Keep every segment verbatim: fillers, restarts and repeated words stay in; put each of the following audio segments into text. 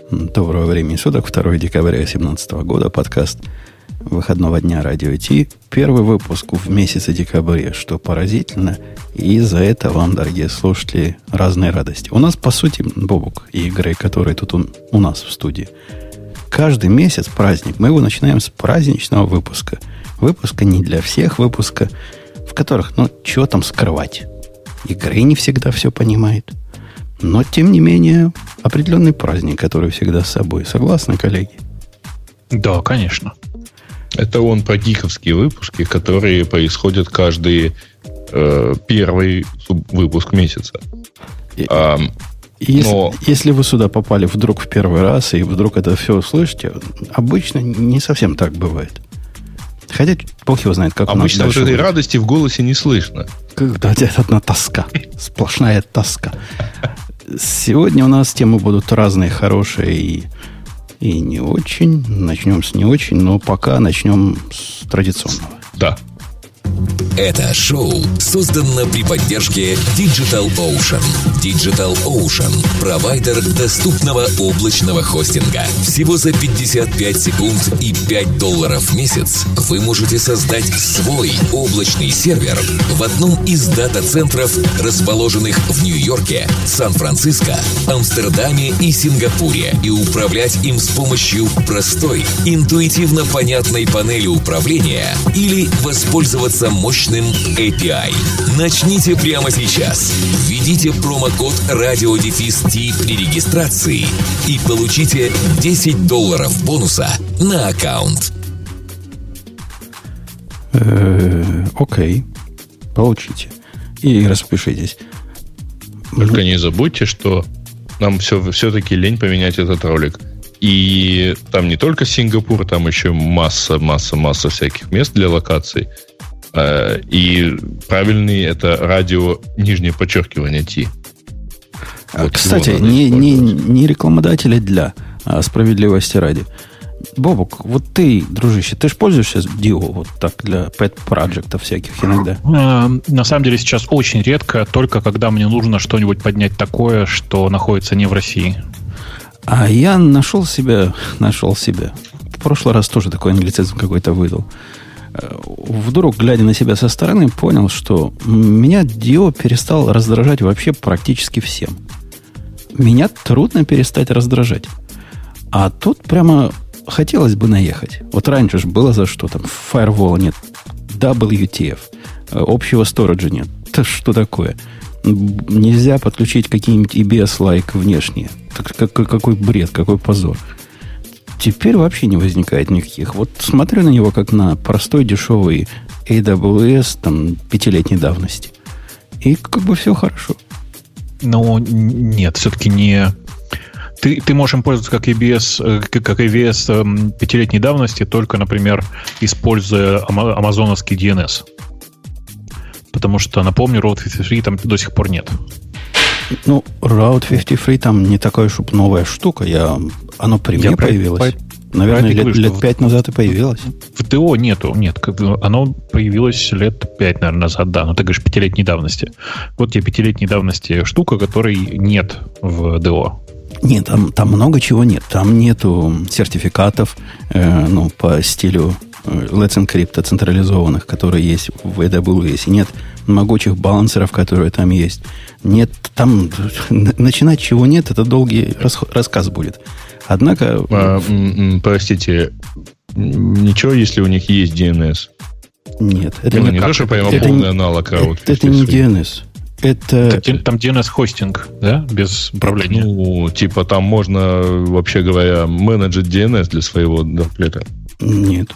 Доброго времени суток, второго декабря две тысячи семнадцатого года, подкаст выходного дня Радио Ти. Первый выпуск в месяце декабре, что поразительно, и за это вам, дорогие слушатели, разные радости. У нас, по сути, Бобук и Грей, которые тут у, у нас в студии, каждый месяц праздник. Мы его начинаем с праздничного выпуска. Выпуска не для всех, выпуска, в которых, ну, что там скрывать. И Грей не всегда все понимает. Но, тем не менее, определенный праздник, который всегда с собой. Согласны, коллеги? Да, конечно. Это он про гиковские выпуски, которые происходят каждый э, первый выпуск месяца. И, а, если, но... если вы сюда попали вдруг в первый раз, и вдруг это все услышите, обычно не совсем так бывает. Хотя Бог его знает, как обычно вот этой будет. Радости в голосе не слышно. Когда это одна тоска. Сплошная тоска. Сегодня у нас темы будут разные, хорошие и, и не очень. Начнем с не очень, но пока начнем с традиционного. Да. Это шоу создано при поддержке Digital Ocean. Digital Ocean – провайдер доступного облачного хостинга. Всего за пятьдесят пять секунд и пять долларов в месяц вы можете создать свой облачный сервер в одном из дата-центров, расположенных в Нью-Йорке, Сан-Франциско, Амстердаме и Сингапуре, и управлять им с помощью простой, интуитивно понятной панели управления или воспользоваться мощным эй пи ай. Начните прямо сейчас. Введите промокод радиодефис-ти при регистрации и получите десять долларов бонуса на аккаунт. Окей. Получите. И распишитесь. Только не забудьте, что нам все, все-таки лень поменять этот ролик. И там не только Сингапур, там еще масса, масса, масса всяких мест для локаций. И правильный это радио нижнее подчеркивание Ти. Вот кстати, не, не, не рекламодатели для а справедливости ради. Бобук, вот ты, дружище, ты же пользуешься ди о вот так для пэт-проджектов всяких иногда? На самом деле сейчас очень редко, только когда мне нужно что-нибудь поднять такое, что находится не в России. А я нашел себя, нашел себя. В прошлый раз тоже такой англицизм какой-то выдал. Вдруг, глядя на себя со стороны, понял, что меня ди о перестал раздражать вообще практически всем. Меня трудно перестать раздражать. А тут прямо хотелось бы наехать. Вот раньше же было за что там. Firewall нет. дабл ю ти эф. Общего сториджа нет. Это что такое? Нельзя подключить какие-нибудь и би эс-лайк внешние. Какой бред, какой позор. Теперь вообще не возникает никаких. Вот смотрю на него как на простой дешевый эй дабл ю эс там, пятилетней давности. И как бы все хорошо. Но нет, все-таки не... Ты, ты можешь им пользоваться как эй би эс, как эй ви эс пятилетней давности, только, например, используя амазоновский ди эн эс. Потому что, напомню, Route пятьдесят три там до сих пор нет. Ну, Route пятьдесят три там не такая уж новая штука. Я... Оно при мне появилось. Про... Наверное, лет, говорю, лет пять назад и появилось. В ТО нету. Нет, оно появилось лет пять, наверное, назад. Да, но ты говоришь пятилетней давности. Вот тебе пятилетней давности штука, которой нет в ДО. Нет, там, там много чего нет. Там нету сертификатов э, ну, по стилю Let's Encrypt централизованных, которые есть в эй дабл ю эс. Нет могучих балансеров, которые там есть. Нет, там начинать чего нет, это долгий рас, рассказ будет. Однако... А, простите, ничего, если у них есть ди эн эс? Нет. Это не, не то, что прямо это, полный аналог Route. Это, это не ди эн эс. Это... Там ди эн эс-хостинг, да? Без управления. Ну, типа там можно, вообще говоря, менеджить ди эн эс для своего доплета. Нет.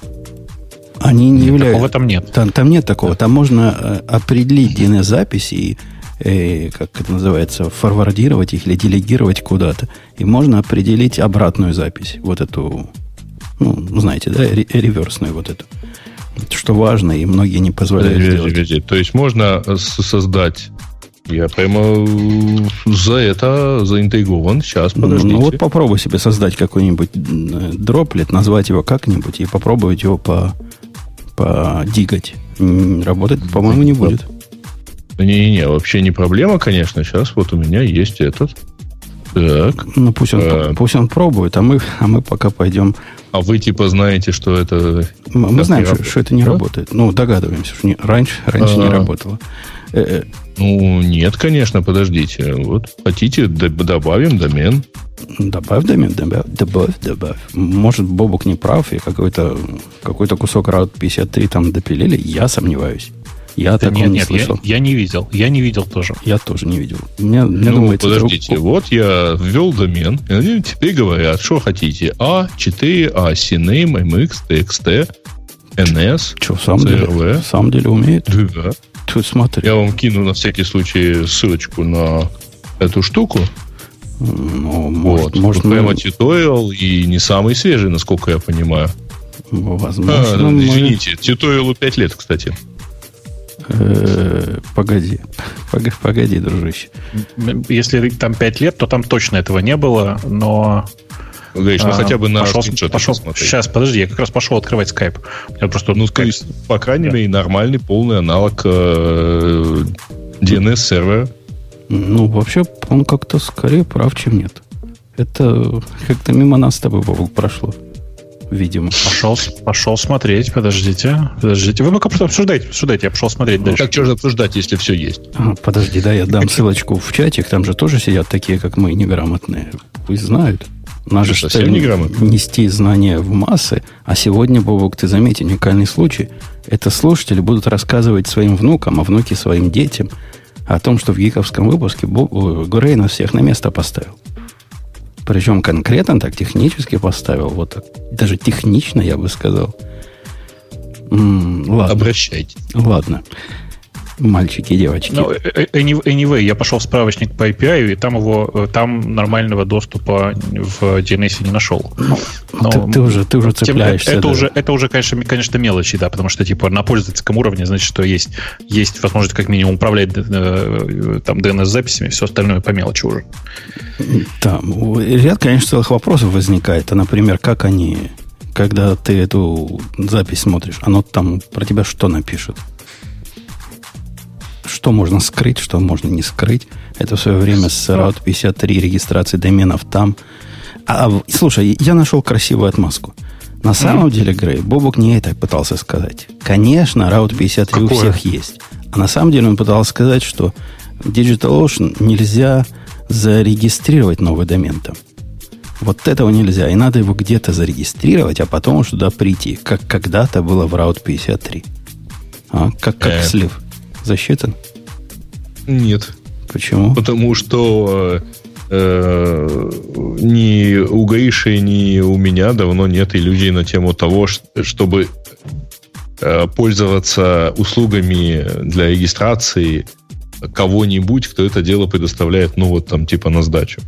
Они не являются... Такого там нет. Там, там нет такого. Там можно э, определить ди эн эс-записи и, э, как это называется, форвардировать их или делегировать куда-то. И можно определить обратную запись. Вот эту, ну, знаете, да, реверсную вот эту. Что важно, и многие не позволяют подожди, сделать. Подожди. То есть можно создать... Я прямо за это заинтригован. Сейчас, подождите. Ну, ну вот попробуй себе создать какой-нибудь дроплет, назвать его как-нибудь и попробовать его по, подигать. Работать, по-моему, не будет. Не-не-не, вообще не проблема, конечно. Сейчас вот у меня есть этот. Так. Ну, пусть он, а... пусть он пробует, а мы, а мы пока пойдем... А вы типа знаете, что это... Мы, мы знаем, что, что это не да? работает. Ну, догадываемся, что не, раньше, раньше не работало. Ну, нет, конечно, подождите. Вот хотите, добавим домен. Добавь домен, добавь, добавь, добавь. Может, Бобук не прав, и какой-то, какой-то кусок раут пятьдесят три там допилили. Я сомневаюсь. Я да такого нет, не нет, слышал. Я, я не видел. Я не видел тоже. Я тоже не видел. Мне, мне ну, думается, подождите. Друг... Вот я ввел домен, и они теперь говорят, что хотите. А четыре, А, си нэйм, эм икс, ти экс ти, эн эс, что, в самом деле, в самом деле умеет? Да. Тут смотри. Я вам кину на всякий случай ссылочку на эту штуку. Ну, может, вот. может, прямо мы... тьюториал и не самый свежий, насколько я понимаю. Возможно. А, мы... Извините, тьюториалу пять лет, кстати. Погоди, погоди, погоди, дружище. Если там пять лет, то там точно этого не было, но... Говоришь, ну а, хотя бы на пошел, пошел, сейчас, подожди, я как раз пошел открывать скайп. Я просто, ну, скайп, по крайней да. мере, нормальный полный аналог э, ди эн эс-сервера. Ну, вообще, он как-то скорее прав, чем нет. Это как-то мимо нас с тобой, Бобок, прошло. Видимо. Пошел, пошел смотреть, подождите. Подождите. Вы пока просто обсуждайте, обсуждайте, я пошел смотреть ну, дальше. Так что же обсуждать, если все есть? А, подожди, да, я дам ссылочку в чатик, там же тоже сидят такие, как мы, неграмотные. Пусть знают. Нас же совсем неграмотно нести знания в массы. А сегодня, Бобок, ты заметь, уникальный случай. Это слушатели будут рассказывать своим внукам, а внуки своим детям о том, что в гиковском выпуске Грей нас всех на место поставил. Причем конкретно так технически поставил. Вот так. Даже технично, я бы сказал. М-м, ладно. Обращайтесь. Ладно. Мальчики и девочки. No, anyway, я пошел в справочник по эй пи ай, и там его, там нормального доступа в ди эн эс не нашел. Но ты, ты уже, ты уже цепляешься. Это, да. уже, это уже, конечно, конечно, мелочи, да, потому что типа на пользовательском уровне, значит, что есть, есть возможность как минимум управлять э, там ди эн эс-записями, все остальное по мелочи уже. Там ряд, конечно, целых вопросов возникает. А, например, как они, когда ты эту запись смотришь, оно там про тебя что напишет? Что можно скрыть, что можно не скрыть. Это в свое время с раут пятьдесят три регистрации доменов там. А, слушай, я нашел красивую отмазку. На самом mm-hmm. деле, Грей, Бобок не это пытался сказать. Конечно, раут пятьдесят три Какое? У всех есть. А на самом деле он пытался сказать, что DigitalOcean нельзя зарегистрировать новый домен там. Вот этого нельзя. И надо его где-то зарегистрировать, а потом уж туда прийти. Как когда-то было в раут пятьдесят три. А? Как, как э. слив. Засчитан? Нет. Почему? Потому что э, ни у Гриши, ни у меня давно нет иллюзий на тему того, чтобы э, пользоваться услугами для регистрации кого-нибудь, кто это дело предоставляет, ну вот там типа на сдачу.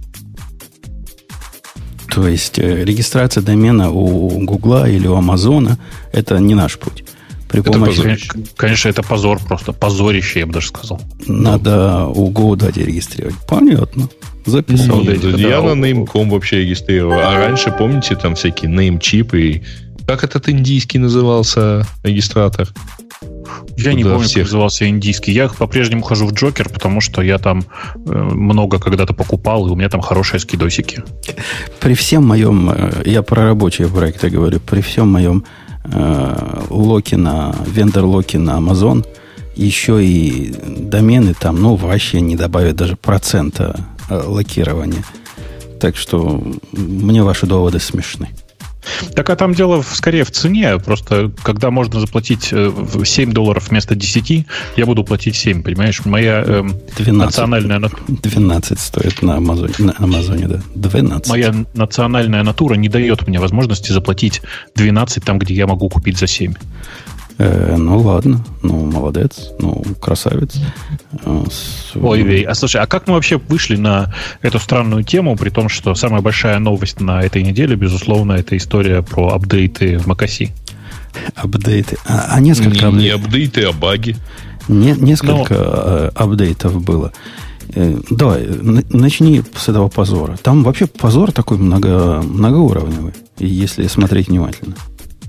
То есть э, регистрация домена у Гугла или у Амазона – это не наш путь. При это помощи... позор. Конечно, это позор просто. Позорище, я бы даже сказал. Надо у GoDaddy регистрировать. Понятно. Записал. Нет, да, я на name точка com вообще регистрировал. А раньше, помните, там всякие name-чипы и... Как этот индийский назывался регистратор? Я Туда не помню, всех. Как назывался индийский. Я по-прежнему хожу в Джокер, потому что я там э, много когда-то покупал, и у меня там хорошие скидосики. При всем моем... Э, я про рабочие проекты говорю. При всем моем локи на, вендор-локи на Amazon, еще и домены там, ну, вообще не добавят даже процента локирования. Так что мне ваши доводы смешны. Так, а там дело скорее в цене. Просто, когда можно заплатить семь долларов вместо десять, я буду платить семь, понимаешь? Моя э, двенадцать, национальная... двенадцать стоит на Амазоне, на Амазоне, да. двенадцать. Моя национальная натура не дает мне возможности заплатить двенадцать там, где я могу купить за семь. Э, ну, ладно. Ну, молодец. Ну, красавец. Ой, вей. А слушай, а как мы вообще вышли на эту странную тему, при том, что самая большая новость на этой неделе, безусловно, это история про апдейты в macOS? Апдейты. А, а несколько... Не, не апдейты, а баги. Не, несколько Но... апдейтов было. Э, давай, начни с этого позора. Там вообще позор такой много, многоуровневый, если смотреть внимательно.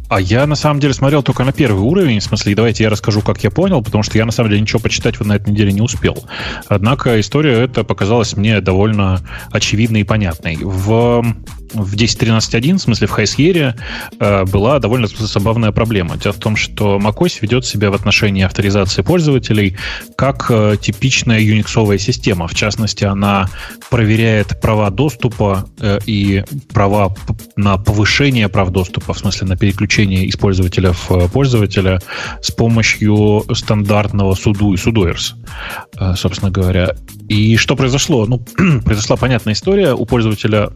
А я, на самом деле, смотрел только на первый уровень. В смысле, давайте я расскажу, как я понял, потому что я, на самом деле, ничего почитать вот на этой неделе не успел. Однако история эта показалась мне довольно очевидной и понятной. В, в десять точка тринадцать точка один, в смысле, в High Sierra, э, была довольно забавная проблема. Дело в том, что macOS ведет себя в отношении авторизации пользователей как э, типичная юниксовая система. В частности, она проверяет права доступа э, и права п- на повышение прав доступа, в смысле, на переключение из пользователя в пользователя с помощью стандартного суду и судоерс, собственно говоря. И что произошло? Ну, произошла понятная история. У пользователя,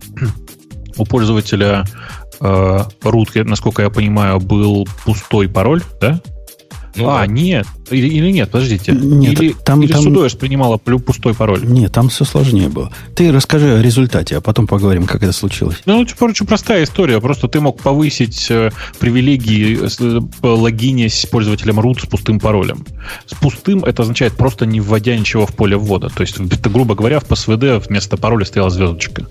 у пользователя э, root, насколько я понимаю, был пустой пароль, да? Ну, а, да. нет. Или, или нет, подождите. Нет, или там, или там... судоерс принимала пустой пароль? Нет, там все сложнее было. Ты расскажи о результате, а потом поговорим, как это случилось. Ну, короче, простая история. Просто ты мог повысить э, привилегии, э, логинясь с пользователем root с пустым паролем. С пустым это означает просто не вводя ничего в поле ввода. То есть, грубо говоря, в пи эс ви ди вместо пароля стояла звездочка.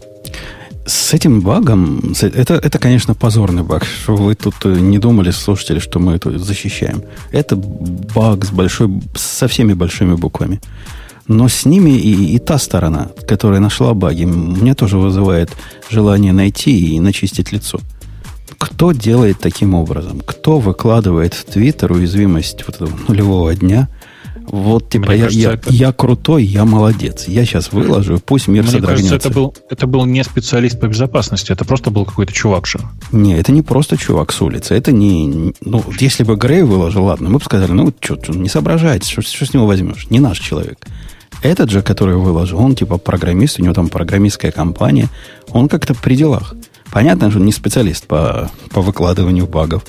С этим багом, это, это, конечно, позорный баг, что вы тут не думали, слушатели, что мы это защищаем. Это баг с, большой, со всеми большими буквами. Но с ними и, и та сторона, которая нашла баги, мне тоже вызывает желание найти и начистить лицо. Кто делает таким образом? Кто выкладывает в Твиттер уязвимость вот этого нулевого дня? Вот, типа, я, кажется, я, это... я крутой, я молодец. Я сейчас выложу, пусть мир Мне содрогнется. Кажется, это был, это был не специалист по безопасности, это просто был какой-то чувак же. Не, это не просто чувак с улицы. Это не... Ну, если бы Грей выложил, ладно, мы бы сказали, ну, что, не соображайте, что, что с него возьмешь? Не наш человек. Этот же, который выложил, он типа программист, у него там программистская компания, он как-то при делах. Понятно, что он не специалист по, по выкладыванию багов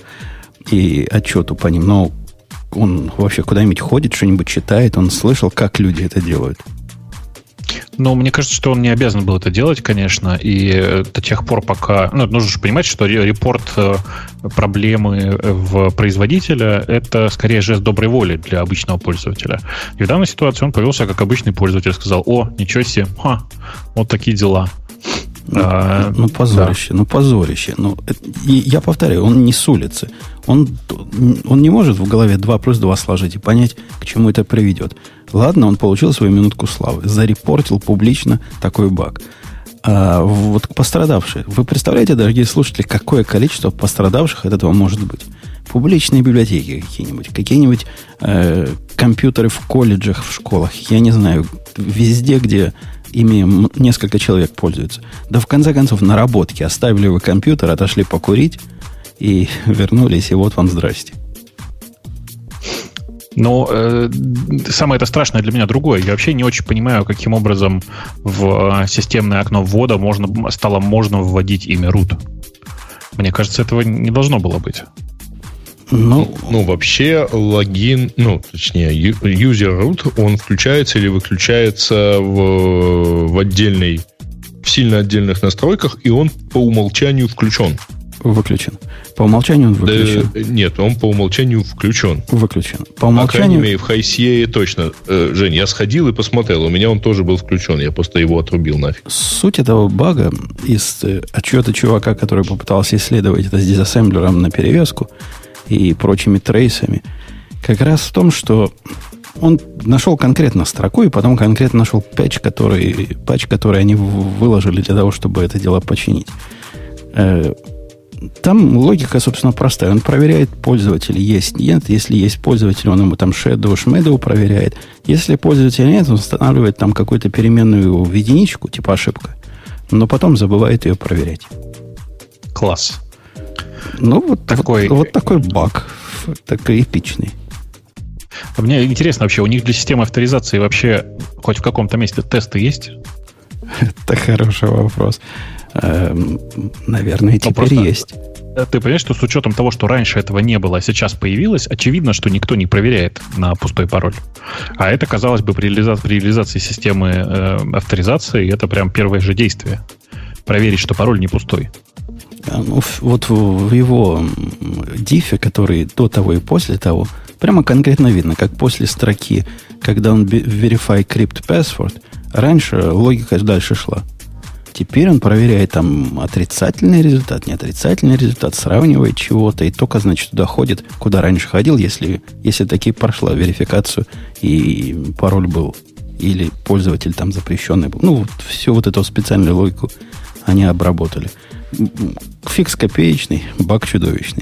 и отчету по ним, но он вообще куда-нибудь ходит, что-нибудь читает, он слышал, как люди это делают. Ну, мне кажется, что он не обязан был это делать, конечно, и до тех пор, пока... Ну, нужно же понимать, что репорт проблемы в производителя — это скорее жест доброй воли для обычного пользователя. И в данной ситуации он повелся как обычный пользователь, сказал: о, ничего себе, ха, вот такие дела. Ну, а, ну позорище, да. ну позорище. Ну, и я повторяю, он не с улицы. Он, он не может в голове два плюс два сложить и понять, к чему это приведет. Ладно, он получил свою минутку славы, зарепортил публично такой баг. А вот пострадавшие. Вы представляете, дорогие слушатели, какое количество пострадавших от этого может быть? Публичные библиотеки какие-нибудь, какие-нибудь э, компьютеры в колледжах, в школах, я не знаю, везде, где ими несколько человек пользуются. Да в конце концов, наработки. Оставили вы компьютер, отошли покурить и вернулись, и вот вам здрасте. Но э, самое это страшное для меня другое. Я вообще не очень понимаю, каким образом в системное окно ввода можно, стало можно вводить имя root. Мне кажется, этого не должно было быть. Ну, ну, вообще логин, ну, точнее, user root, он включается или выключается в, в отдельной, в сильно отдельных настройках, и он по умолчанию включен. Выключен. По умолчанию он выключен. Да, нет, он по умолчанию включен. Выключен. По умолчанию... По крайней мере, в High Sierra точно. Э, Жень, я сходил и посмотрел. У меня он тоже был включен. Я просто его отрубил нафиг. Суть этого бага из отчета чувака, который попытался исследовать это с дизассемблером на перевеску и прочими трейсами, как раз в том, что он нашел конкретно строку и потом конкретно нашел патч, который, патч, который они выложили для того, чтобы это дело починить. Там логика, собственно, простая. Он проверяет пользователя, есть, нет. Если есть пользователь, он ему там shadow, shmedow проверяет. Если пользователя нет, он устанавливает там какую-то переменную в единичку, типа ошибка, но потом забывает ее проверять. Класс. Ну, вот такой, вот, вот такой баг. Такой эпичный. Мне интересно вообще, у них для системы авторизации вообще хоть в каком-то месте тесты есть? Это хороший вопрос. Эм, наверное, теперь просто есть. Ты понимаешь, что с учетом того, что раньше этого не было, а сейчас появилось, очевидно, что никто не проверяет на пустой пароль. А это, казалось бы, при реализации, при реализации системы э, авторизации, это прям первое же действие. Проверить, что пароль не пустой. Ну, вот в его дифе, который до того и после того, прямо конкретно видно, как после строки, когда он verify crypt password, раньше логика дальше шла. Теперь он проверяет там отрицательный результат, не отрицательный результат, сравнивает чего-то, и только, значит, туда ходит, куда раньше ходил, если, если таки прошла верификацию, и пароль был, или пользователь там запрещенный был. Ну, вот всю вот эту специальную логику они обработали. Фикс копеечный, баг чудовищный.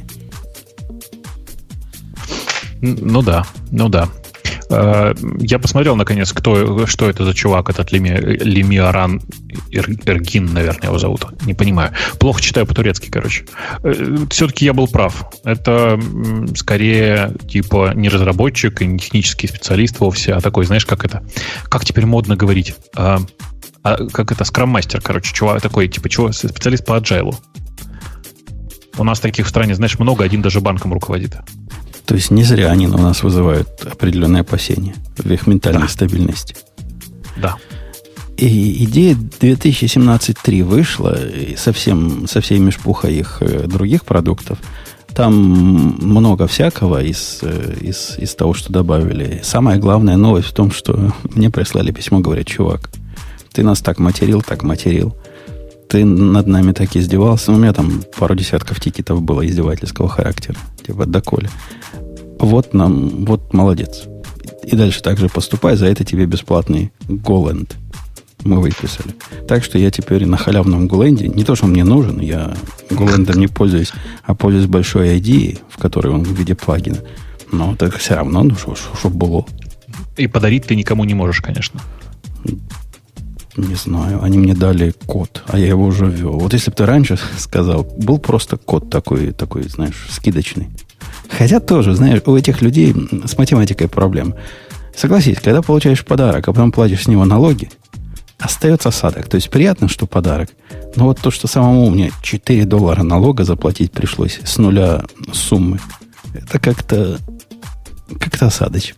Ну да, ну да. Я посмотрел, наконец, кто, что это за чувак, этот Леми, Лемиаран Эргин, наверное, его зовут. Не понимаю. Плохо читаю по-турецки, короче. Все-таки я был прав. Это скорее типа не разработчик и не технический специалист вовсе, а такой, знаешь, как это... Как теперь модно говорить? А, а, как это? Скрам-мастер, короче. Чувак такой, типа, чувак, специалист по аджайлу. У нас таких в стране, знаешь, много. Один даже банком руководит. То есть не зря они у нас вызывают определенные опасения в их ментальной да. стабильности. Да. И идея две тысячи семнадцать три вышла, и совсем, со всей мешпухой их других продуктов. Там много всякого из, из, из того, что добавили. Самая главная новость в том, что мне прислали письмо, говорят, чувак, ты нас так материл, так материл. Ты над нами так издевался. У меня там пару десятков тикетов было издевательского характера. Типа, доколе. Вот нам, вот молодец. И дальше так же поступай, за это тебе бесплатный Golang мы выписали. Так что я теперь на халявном Golang, не то, что он мне нужен, я Golang не пользуюсь, а пользуюсь большой ай ди и, в которой он в виде плагина. Но так все равно, ну, чтобы было. И подарить ты никому не можешь, конечно. Не знаю, они мне дали код, а я его уже ввел. Вот если бы ты раньше сказал, был просто код такой, такой, знаешь, скидочный. Хотя тоже, знаешь, у этих людей с математикой проблем. Согласись, когда получаешь подарок, а потом платишь с него налоги, остается осадок. То есть приятно, что подарок. Но вот то, что самому мне четыре доллара налога заплатить пришлось с нуля суммы, это как-то как-то осадочек.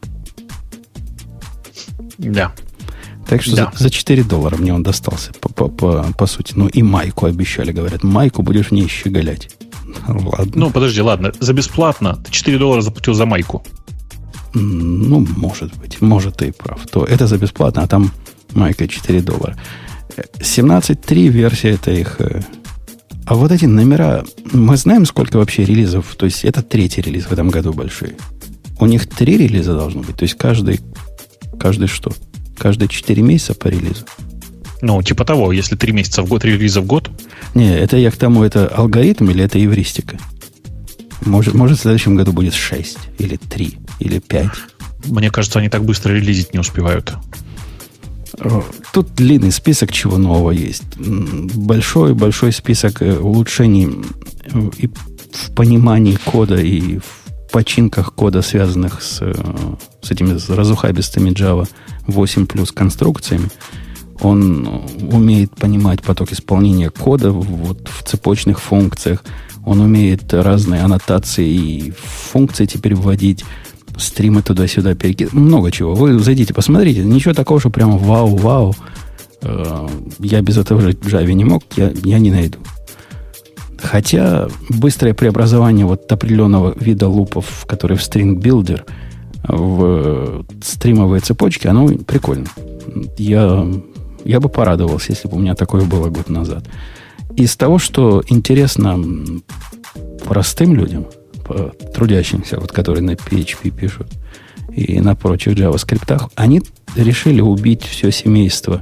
Да. Так что да. за, за четыре доллара мне он достался, по, по, по, по сути. Ну, и майку обещали, говорят. Майку будешь в ней щеголять. Ладно. Ну, подожди, ладно. За бесплатно ты четыре доллара заплатил за майку. Ну, может быть. Может, ты и прав. То это за бесплатно, а там майка четыре доллара. семнадцать три версия это их... А вот эти номера... Мы знаем, сколько вообще релизов. То есть, это третий релиз в этом году большой. У них три релиза должно быть. То есть, каждый... Каждый что? Каждые четыре месяца по релизу. Ну, типа того, если три месяца в год, три релиза в год. Не, это я к тому, это алгоритм или это эвристика? Может, может в следующем году будет шесть, или три, или пять. Мне кажется, они так быстро релизить не успевают. Тут длинный список чего нового есть. Большой-большой список улучшений и в понимании кода, и в починках кода, связанных с, с этими разухабистыми Java восемь плюс конструкциями. Он умеет понимать поток исполнения кода вот в цепочных функциях. Он умеет разные аннотации и функции теперь вводить, стримы туда-сюда перекидывать. Много чего. Вы зайдите, посмотрите. Ничего такого, что прямо вау-вау. Я без этого жить в Java не мог, я, я не найду. Хотя быстрое преобразование вот определенного вида лупов, которые в String Builder, в стримовые цепочки, оно прикольно. Я, я бы порадовался, если бы у меня такое было год назад. Из того, что интересно простым людям, трудящимся, вот, которые на пи эйч пи пишут и на прочих JavaScript, они решили убить все семейство.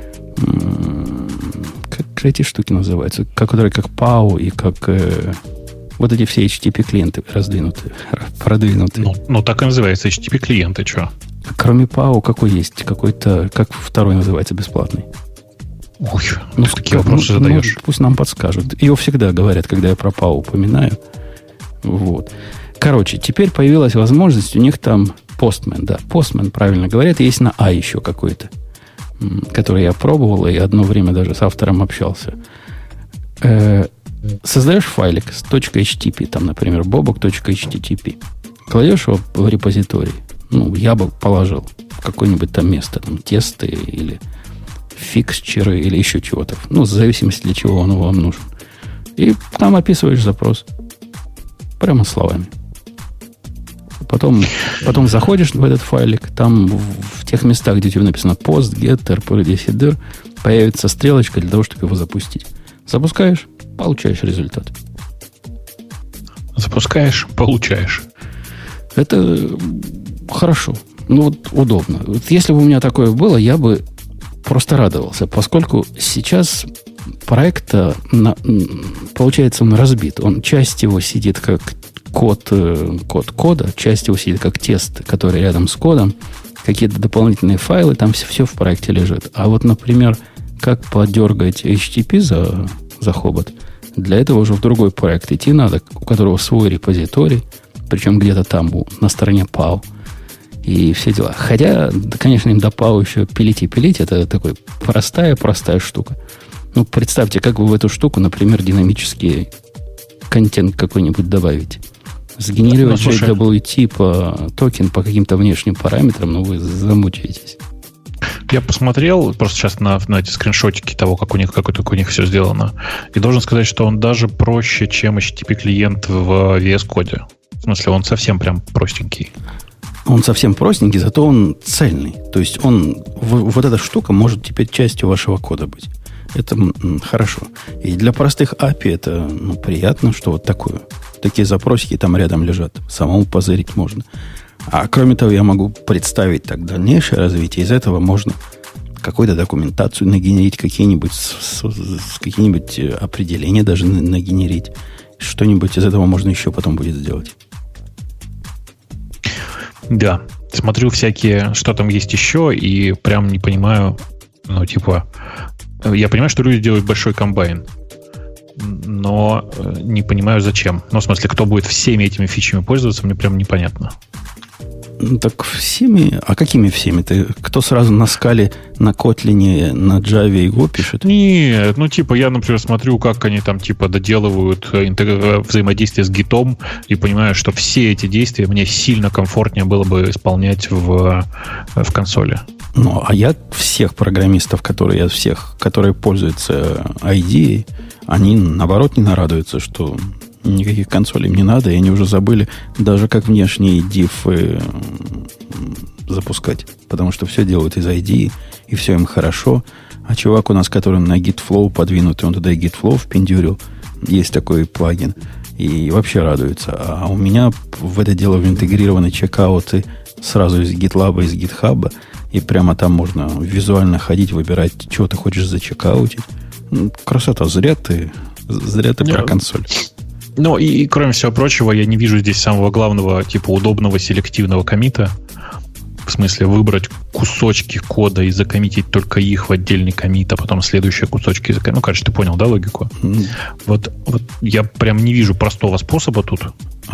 Как же эти штуки называются? Которые как пау и как... Э, вот эти все эйч ти ти пи-клиенты раздвинутые, продвинутые. Ну, ну, так и называется эйч ти ти пи-клиенты, что? Кроме пау, какой есть? Какой-то... Как второй называется бесплатный? Ой, ну, ты такие вопросы ну, задаешь. Ну, пусть нам подскажут. Его всегда говорят, когда я про пау упоминаю. Вот. Короче, теперь появилась возможность, у них там Postman, да, Postman, правильно говорят, есть на А еще какой-то, который я пробовал и одно время даже с автором общался. Э, создаешь файлик с .htp, там, например, bobok.http, кладешь его в репозиторий, ну, я бы положил в какое-нибудь там место, там, тесты или фиксчеры или еще чего-то, ну, в зависимости, для чего он вам нужен. И там описываешь запрос. Прямо словами. Потом, потом заходишь в этот файлик, там в, в тех местах, где у тебя написано post, getter, redis, header, появится стрелочка для того, чтобы его запустить. Запускаешь, получаешь результат. Запускаешь, получаешь. Это хорошо. Ну, вот удобно. Вот если бы у меня такое было, я бы просто радовался, поскольку сейчас проект, на, получается, он разбит. Он, часть его сидит как код, код кода, часть его сидит как тест, который рядом с кодом, какие-то дополнительные файлы, там все, все в проекте лежит. А вот, например, как подергать эйч ти ти пи за, за хобот, для этого уже в другой проект идти надо, у которого свой репозиторий, причем где-то там на стороне пау, и все дела. Хотя, конечно, им до пау еще пилить и пилить, это такой простая-простая штука. Ну, представьте, как вы в эту штуку, например, динамический контент какой-нибудь добавите. Сгенерировать джей дабл ю ти по токен по каким-то внешним параметрам, но вы замучаетесь. Я посмотрел просто сейчас на, на эти скриншотики того, как у них, как это у них все сделано. И должен сказать, что он даже проще, чем эйч ти ти пи-клиент в ви эс Code. В смысле, он совсем прям простенький. Он совсем простенький, зато он цельный. То есть он, вот эта штука может теперь частью вашего кода быть. Это хорошо. И для простых эй пи ай это ну, приятно, что вот такое. Такие запросики там рядом лежат. Самому позырить можно. А кроме того, я могу представить так дальнейшее развитие. Из этого можно какую-то документацию нагенерить, какие-нибудь, с, с, какие-нибудь определения даже нагенерить. Что-нибудь из этого можно еще потом будет сделать. Да. Смотрю всякие, что там есть еще, и прям не понимаю, ну, типа, я понимаю, что люди делают большой комбайн, но не понимаю, зачем. Ну, в смысле, кто будет всеми этими фичами пользоваться, мне прям непонятно. Ну, так всеми... А какими всеми? Ты кто сразу на скале, на Kotlin, на Java и Go пишет? Нет, ну, типа, я, например, смотрю, как они там, типа, доделывают взаимодействие с гитом и понимаю, что все эти действия мне сильно комфортнее было бы исполнять в, в консоли. Ну, а я всех программистов, которые я всех, которые пользуются ай ди эй, они, наоборот, не нарадуются, что никаких консолей им не надо, и они уже забыли даже как внешние диффы запускать, потому что все делают из ай ди, и все им хорошо. А чувак у нас, который на GitFlow подвинутый, он туда и GitFlow впендюрил, есть такой плагин, и вообще радуется. А у меня в это дело интегрированы чекауты сразу из GitLab, из GitHub, и прямо там можно визуально ходить, выбирать, чего ты хочешь зачекаутить. Ну, красота, зря ты, зря ты про консоль. Ну, и, и кроме всего прочего, я не вижу здесь самого главного, типа, удобного селективного коммита. В смысле, выбрать кусочки кода и закоммитить только их в отдельный коммит, а потом следующие кусочки закоммитить. Ну, короче, ты понял, да, логику? Mm. Вот, вот я прям не вижу простого способа тут.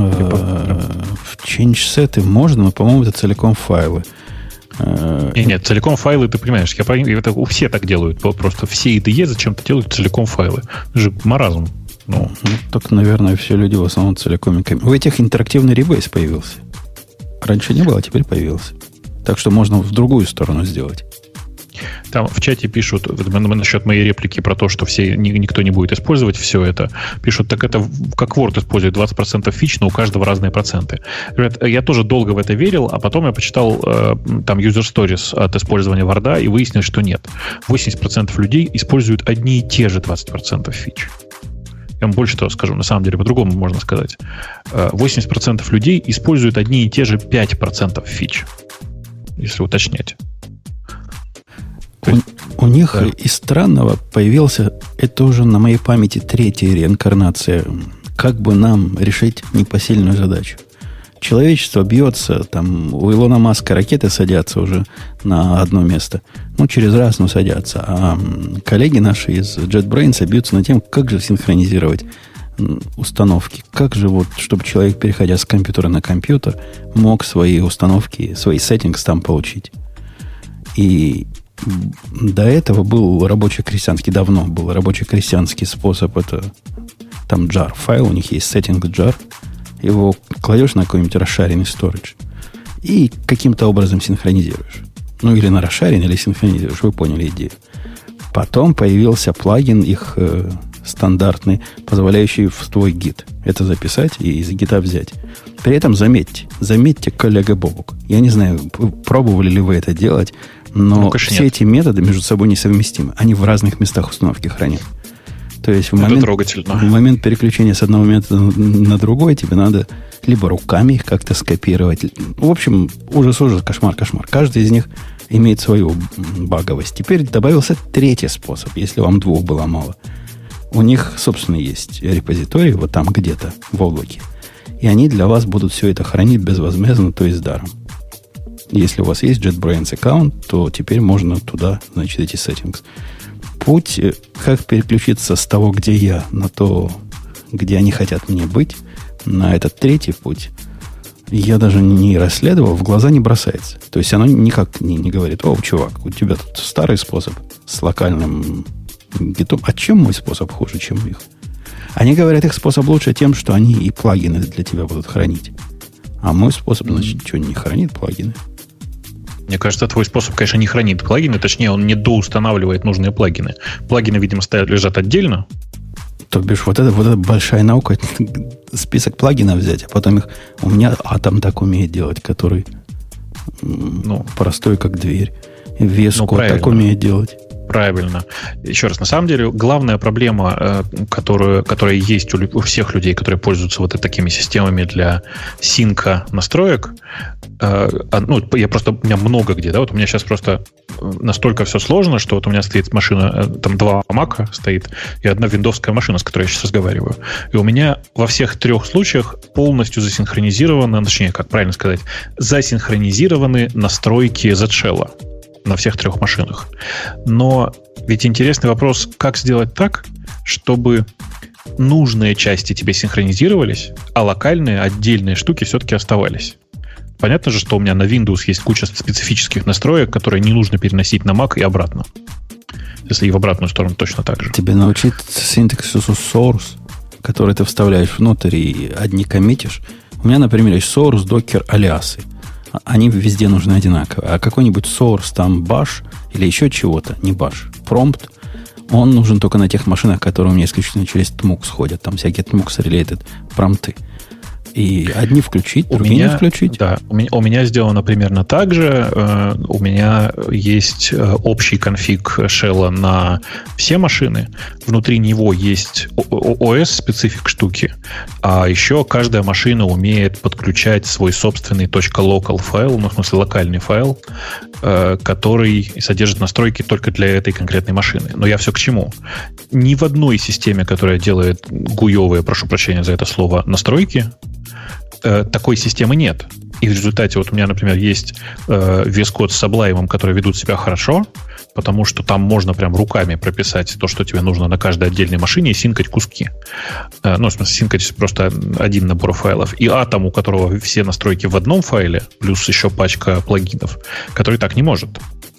В change-сеты можно, но, по-моему, это целиком файлы. Нет, нет, целиком файлы, ты понимаешь, я, это, все так делают. Просто все ай ди и зачем-то делают целиком файлы. Это же маразм. Ну, ну, так, наверное, все люди в основном целиком. У этих интерактивный ребейс появился. Раньше не было, а теперь появился. Так что можно в другую сторону сделать. Там в чате пишут насчет моей реплики про то, что все, никто не будет использовать все это. Пишут, так это как Word использует двадцать процентов фич, но у каждого разные проценты. Ребят, я тоже долго в это верил, а потом я почитал э, там user stories от использования Word и выяснилось, что нет. восемьдесят процентов людей используют одни и те же двадцать процентов фич. Я вам больше того скажу, на самом деле, по-другому можно сказать. восемьдесят процентов людей используют одни и те же пять процентов фич, если уточнять. У, есть, у них да. Из странного появился, это уже на моей памяти третья реинкарнация, как бы нам решить непосильную задачу. Человечество бьется, там у Илона Маска ракеты садятся уже на одно место. Ну, через раз, но садятся. А коллеги наши из JetBrains бьются над тем, как же синхронизировать установки. Как же вот, чтобы человек, переходя с компьютера на компьютер, мог свои установки, свои settings там получить. И до этого был рабочий-крестьянский, давно был рабочий-крестьянский способ. Это там jar файл, у них есть setting jar. Его кладешь на какой-нибудь расшаренный storage и каким-то образом синхронизируешь. Ну, или на расшаренный, или синхронизируешь. Вы поняли идею. Потом появился плагин их э, стандартный, позволяющий в твой гит это записать и из гита взять. При этом заметьте, заметьте, коллега Бобук, я не знаю, пробовали ли вы это делать, Но ну, все нет. эти методы между собой несовместимы. Они в разных местах установки хранят. То есть в момент, в момент переключения с одного метода на другой тебе надо либо руками их как-то скопировать. В общем, ужас-ужас, кошмар-кошмар. Каждый из них имеет свою баговость. Теперь добавился третий способ, если вам двух было мало. У них, собственно, есть репозиторий вот там где-то в облаке. И они для вас будут все это хранить безвозмездно, то есть даром. Если у вас есть JetBrains аккаунт, то теперь можно туда, значит, эти settings. Путь, как переключиться с того, где я, на то, где они хотят мне быть, на этот третий путь, я даже не расследовал, в глаза не бросается. То есть оно никак не, не говорит: о, чувак, у тебя тут старый способ с локальным гитом. А чем мой способ хуже, чем их? Они говорят, их способ лучше тем, что они и плагины для тебя будут хранить. А мой способ, значит, что, не хранит плагины? Мне кажется, твой способ, конечно, не хранит плагины, точнее, он не доустанавливает нужные плагины. Плагины, видимо, стоят, лежат отдельно. То бишь, вот это, вот это большая наука, список плагинов взять, а потом их... У меня Atom так умеет делать, который ну, простой, как дверь. ви эс Code ну, так умеет делать. Правильно. Еще раз, на самом деле, главная проблема, которую, которая есть у, у всех людей, которые пользуются вот такими системами для синка настроек, ну, я просто, у меня много где, да, вот у меня сейчас просто настолько все сложно, что вот у меня стоит машина, там два Мака стоит, и одна виндовская машина, с которой я сейчас разговариваю. И у меня во всех трех случаях полностью засинхронизированы, точнее, как правильно сказать, засинхронизированы настройки Z-Shell на всех трех машинах. Но ведь интересный вопрос, как сделать так, чтобы нужные части тебе синхронизировались, а локальные, отдельные штуки все-таки оставались. Понятно же, что у меня на Windows есть куча специфических настроек, которые не нужно переносить на Mac и обратно. Если и в обратную сторону точно так же. Тебе научить синтаксису source, который ты вставляешь внутрь и одни коммитишь. У меня, например, есть source, docker, алиасы. Они везде нужны одинаково. А какой-нибудь source, там, bash или еще чего-то, не bash, prompt, он нужен только на тех машинах, которые у меня исключительно через тмукс ходят. Там всякие тмукс-related промпты. И одни включить, другие меня, не включить. Да, у меня, у меня сделано примерно так же. Uh, у меня есть uh, общий конфиг shell на все машины. Внутри него есть о эс специфик штуки. А еще каждая машина умеет подключать свой собственный .local файл, ну, в смысле, локальный файл, uh, который содержит настройки только для этой конкретной машины. Но я все к чему? Ни в одной системе, которая делает гуевые, прошу прощения за это слово, настройки, такой системы нет. И в результате вот у меня, например, есть э, ви эс Code с Sublime, которые ведут себя хорошо, потому что там можно прям руками прописать то, что тебе нужно на каждой отдельной машине, и синкать куски. Э, ну, в смысле, синкать просто один набор файлов. И Atom, у которого все настройки в одном файле, плюс еще пачка плагинов, который так не может.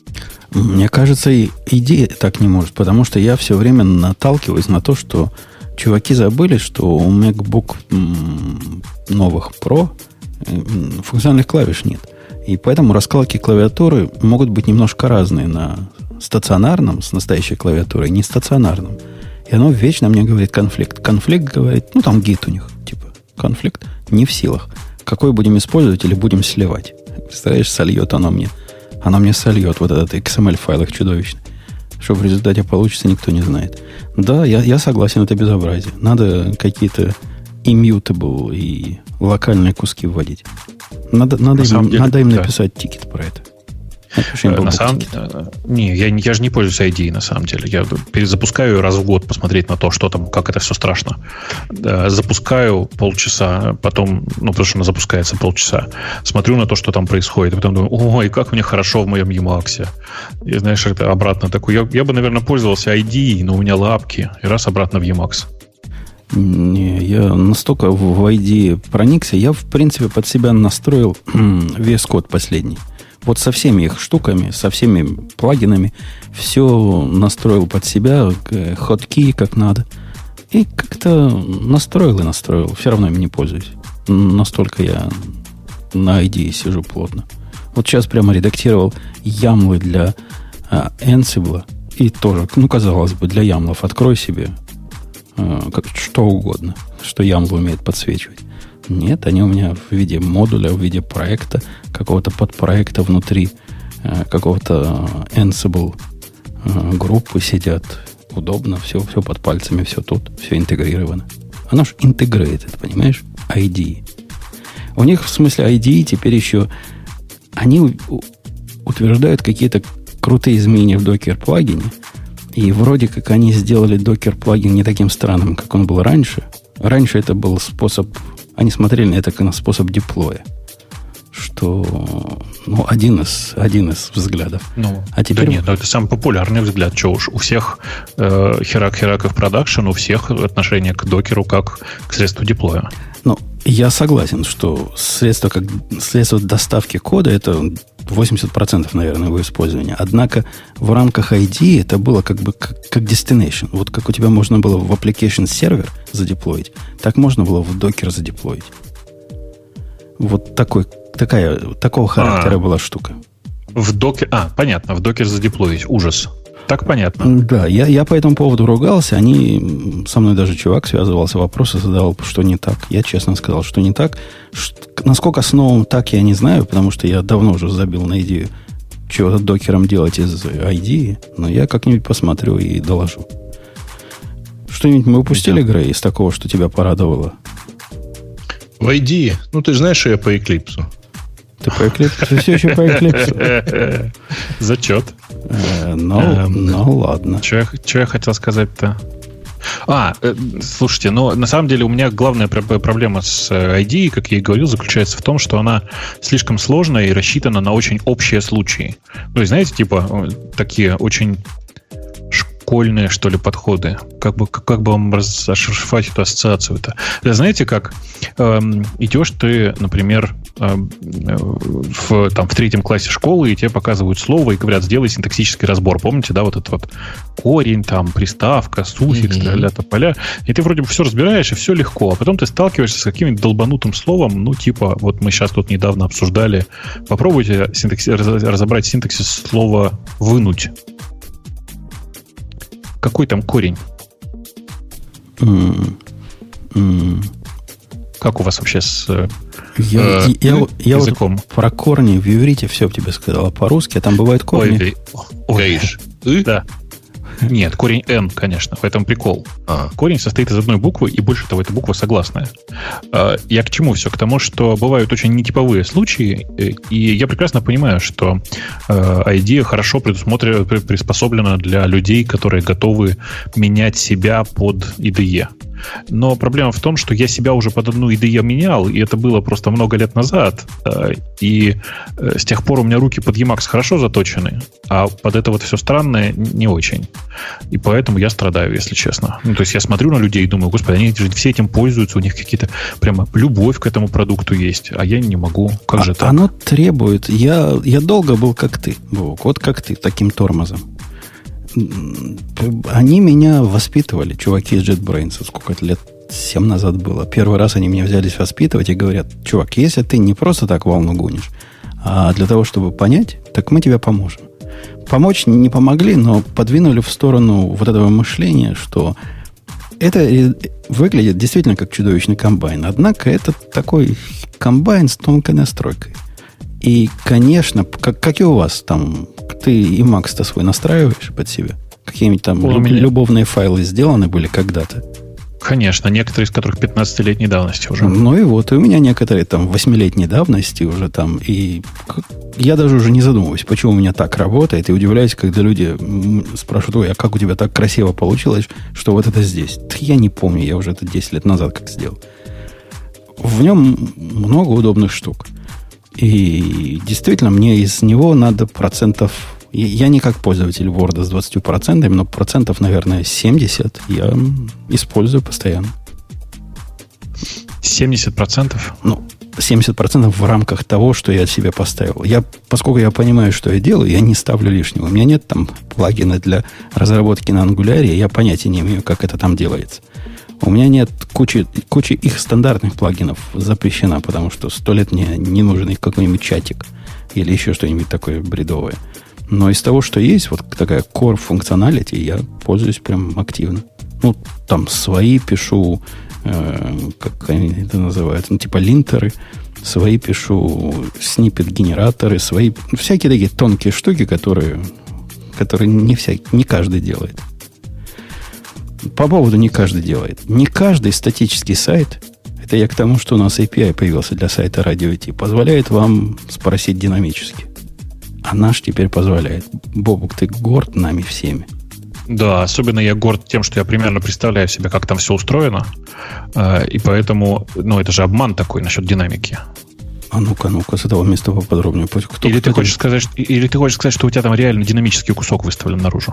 Мне кажется, и идея так не может, потому что я все время наталкиваюсь на то, что чуваки забыли, что у MacBook новых Pro функциональных клавиш нет. И поэтому раскладки клавиатуры могут быть немножко разные на стационарном, с настоящей клавиатурой, не стационарном. И оно вечно мне говорит конфликт. Конфликт говорит, ну там гит у них, типа, конфликт не в силах. Какой будем использовать или будем сливать? Представляешь, сольет оно мне. Оно мне сольет вот этот икс эм эль-файл их чудовищный. Что в результате получится, никто не знает. Да, я, я согласен, это безобразие. Надо какие-то immutable и локальные куски вводить. Надо, надо, им, деле, надо им да. написать тикет про это. Напишем на самом деле, не, я, я же не пользуюсь ай ди ай на самом деле. Я перезапускаю ее раз в год, посмотреть на то, что там, как это все страшно. Запускаю полчаса, потом, ну, потому что она запускается полчаса, смотрю на то, что там происходит, и потом думаю, ой, как мне хорошо в моем Emacs. И знаешь, это обратно такой. Я, я бы, наверное, пользовался ай ди ай, но у меня лапки, и раз обратно в Emacs. Не, я настолько в ай ди ай проникся, я, в принципе, под себя настроил ви эс Code последний. Вот со всеми их штуками, со всеми плагинами все настроил под себя, ходки как надо. И как-то настроил и настроил. Все равно им не пользуюсь. Настолько я на ай ди ай сижу плотно. Вот сейчас прямо редактировал ямлы для а, Ansible. И тоже, ну, казалось бы, для ямлов открой себе а, как, что угодно, что ямл умеет подсвечивать. Нет, они у меня в виде модуля, в виде проекта, какого-то подпроекта внутри э, какого-то Ansible э, группы сидят. Удобно, все, все под пальцами, все тут, все интегрировано. Оно же integrated, понимаешь? ай ди и. У них, в смысле, ай ди и теперь еще... Они у, у, утверждают какие-то крутые изменения в докер-плагине. И вроде как они сделали докер-плагин не таким странным, как он был раньше. Раньше это был способ... Они смотрели на это как на способ деплоя. Что... Ну, один из, один из взглядов. Ну, а теперь... Да нет, ну, это самый популярный взгляд. Что уж, у всех э, херак-хераков продакшн, у всех отношение к докеру как к средству деплоя. Ну, я согласен, что средство, как, средство доставки кода это восемьдесят процентов, наверное, его использования. Однако в рамках ай ди и это было как бы как, как destination. Вот как у тебя можно было в application сервер задеплоить, так можно было в докер задеплоить. Вот такой, такая, такого характера а, была штука. В докер, а, понятно, в докер задеплоить. Ужас. Так понятно. Да, я, я по этому поводу ругался. Они, со мной даже чувак связывался, вопросы задавал, что не так. Я честно сказал, что не так. Что, насколько с новым так, я не знаю, потому что я давно уже забил на идею чего-то докером делать из ай ди и. Но я как-нибудь посмотрю и доложу. Что-нибудь мы упустили, да. Грей, из такого, что тебя порадовало? В ай ди и? Ну, ты же знаешь, что я по Eclipse. Ты по Eclipse? Ты все еще по Eclipse? Зачет. Ну, ну ладно. Что я хотел сказать-то? А, слушайте, ну, на самом деле у меня главная проблема с ай ди и, как я и говорил, заключается в том, что она слишком сложная и рассчитана на очень общие случаи. Ну, и знаете, типа, такие очень... школьные, что ли, подходы. Как бы, как, как бы вам расшифровать эту ассоциацию-то? Знаете, как эм, идешь ты, например, эм, в, там, в третьем классе школы, и тебе показывают слово и говорят, сделай синтаксический разбор. Помните, да, вот этот вот корень, там, приставка, суффикс, mm-hmm. ля-ля, тополя. И ты вроде бы все разбираешь, и все легко. А потом ты сталкиваешься с каким-нибудь долбанутым словом, ну, типа, вот мы сейчас тут недавно обсуждали, попробуйте синтакси- разобрать синтаксис слова «вынуть». Какой там корень? Mm. Mm. Как у вас вообще с я, э, я, я языком? Вот про корни в иврите все тебе сказала по-русски, а там бывают корни. Ой, ой. Да. Нет, корень N, конечно, в этом прикол. А. Корень состоит из одной буквы, и больше того, эта буква согласная. Я к чему все? К тому, что бывают очень нетиповые случаи, и я прекрасно понимаю, что ай ди и хорошо предусмотрена, приспособлена для людей, которые готовы менять себя под ай ди и. Но проблема в том, что я себя уже под одну ай ди и менял, и это было просто много лет назад, и с тех пор у меня руки под Emacs хорошо заточены, а под это вот все странное не очень. И поэтому я страдаю, если честно. Ну, то есть я смотрю на людей и думаю, господи, они же все этим пользуются, у них какие-то прямо любовь к этому продукту есть, а я не могу. Как а, же так? Оно требует. Я, я долго был как ты, Бог, вот как ты, таким тормозом. Они меня воспитывали, чуваки из JetBrains, сколько это лет семь назад было. Первый раз они меня взялись воспитывать и говорят, чувак, если ты не просто так волну гонишь, а для того, чтобы понять, так мы тебе поможем. Помочь не помогли, но подвинули в сторону вот этого мышления, что это выглядит действительно как чудовищный комбайн. Однако это такой комбайн с тонкой настройкой. И, конечно, как, как и у вас, там, ты и Emacs-то свой настраиваешь под себя. Какие-нибудь там люб, меня... любовные файлы сделаны были когда-то. Конечно, некоторые из которых пятнадцатилетней давности уже. Ну и вот, и у меня некоторые там восьмилетней давности уже там. И я даже уже не задумываюсь, почему у меня так работает. И удивляюсь, когда люди спрашивают, ой, а как у тебя так красиво получилось, что вот это здесь? Да я не помню, я уже это десять лет назад как сделал. В нем много удобных штук. И действительно, мне из него надо процентов... Я не как пользователь Word с двадцатью процентами, но процентов, наверное, семьдесят я использую постоянно. семьдесят процентов? Ну, семьдесят процентов в рамках того, что я себе поставил. Я, поскольку я понимаю, что я делаю, я не ставлю лишнего. У меня нет там плагина для разработки на Angular, я понятия не имею, как это там делается. У меня нет кучи, кучи их стандартных плагинов запрещена, потому что сто лет мне не нужен их какой-нибудь чатик или еще что-нибудь такое бредовое. Но из того, что есть, вот такая core functionality, я пользуюсь прям активно. Ну, там свои пишу, э, как они это называют, ну, типа линтеры, свои пишу сниппет-генераторы, свои всякие такие тонкие штуки, которые, которые не, всякий, не каждый делает. По поводу не каждый делает. Не каждый статический сайт, это я к тому, что у нас эй пи ай появился для сайта Radio ти, позволяет вам спросить динамически. А наш теперь позволяет. Бобук, ты горд нами всеми. Да, особенно я горд тем, что я примерно представляю себе, как там все устроено. И поэтому, ну, это же обман такой насчет динамики. А ну-ка, ну-ка, с этого места поподробнее. Кто, или, кто ты хочешь сказать, что, или ты хочешь сказать, что у тебя там реально динамический кусок выставлен наружу?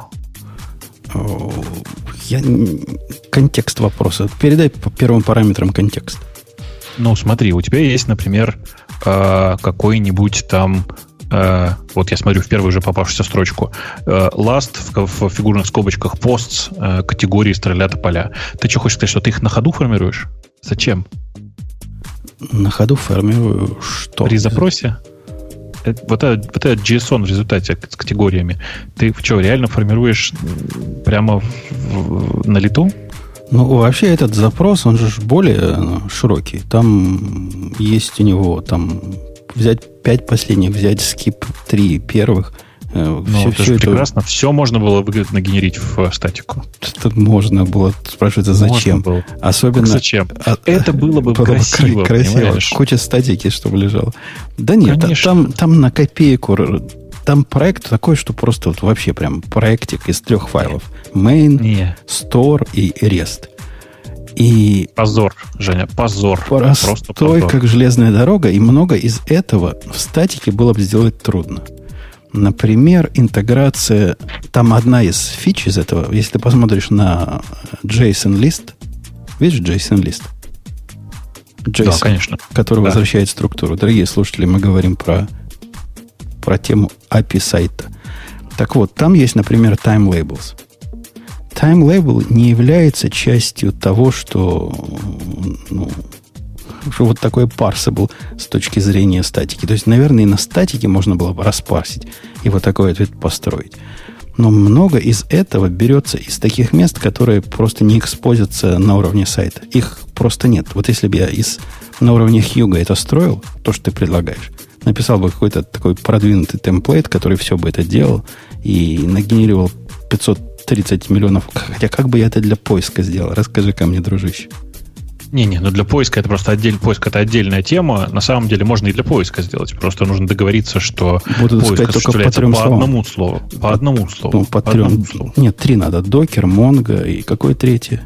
Я... Контекст вопроса. Передай по первым параметрам контекст. Ну, смотри, у тебя есть, например, какой-нибудь там... Вот я смотрю в первую же попавшуюся строчку. Last в, в фигурных скобочках posts категории стрелята поля. Ты что, хочешь сказать, что ты их на ходу формируешь? Зачем? На ходу формирую что? При запросе? Вот этот, вот этот JSON в результате с категориями. Ты что, реально формируешь прямо в, в, на лету? Ну, вообще этот запрос, он же более ну, широкий. Там есть у него там взять пять последних, взять скип три первых. Ну, все, это все же это... прекрасно. Все можно было выгодно генерить в статику. Это можно было спрашивать, а зачем? Было. Особенно... Как зачем? А... Это было бы было красиво, бы красиво. Куча статики, чтобы лежало. Да нет, там, там на копейку. Там проект такой, что просто вот вообще прям проектик из трех файлов. Main, не. Store и REST. И позор, Женя, позор. Простой, просто позор. Как железная дорога, и много из этого в статике было бы сделать трудно. Например, интеграция, там одна из фич из этого, если ты посмотришь на JSON-лист, видишь JSON-лист? JSON, да, конечно. Который да. возвращает структуру. Дорогие слушатели, мы говорим про, про тему эй пи ай сайта. Так вот, там есть, например, time labels. Time label не является частью того, что, ну, что вот такой parsable с точки зрения статики. То есть, наверное, и на статике можно было бы распарсить и вот такой ответ построить. Но много из этого берется из таких мест, которые просто не экспозятся на уровне сайта. Их просто нет. Вот если бы я из, на уровне Хьюга это строил, то, что ты предлагаешь, написал бы какой-то такой продвинутый темплейт, который все бы это делал и нагенерировал пятьсот тридцать миллионов. Хотя как бы я это для поиска сделал? Расскажи-ка мне, дружище. Не-не, ну для поиска это просто отдельный поиск, это отдельная тема. На самом деле можно и для поиска сделать. Просто нужно договориться, что буду поиск осуществляется по, по одному слову. По одному слову. Ну, по, по одному слову. Нет, три надо. Докер, Монго и какой третий?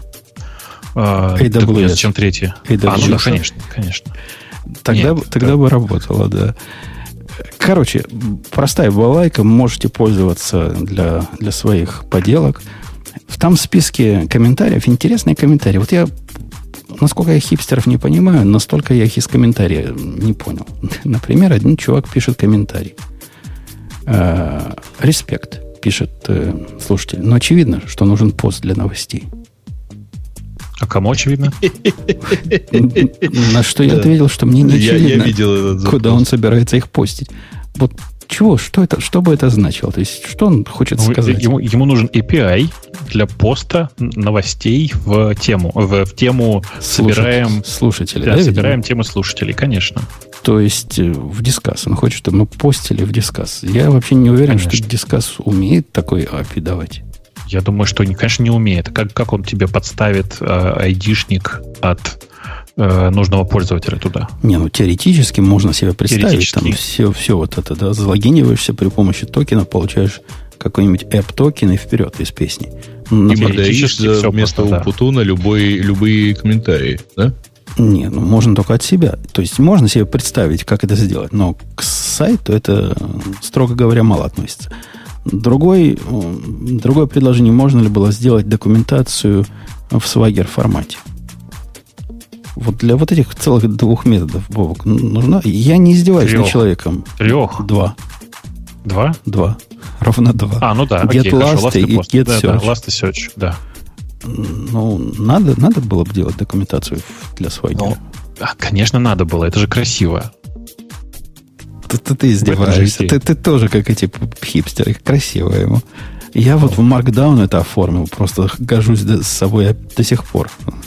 А, эй дабл ю эс. Зачем третий? эй дабл ю эс. А, ну да, конечно, конечно. Тогда, Нет, тогда да. бы работало, да. Короче, простая балалайка, можете пользоваться для, для своих поделок. В там списке комментариев интересные комментарии. Вот я, насколько я хипстеров не понимаю, настолько я их из комментариев не понял. Например, один чувак пишет комментарий. Респект, пишет слушатель. Но очевидно, что нужен пост для новостей. А кому очевидно? На что я ответил, что мне не очевидно, куда он собирается их постить. Вот чего? Что это? Что бы это значило? То есть, что он хочет ну, сказать? Ему, ему нужен эй пи ай для поста новостей в тему. В, в тему Слушать, собираем... Слушатели, да, да, собираем темы слушателей, конечно. То есть, в Discuss. Он хочет, чтобы мы постили в Discuss. Я вообще не уверен, конечно. Что Discuss умеет такой эй пи ай давать. Я думаю, что, конечно, не умеет. Как, как он тебе подставит э, айдишник от э, нужного пользователя туда? Не, ну теоретически можно себе представить. Там все, все вот это, да, залогиниваешься при помощи токена, получаешь какой-нибудь app-токен и вперед из песни. И модеришь вместо Умпутуна да. любой, любые комментарии, да? Не, ну можно только от себя. То есть можно себе представить, как это сделать, но к сайту это, строго говоря, мало относится. Другой, другое предложение, можно ли было сделать документацию в Swagger формате. Вот для вот этих целых двух методов, Бобок, нужна. Я не издеваюсь Трех. над человеком. Трех? Два. Два? Два. Ровно два. А, ну да. Get окей, last и get да, search. Да, last и search, да. Ну, надо, надо было бы делать документацию для Swagger. Ну, да, конечно, надо было. Это же красиво. Ты, ты, ты издеваешься. Ты, ты тоже, как эти хипстеры, красиво ему. Я вот в Markdown это оформил. Просто гожусь до, с собой до сих пор. С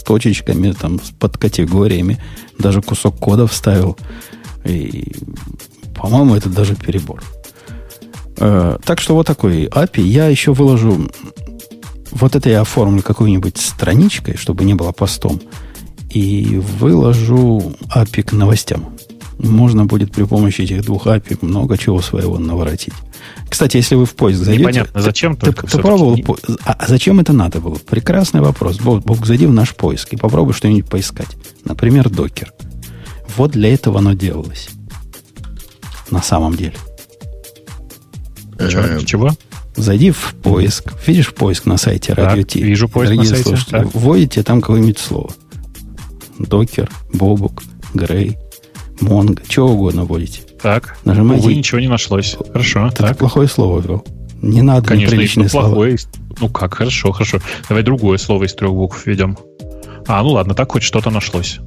точечками, там, с подкатегориями, даже кусок кода вставил. И, по-моему, это даже перебор. Э, так что вот такой эй пи ай. Я еще выложу... Вот это я оформлю какой-нибудь страничкой, чтобы не было постом. И выложу эй пи ай к новостям. Можно будет при помощи этих двух эй пи ай много чего своего наворотить. Кстати, если вы в поиск зайдете... Непонятно, зачем ты, только. Ты пробовал... Не... А зачем это надо было? Прекрасный вопрос. Бог, Бог, зайди в наш поиск и попробуй что-нибудь поискать. Например, докер. Вот для этого оно делалось. На самом деле. Чего? Чего? Зайди в поиск. Видишь поиск на сайте Radio T? Вижу поиск на сайте. Так. Вводите там какое-нибудь слово. Докер, Бобук, Грей, Монго. Чего угодно вводите. Так. Нажимаете. Увы, ничего не нашлось. Хорошо. Это так. плохое слово ввел. Не надо Конечно, неприличные слова. Плохое. Ну как, хорошо, хорошо. Давай другое слово из трех букв введем. А, ну ладно, так хоть что-то нашлось.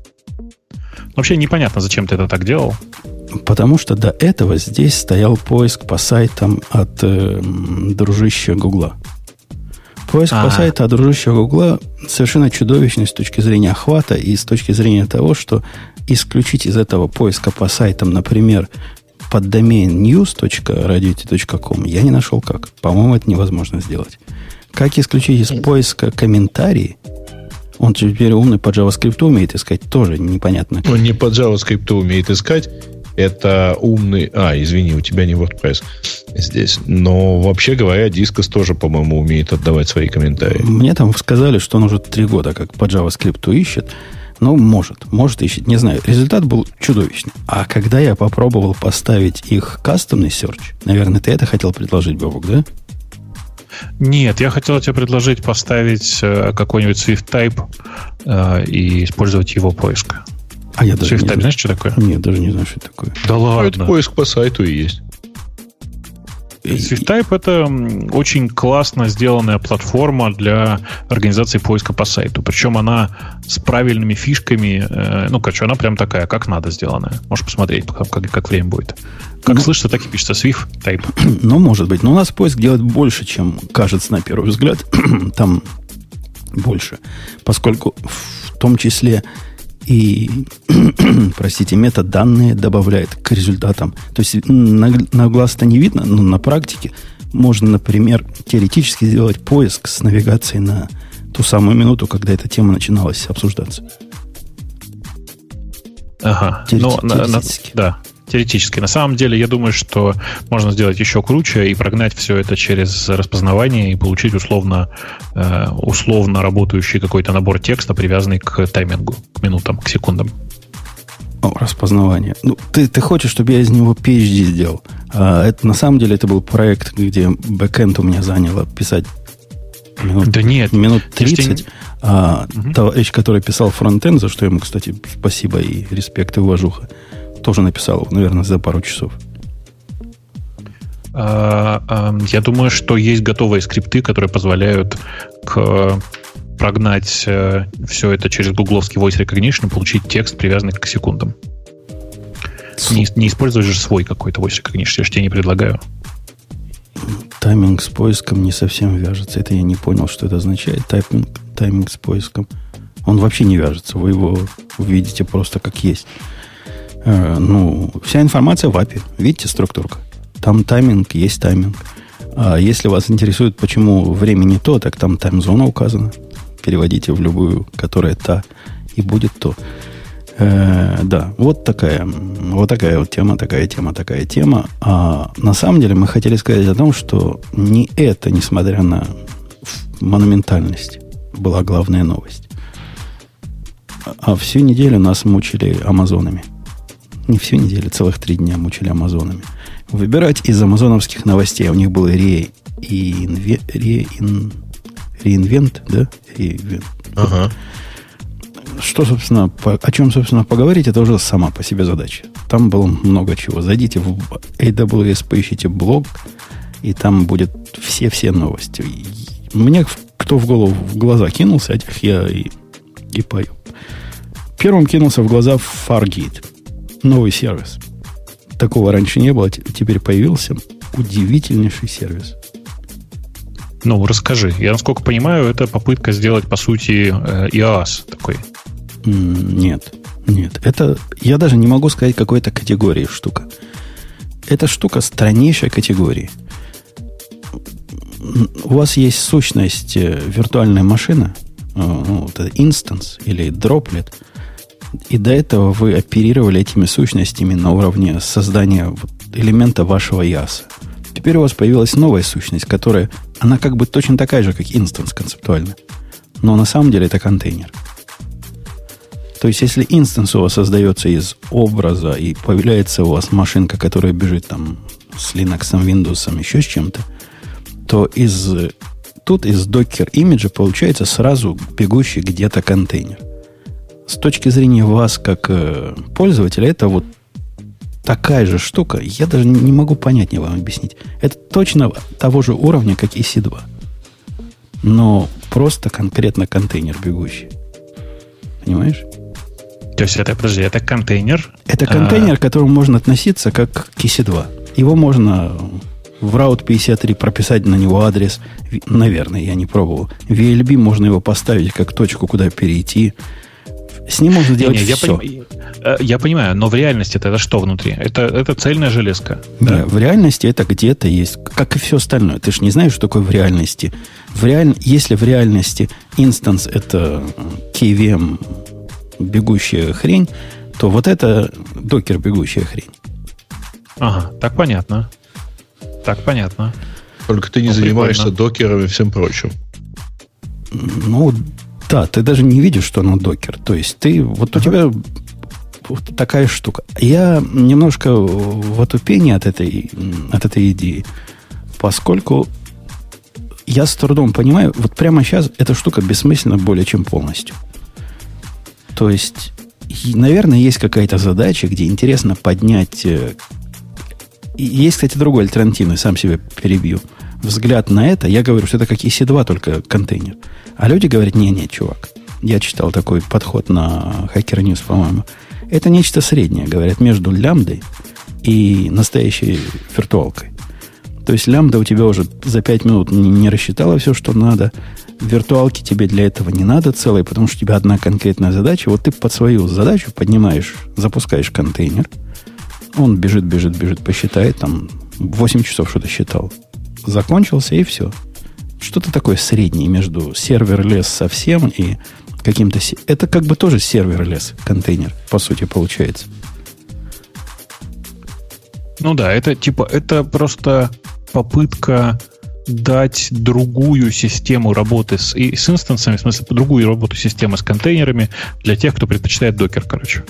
Вообще непонятно, зачем ты это так делал. Потому что до этого здесь стоял поиск по сайтам от э, дружища Гугла. Поиск А-а-а. по сайту от дружища Гугла совершенно чудовищный с точки зрения охвата и с точки зрения того, что исключить из этого поиска по сайтам, например, под домен news точка radio t точка com, я не нашел как. По-моему, это невозможно сделать. Как исключить из поиска комментарии? Он теперь умный по JavaScript умеет искать, тоже непонятно. Он не по JavaScript умеет искать. Это умный... А, извини, у тебя не WordPress здесь. Но, вообще говоря, Disqus тоже, по-моему, умеет отдавать свои комментарии. Мне там сказали, что он уже три года как по JavaScript ищет. Ну, может, может ищет, не знаю. Результат был чудовищный. А когда я попробовал поставить их кастомный search, наверное, ты это хотел предложить, Бобук, да? Нет, я хотел тебе предложить поставить э, какой-нибудь SwiftType э, и использовать его поиск. А я даже SwiftType, не знаю. Знаешь, что такое? Нет, даже не знаю, что это такое. Да ладно. Это поиск по сайту и есть. SwiftType — это очень классно сделанная платформа для организации поиска по сайту. Причем она с правильными фишками. Э, ну, короче, она прям такая, как надо сделанная. Можешь посмотреть, как, как, как время будет. Как ну, слышится, так и пишется. SwiftType. Ну, может быть. Но у нас поиск делает больше, чем кажется на первый взгляд. Там больше. Поскольку в том числе и, простите, метаданные добавляет к результатам. То есть на, на глаз-то не видно, но на практике можно, например, теоретически сделать поиск с навигацией на ту самую минуту, когда эта тема начиналась обсуждаться. Ага. Теоретически. Ну, на, на, да, теоретически. На самом деле, я думаю, что можно сделать еще круче и прогнать все это через распознавание и получить условно, э, условно работающий какой-то набор текста, привязанный к таймингу, к минутам, к секундам. О, распознавание. Ну, ты, ты хочешь, чтобы я из него пи эйч ди сделал? А это, на самом деле, это был проект, где бэкэнд у меня заняло писать минут, да нет, минут тридцать. Тебе... А угу. товарищ, который писал фронтенд, за что ему, кстати, спасибо и респект и уважуха, тоже написал, наверное, за пару часов. А, а, я думаю, что есть готовые скрипты, которые позволяют к, прогнать э, все это через гугловский voice recognition и получить текст, привязанный к секундам. Не, не используешь же свой какой-то voice recognition, я же тебе не предлагаю. Тайминг с поиском не совсем вяжется. Это я не понял, что это означает. Тайминг, тайминг с поиском. Он вообще не вяжется. Вы его увидите просто как есть. Э, ну, вся информация в эй пи ай. Видите структурка? Там тайминг, есть тайминг. А если вас интересует, почему время не то, так там таймзона указана. Переводите в любую, которая та, и будет то. Э, да, вот такая, вот такая вот тема, такая тема, такая тема. А на самом деле мы хотели сказать о том, что не это, несмотря на монументальность, была главная новость. А всю неделю нас мучили амазонами. Не всю неделю, целых три дня мучили амазонами. Выбирать из амазоновских новостей. У них был ре, инве, ре, ин, реинвент, да? Реинвент. Ага. Что, собственно, по, о чем, собственно, поговорить, это уже сама по себе задача. Там было много чего. Зайдите в эй дабл ю эс, поищите блог, и там будет все-все новости. И мне кто в голову, в глаза кинулся, этих я и, и пою. Первым кинулся в глаза Fargate. Новый сервис. Такого раньше не было, теперь появился удивительнейший сервис. Ну, расскажи. Я, насколько понимаю, это попытка сделать, по сути, ай о эс такой. Нет, нет. Это, я даже не могу сказать, какой это категории штука. Эта штука страннейшей категории. У вас есть сущность виртуальная машина, ну, вот это instance или droplet, и до этого вы оперировали этими сущностями на уровне создания вот элемента вашего ай о эс. Теперь у вас появилась новая сущность, которая, она как бы точно такая же, как instance концептуально, но на самом деле это контейнер. То есть, если инстанс у вас создается из образа, и появляется у вас машинка, которая бежит там с Linux, Windows, еще с чем-то, то из, тут из Docker имиджа получается сразу бегущий где-то контейнер. С точки зрения вас, как э, пользователя, это вот такая же штука. Я даже не могу понятнее вам объяснить. Это точно того же уровня, как и си два. Но просто конкретно контейнер бегущий. Понимаешь? То есть это, подожди, это контейнер? Это контейнер, к которому можно относиться как к и си два. Его можно в раут пятьдесят три прописать на него адрес. Наверное, я не пробовал. В ви эл би можно его поставить как точку, куда перейти. С ним можно делать не, не, все. Я, поним, я понимаю, но в реальности это что внутри? Это, это цельная железка. Нет, да? В реальности это где-то есть, как и все остальное. Ты же не знаешь, что такое в реальности. В реаль... Если в реальности инстанс это кей ви эм бегущая хрень, то вот это докер бегущая хрень. Ага, так понятно. Так понятно. Только ты не ну, занимаешься прикольно. Докером и всем прочим. Ну, да, ты даже не видишь, что оно докер. То есть ты, вот у тебя вот такая штука. Я немножко в отупении от этой, от этой идеи, поскольку я с трудом понимаю, вот прямо сейчас эта штука бессмысленна более чем полностью. То есть, наверное, есть какая-то задача, где интересно поднять... Есть, кстати, другой альтернативный, сам себе перебью. Взгляд на это, я говорю, что это как и си два, только контейнер. А люди говорят, не-не, чувак. Я читал такой подход на Hacker News, по-моему. Это нечто среднее, говорят, между лямбдой и настоящей виртуалкой. То есть лямбда у тебя уже за пять минут не, не рассчитала все, что надо. Виртуалки тебе для этого не надо целой, потому что у тебя одна конкретная задача. Вот ты под свою задачу поднимаешь, запускаешь контейнер. Он бежит, бежит, бежит, посчитает. Там восемь часов что-то считал. Закончился, и все. Что-то такое среднее между сервер-лес совсем и каким-то... Это как бы тоже сервер-лес контейнер, по сути, получается. Ну да, это типа, это просто попытка дать другую систему работы с, и с инстансами, в смысле, другую работу системы с контейнерами для тех, кто предпочитает докер, короче.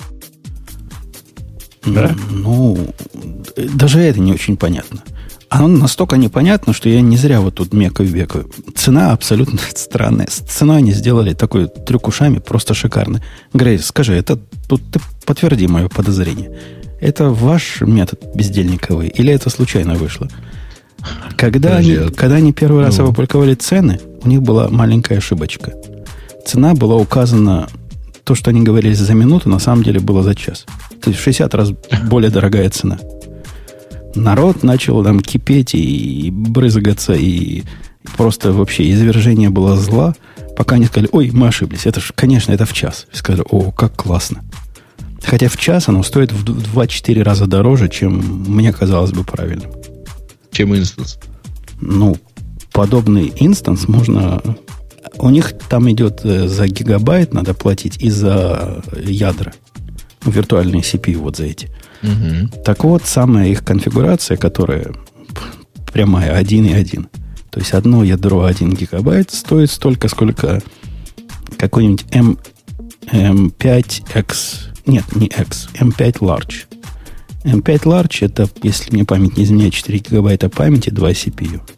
Да? Ну, даже это не очень понятно. Оно настолько непонятно, что я не зря вот тут мекаю-бекаю. Цена абсолютно странная. С ценой они сделали такой трюк ушами, просто шикарно. Грей, скажи, это тут ты подтверди мое подозрение. Это ваш метод бездельниковый или это случайно вышло? Когда, они, когда они первый раз ну. опубликовали цены, у них была маленькая ошибочка. Цена была указана, то, что они говорили за минуту, на самом деле было за час. То есть в шестьдесят раз более дорогая цена. Народ начал там кипеть и брызгаться, и просто вообще извержение было зла, пока они сказали, ой, мы ошиблись. Это же, конечно, это в час. И сказали, о, как классно. Хотя в час оно стоит в два-четыре раза дороже, чем мне казалось бы правильным. Чем инстанс? Ну, подобный инстанс можно... У них там идет за гигабайт надо платить и за ядра. Виртуальные си пи ю вот за эти. Угу. Так вот, самая их конфигурация, которая прямая один и один. То есть одно ядро один гигабайт стоит столько, сколько какой-нибудь эм пять икс... Нет, не X, эм пять Large. эм пять Large это, если мне память не изменяет, четыре гигабайта памяти, два си пи ю.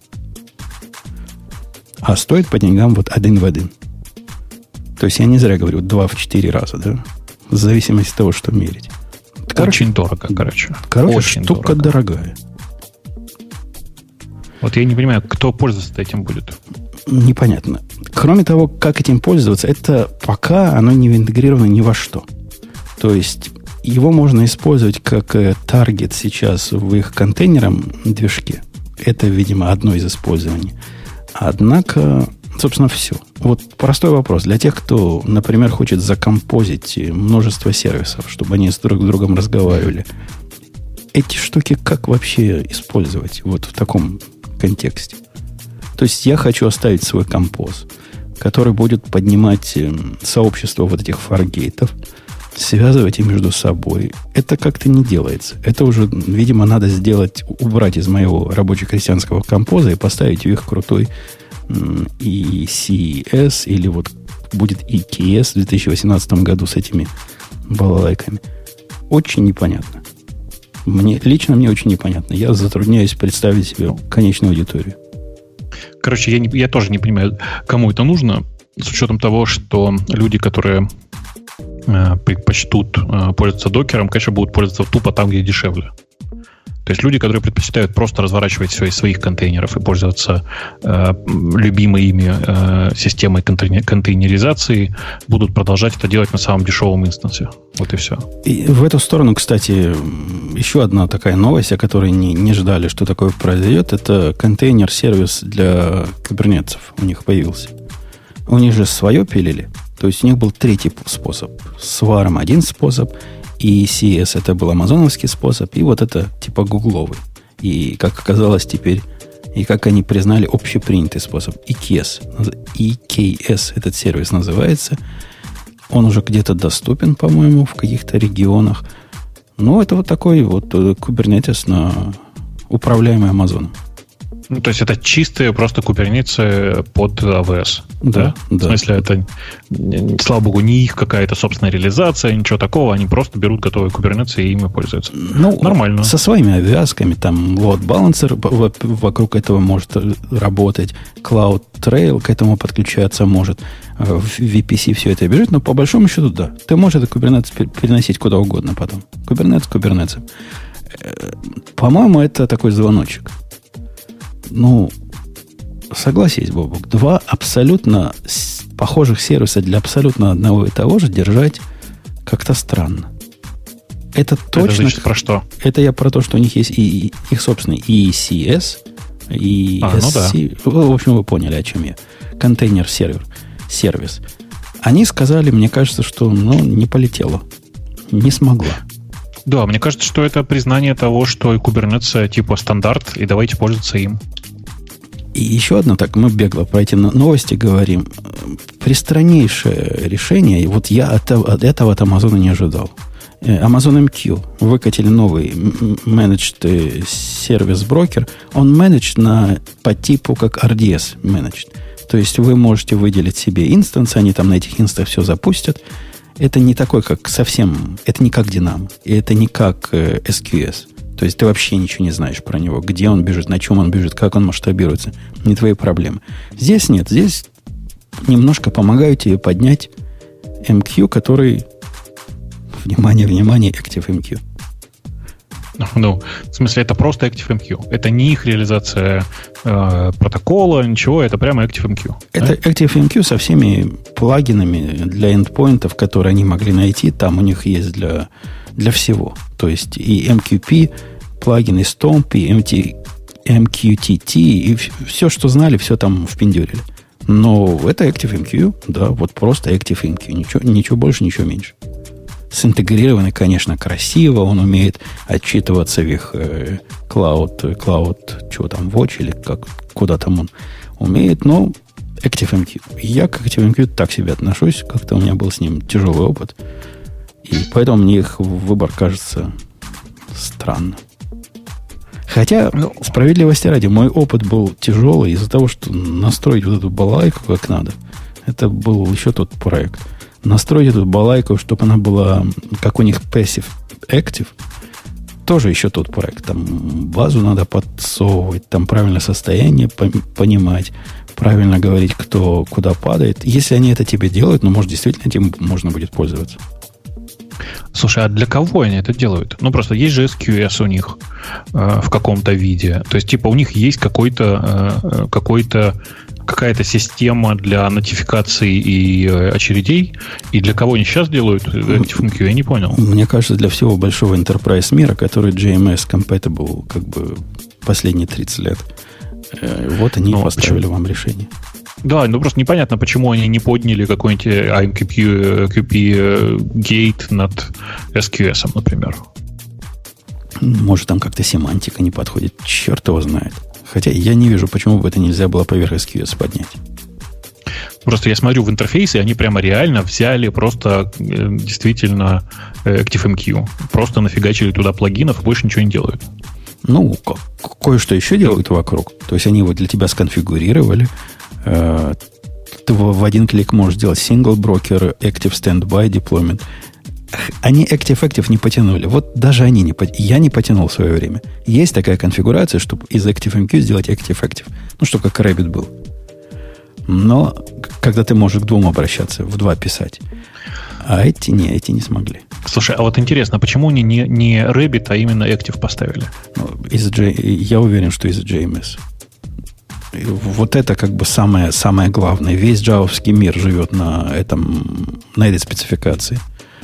А стоит по деньгам вот один в один. То есть я не зря говорю два в четыре раза, да? В зависимости от того, что мерить. Короче, очень дорого, короче. Короче, очень штука дорого. дорогая. Вот я не понимаю, кто пользоваться этим будет. Непонятно. Кроме того, как этим пользоваться, это пока оно не интегрировано ни во что. То есть его можно использовать как таргет сейчас в их контейнерном движке. Это, видимо, одно из использований. Однако, собственно, все. Вот простой вопрос. Для тех, кто, например, хочет закомпозить множество сервисов, чтобы они с друг с другом разговаривали, эти штуки как вообще использовать вот в таком контексте? То есть я хочу оставить свой композ, который будет поднимать сообщество вот этих фаргейтов, связывать их между собой. Это как-то не делается. Это уже, видимо, надо сделать, убрать из моего рабоче-крестьянского композа и поставить в их крутой и си эс, или вот будет и кей эс в две тысячи восемнадцатом году с этими балалайками. Очень непонятно. Мне, лично мне очень непонятно. Я затрудняюсь представить себе конечную аудиторию. Короче, я, не, я тоже не понимаю, кому это нужно, с учетом того, что люди, которые э, предпочтут э, пользоваться докером, конечно, будут пользоваться тупо там, где дешевле. То есть люди, которые предпочитают просто разворачивать все из своих контейнеров и пользоваться э, любимой ими э, системой контейнер, контейнеризации, будут продолжать это делать на самом дешевом инстансе. Вот и все. И в эту сторону, кстати, еще одна такая новость, о которой не, не ждали, что такое произойдет, это контейнер-сервис для кубернетцев у них появился. У них же свое пилили. То есть у них был третий способ. С варом один способ, и си эс это был амазоновский способ, и вот это типа гугловый. И, как оказалось теперь, и как они признали, общепринятый способ. и кей эс. и кей эс этот сервис называется. Он уже где-то доступен, по-моему, в каких-то регионах. Ну, это вот такой вот Kubernetes на управляемый Амазоном. Ну, то есть это чистые просто Kubernetes под эй ви эс. Да, да. В смысле, это, слава богу, не их какая-то собственная реализация, ничего такого. Они просто берут готовые Kubernetes и ими пользуются. Ну, нормально. Со своими авиасками, там, load balancer вокруг этого может работать, Cloud Trail к этому подключаться может, в ви пи си все это бежит, но по большому счету, да. Ты можешь этот Kubernetes переносить куда угодно потом. Kubernetes, Kubernetes. По-моему, это такой звоночек. Ну, согласись, Бобок, два абсолютно похожих сервиса для абсолютно одного и того же держать как-то странно. Это точно... Это значит про что? Это я про то, что у них есть и, и их собственный и си эс, и а, эс си. Ну да. В общем, вы поняли, о чем я. Контейнер-сервер, сервис. Они сказали, мне кажется, что ну, не полетело. Не смогла. Да, мне кажется, что это признание того, что Kubernetes типа стандарт, и давайте пользоваться им. И еще одно, так мы бегло про эти новости говорим. Пристраннейшее решение, вот я от, от этого от Амазона не ожидал. Amazon эм кью выкатили новый managed сервис-брокер. Он managed на, по типу как ар ди эс managed. То есть вы можете выделить себе инстансы, они там на этих инстансах все запустят. Это не такой, как совсем... Это не как Dynamo. И это не как э, эс кью эс. То есть ты вообще ничего не знаешь про него. Где он бежит, на чем он бежит, как он масштабируется. Не твои проблемы. Здесь нет. Здесь немножко помогаю тебе поднять эм кью, который... Внимание, внимание, ActiveMQ. Ну, в смысле, это просто ActiveMQ. Это не их реализация э, протокола, ничего, это прямо ActiveMQ. Это да? ActiveMQ со всеми плагинами для эндпоинтов, которые они могли найти. Там у них есть для, для всего. То есть и эм кью пи, плагин, и Stomp, и эм кью ти ти, и все, что знали, все там впендюрили. Но это ActiveMQ, да, вот просто ActiveMQ. Ничего, ничего больше, ничего меньше. Синтегрированный, конечно, красиво. Он умеет отчитываться в их э, Cloud, Cloud, что там, Watch или как, куда там он умеет. Но ActiveMQ. Я к ActiveMQ так себе отношусь. Как-то у меня был с ним тяжелый опыт. И поэтому мне их выбор кажется странным. Хотя, ну, справедливости ради, мой опыт был тяжелый из-за того, что настроить вот эту балалайку как надо. Это был еще тот проект. Настроить эту балайку, чтобы она была, как у них Passive Active, тоже еще тот проект. Там базу надо подсовывать, там правильно состояние понимать, правильно говорить, кто куда падает. Если они это тебе делают, ну, может, действительно этим можно будет пользоваться. Слушай, а для кого они это делают? Ну, просто есть же эс кью эс у них э, в каком-то виде. То есть, типа, у них есть какой-то, э, какой-то, какая-то система для нотификации и э, очередей. И для кого они сейчас делают ActiveMQ, я не понял. Мне кажется, для всего большого enterprise мира, который джей эм эс compatible как бы последние тридцать лет. Вот они ну, поставили почему? вам решение. Да, ну просто непонятно, почему они не подняли какой-нибудь эй эм кью пи, кью пи Gate над эс кью эс, например. Может, там как-то семантика не подходит. Черт его знает. Хотя я не вижу, почему бы это нельзя было поверх эс кью эс поднять. Просто я смотрю в интерфейсе, они прямо реально взяли просто э, действительно ActiveMQ. Просто нафигачили туда плагинов и больше ничего не делают. Ну, ко- кое-что еще делают вокруг. То есть они его для тебя сконфигурировали. Э, ты в, в один клик можешь сделать single broker, active standby deployment. Они Active-Active не потянули. Вот даже они не потянули. Я не потянул в свое время. Есть такая конфигурация, чтобы из ActiveMQ сделать Active-Active. Ну, чтобы как Rabbit был. Но когда ты можешь к двум обращаться, в два писать. А эти не, эти не смогли. Слушай, а вот интересно, почему они не, не Rabbit, а именно Active поставили? Ну, из J, я уверен, что из джей эм эс. И вот это как бы самое, самое главное. Весь джавовский мир живет на, этом, на этой спецификации.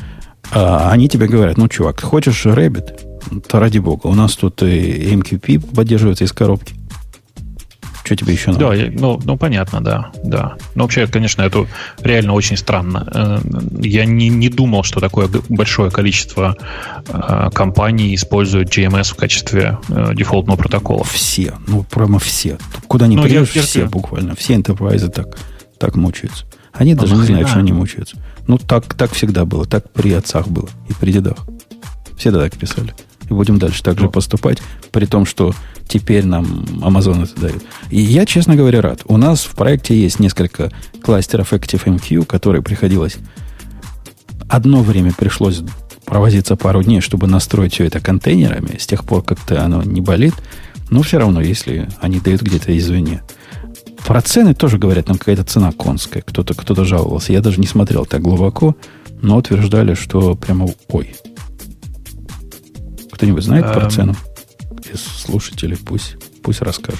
А они тебе говорят, ну, чувак, ты хочешь Rabbit? То ради бога. У нас тут и эй эм кью пи поддерживается из коробки. Что тебе еще надо? Да, я, ну, ну, понятно, да, да. Но вообще, конечно, это реально очень странно. Я не, не думал, что такое большое количество э, компаний используют джей эм эс в качестве э, дефолтного протокола. Все, ну, прямо все. Куда ни ну, придешь, я, я, все я... буквально. Все enterprise так, так мучаются. Они ну, даже не знают, что они мучаются. Ну, так, так всегда было. Так при отцах было и при дедах. Все так писали. И будем дальше так ну. же поступать, при том, что теперь нам Amazon это дает. И я, честно говоря, рад. У нас в проекте есть несколько кластеров ActiveMQ, которые приходилось... Одно время пришлось провозиться пару дней, чтобы настроить все это контейнерами. С тех пор как-то оно не болит. Но все равно, если они дают где-то извне. Про цены тоже говорят, там какая-то цена конская. Кто-то, кто-то жаловался. Я даже не смотрел так глубоко, но утверждали, что прямо ой. Кто-нибудь знает um... про цену? Из слушателей пусть, пусть расскажет.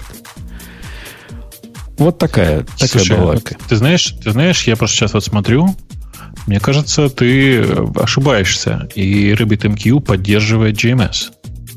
Вот такая, такая Слушай, балалайка. Ты знаешь, ты знаешь, я просто сейчас вот смотрю, мне кажется, ты ошибаешься, и RabbitMQ поддерживает джей эм эс.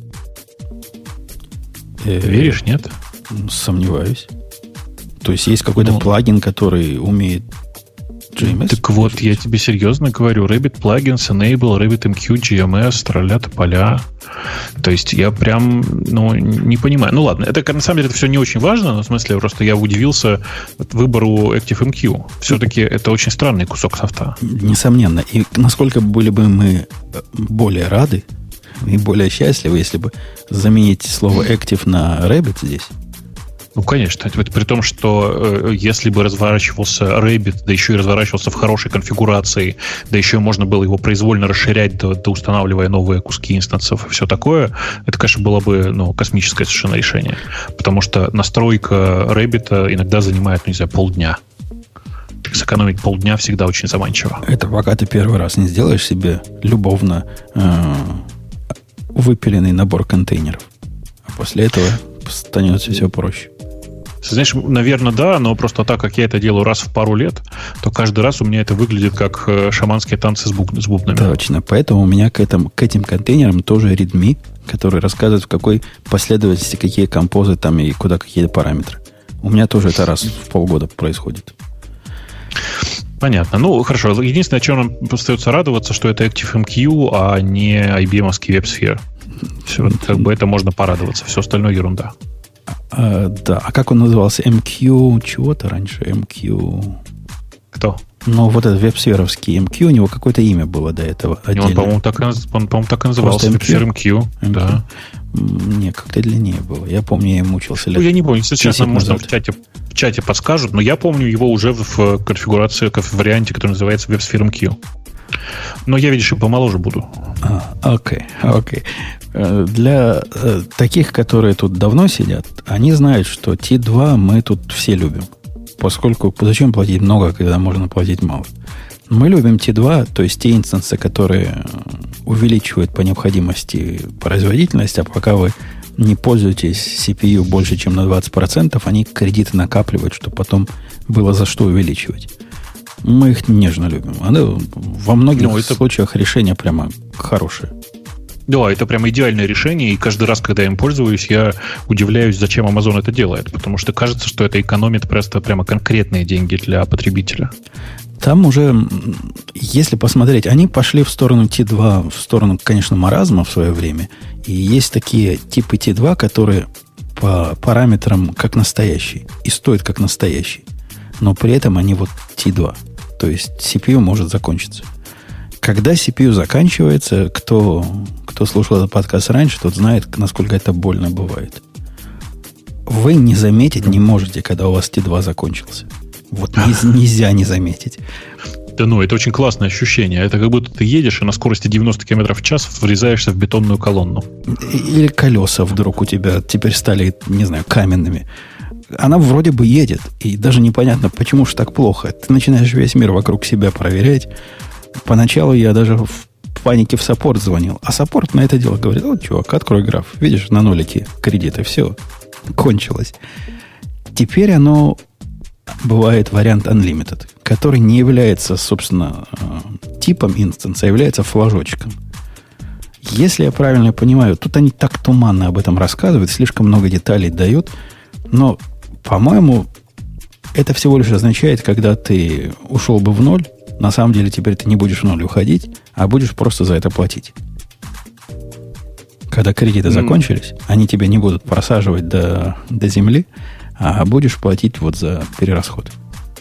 Веришь, нет? Сомневаюсь. То есть есть какой-то ну, плагин, который умеет джей эм эс? Так вот, я тебе серьезно говорю. Rabbit Plugins, Enable, RabbitMQ, джей эм эс, тролля-то поля. То есть я прям, ну, не понимаю. Ну ладно, это на самом деле это все не очень важно, но в смысле просто я удивился выбору ActiveMQ. Все-таки это очень странный кусок софта. Несомненно. И насколько были бы мы более рады и более счастливы, если бы заменить слово Active на Rabbit здесь. Ну, конечно. Это при том, что э, если бы разворачивался Rabbit, да еще и разворачивался в хорошей конфигурации, да еще и можно было его произвольно расширять, до, до устанавливая новые куски инстансов и все такое, это, конечно, было бы ну, космическое совершенно решение. Потому что настройка Rabbit иногда занимает, ну, не знаю, полдня. Сэкономить полдня всегда очень заманчиво. Это пока ты первый раз не сделаешь себе любовно э, выпиленный набор контейнеров. А после этого становится все проще. Знаешь, наверное, да, но просто так как я это делаю раз в пару лет, то каждый раз у меня это выглядит как шаманские танцы с, буб- с бубнами. Точно. Поэтому у меня к, этому, к этим контейнерам тоже readme, который рассказывает, в какой последовательности какие композы там и куда какие параметры. У меня тоже это раз в полгода происходит. Понятно. Ну, хорошо. Единственное, о чем нам остается радоваться, что это ActiveMQ, а не ай би эм-овский WebSphere. Все, как бы это можно порадоваться. Все остальное ерунда. А, да. А как он назывался? эм кью чего-то раньше? эм кью... Кто? Ну, вот этот веб-сферовский эм кью, у него какое-то имя было до этого. Он, по-моему, так, он, по-моему, так и назывался. WebSphere эм кью. Да. Не, как-то длиннее было. Я помню, я им мучился. Ну, я не помню. Сейчас нам, может, в чате, в чате подскажут, но я помню его уже в конфигурации, в варианте, который называется WebSphere эм кью. Но я, видишь, и помоложе буду. А, окей, окей. Для э, таких, которые тут давно сидят, они знают, что ти два мы тут все любим. Поскольку зачем платить много, когда можно платить мало? Мы любим ти два, то есть те инстансы, которые увеличивают по необходимости производительность, а пока вы не пользуетесь си пи ю больше, чем на двадцать процентов, они кредиты накапливают, чтобы потом было за что увеличивать. Мы их нежно любим. Оно, во многих ну, это... случаях решение прямо хорошее. Да, это прямо идеальное решение, и каждый раз, когда я им пользуюсь, я удивляюсь, зачем Amazon это делает, потому что кажется, что это экономит просто прямо конкретные деньги для потребителя. Там уже, если посмотреть, они пошли в сторону ти два, в сторону, конечно, маразма в свое время, и есть такие типы ти два, которые по параметрам как настоящий, и стоят как настоящий, но при этом они вот ти два, то есть си пи ю может закончиться. Когда си пи ю заканчивается, кто, кто слушал этот подкаст раньше, тот знает, насколько это больно бывает. Вы не заметить не можете, когда у вас ти два закончился. Вот нельзя не заметить. Да ну, это очень классное ощущение. Это как будто ты едешь и на скорости девяносто километров в час врезаешься в бетонную колонну. Или колеса вдруг у тебя теперь стали, не знаю, каменными. Она вроде бы едет, и даже непонятно, почему же так плохо. Ты начинаешь весь мир вокруг себя проверять. Поначалу я даже в панике в саппорт звонил. А саппорт на это дело говорит: вот, чувак, открой граф. Видишь, на нолике кредиты. Все, кончилось. Теперь оно... Бывает вариант Unlimited, который не является, собственно, типом инстанса, а является флажочком. Если я правильно понимаю, тут они так туманно об этом рассказывают, слишком много деталей дают, но, по-моему, это всего лишь означает, когда ты ушел бы в ноль, на самом деле теперь ты не будешь в ноль уходить, а будешь просто за это платить. Когда кредиты mm. закончились, они тебя не будут просаживать до, до земли, а будешь платить вот за перерасход.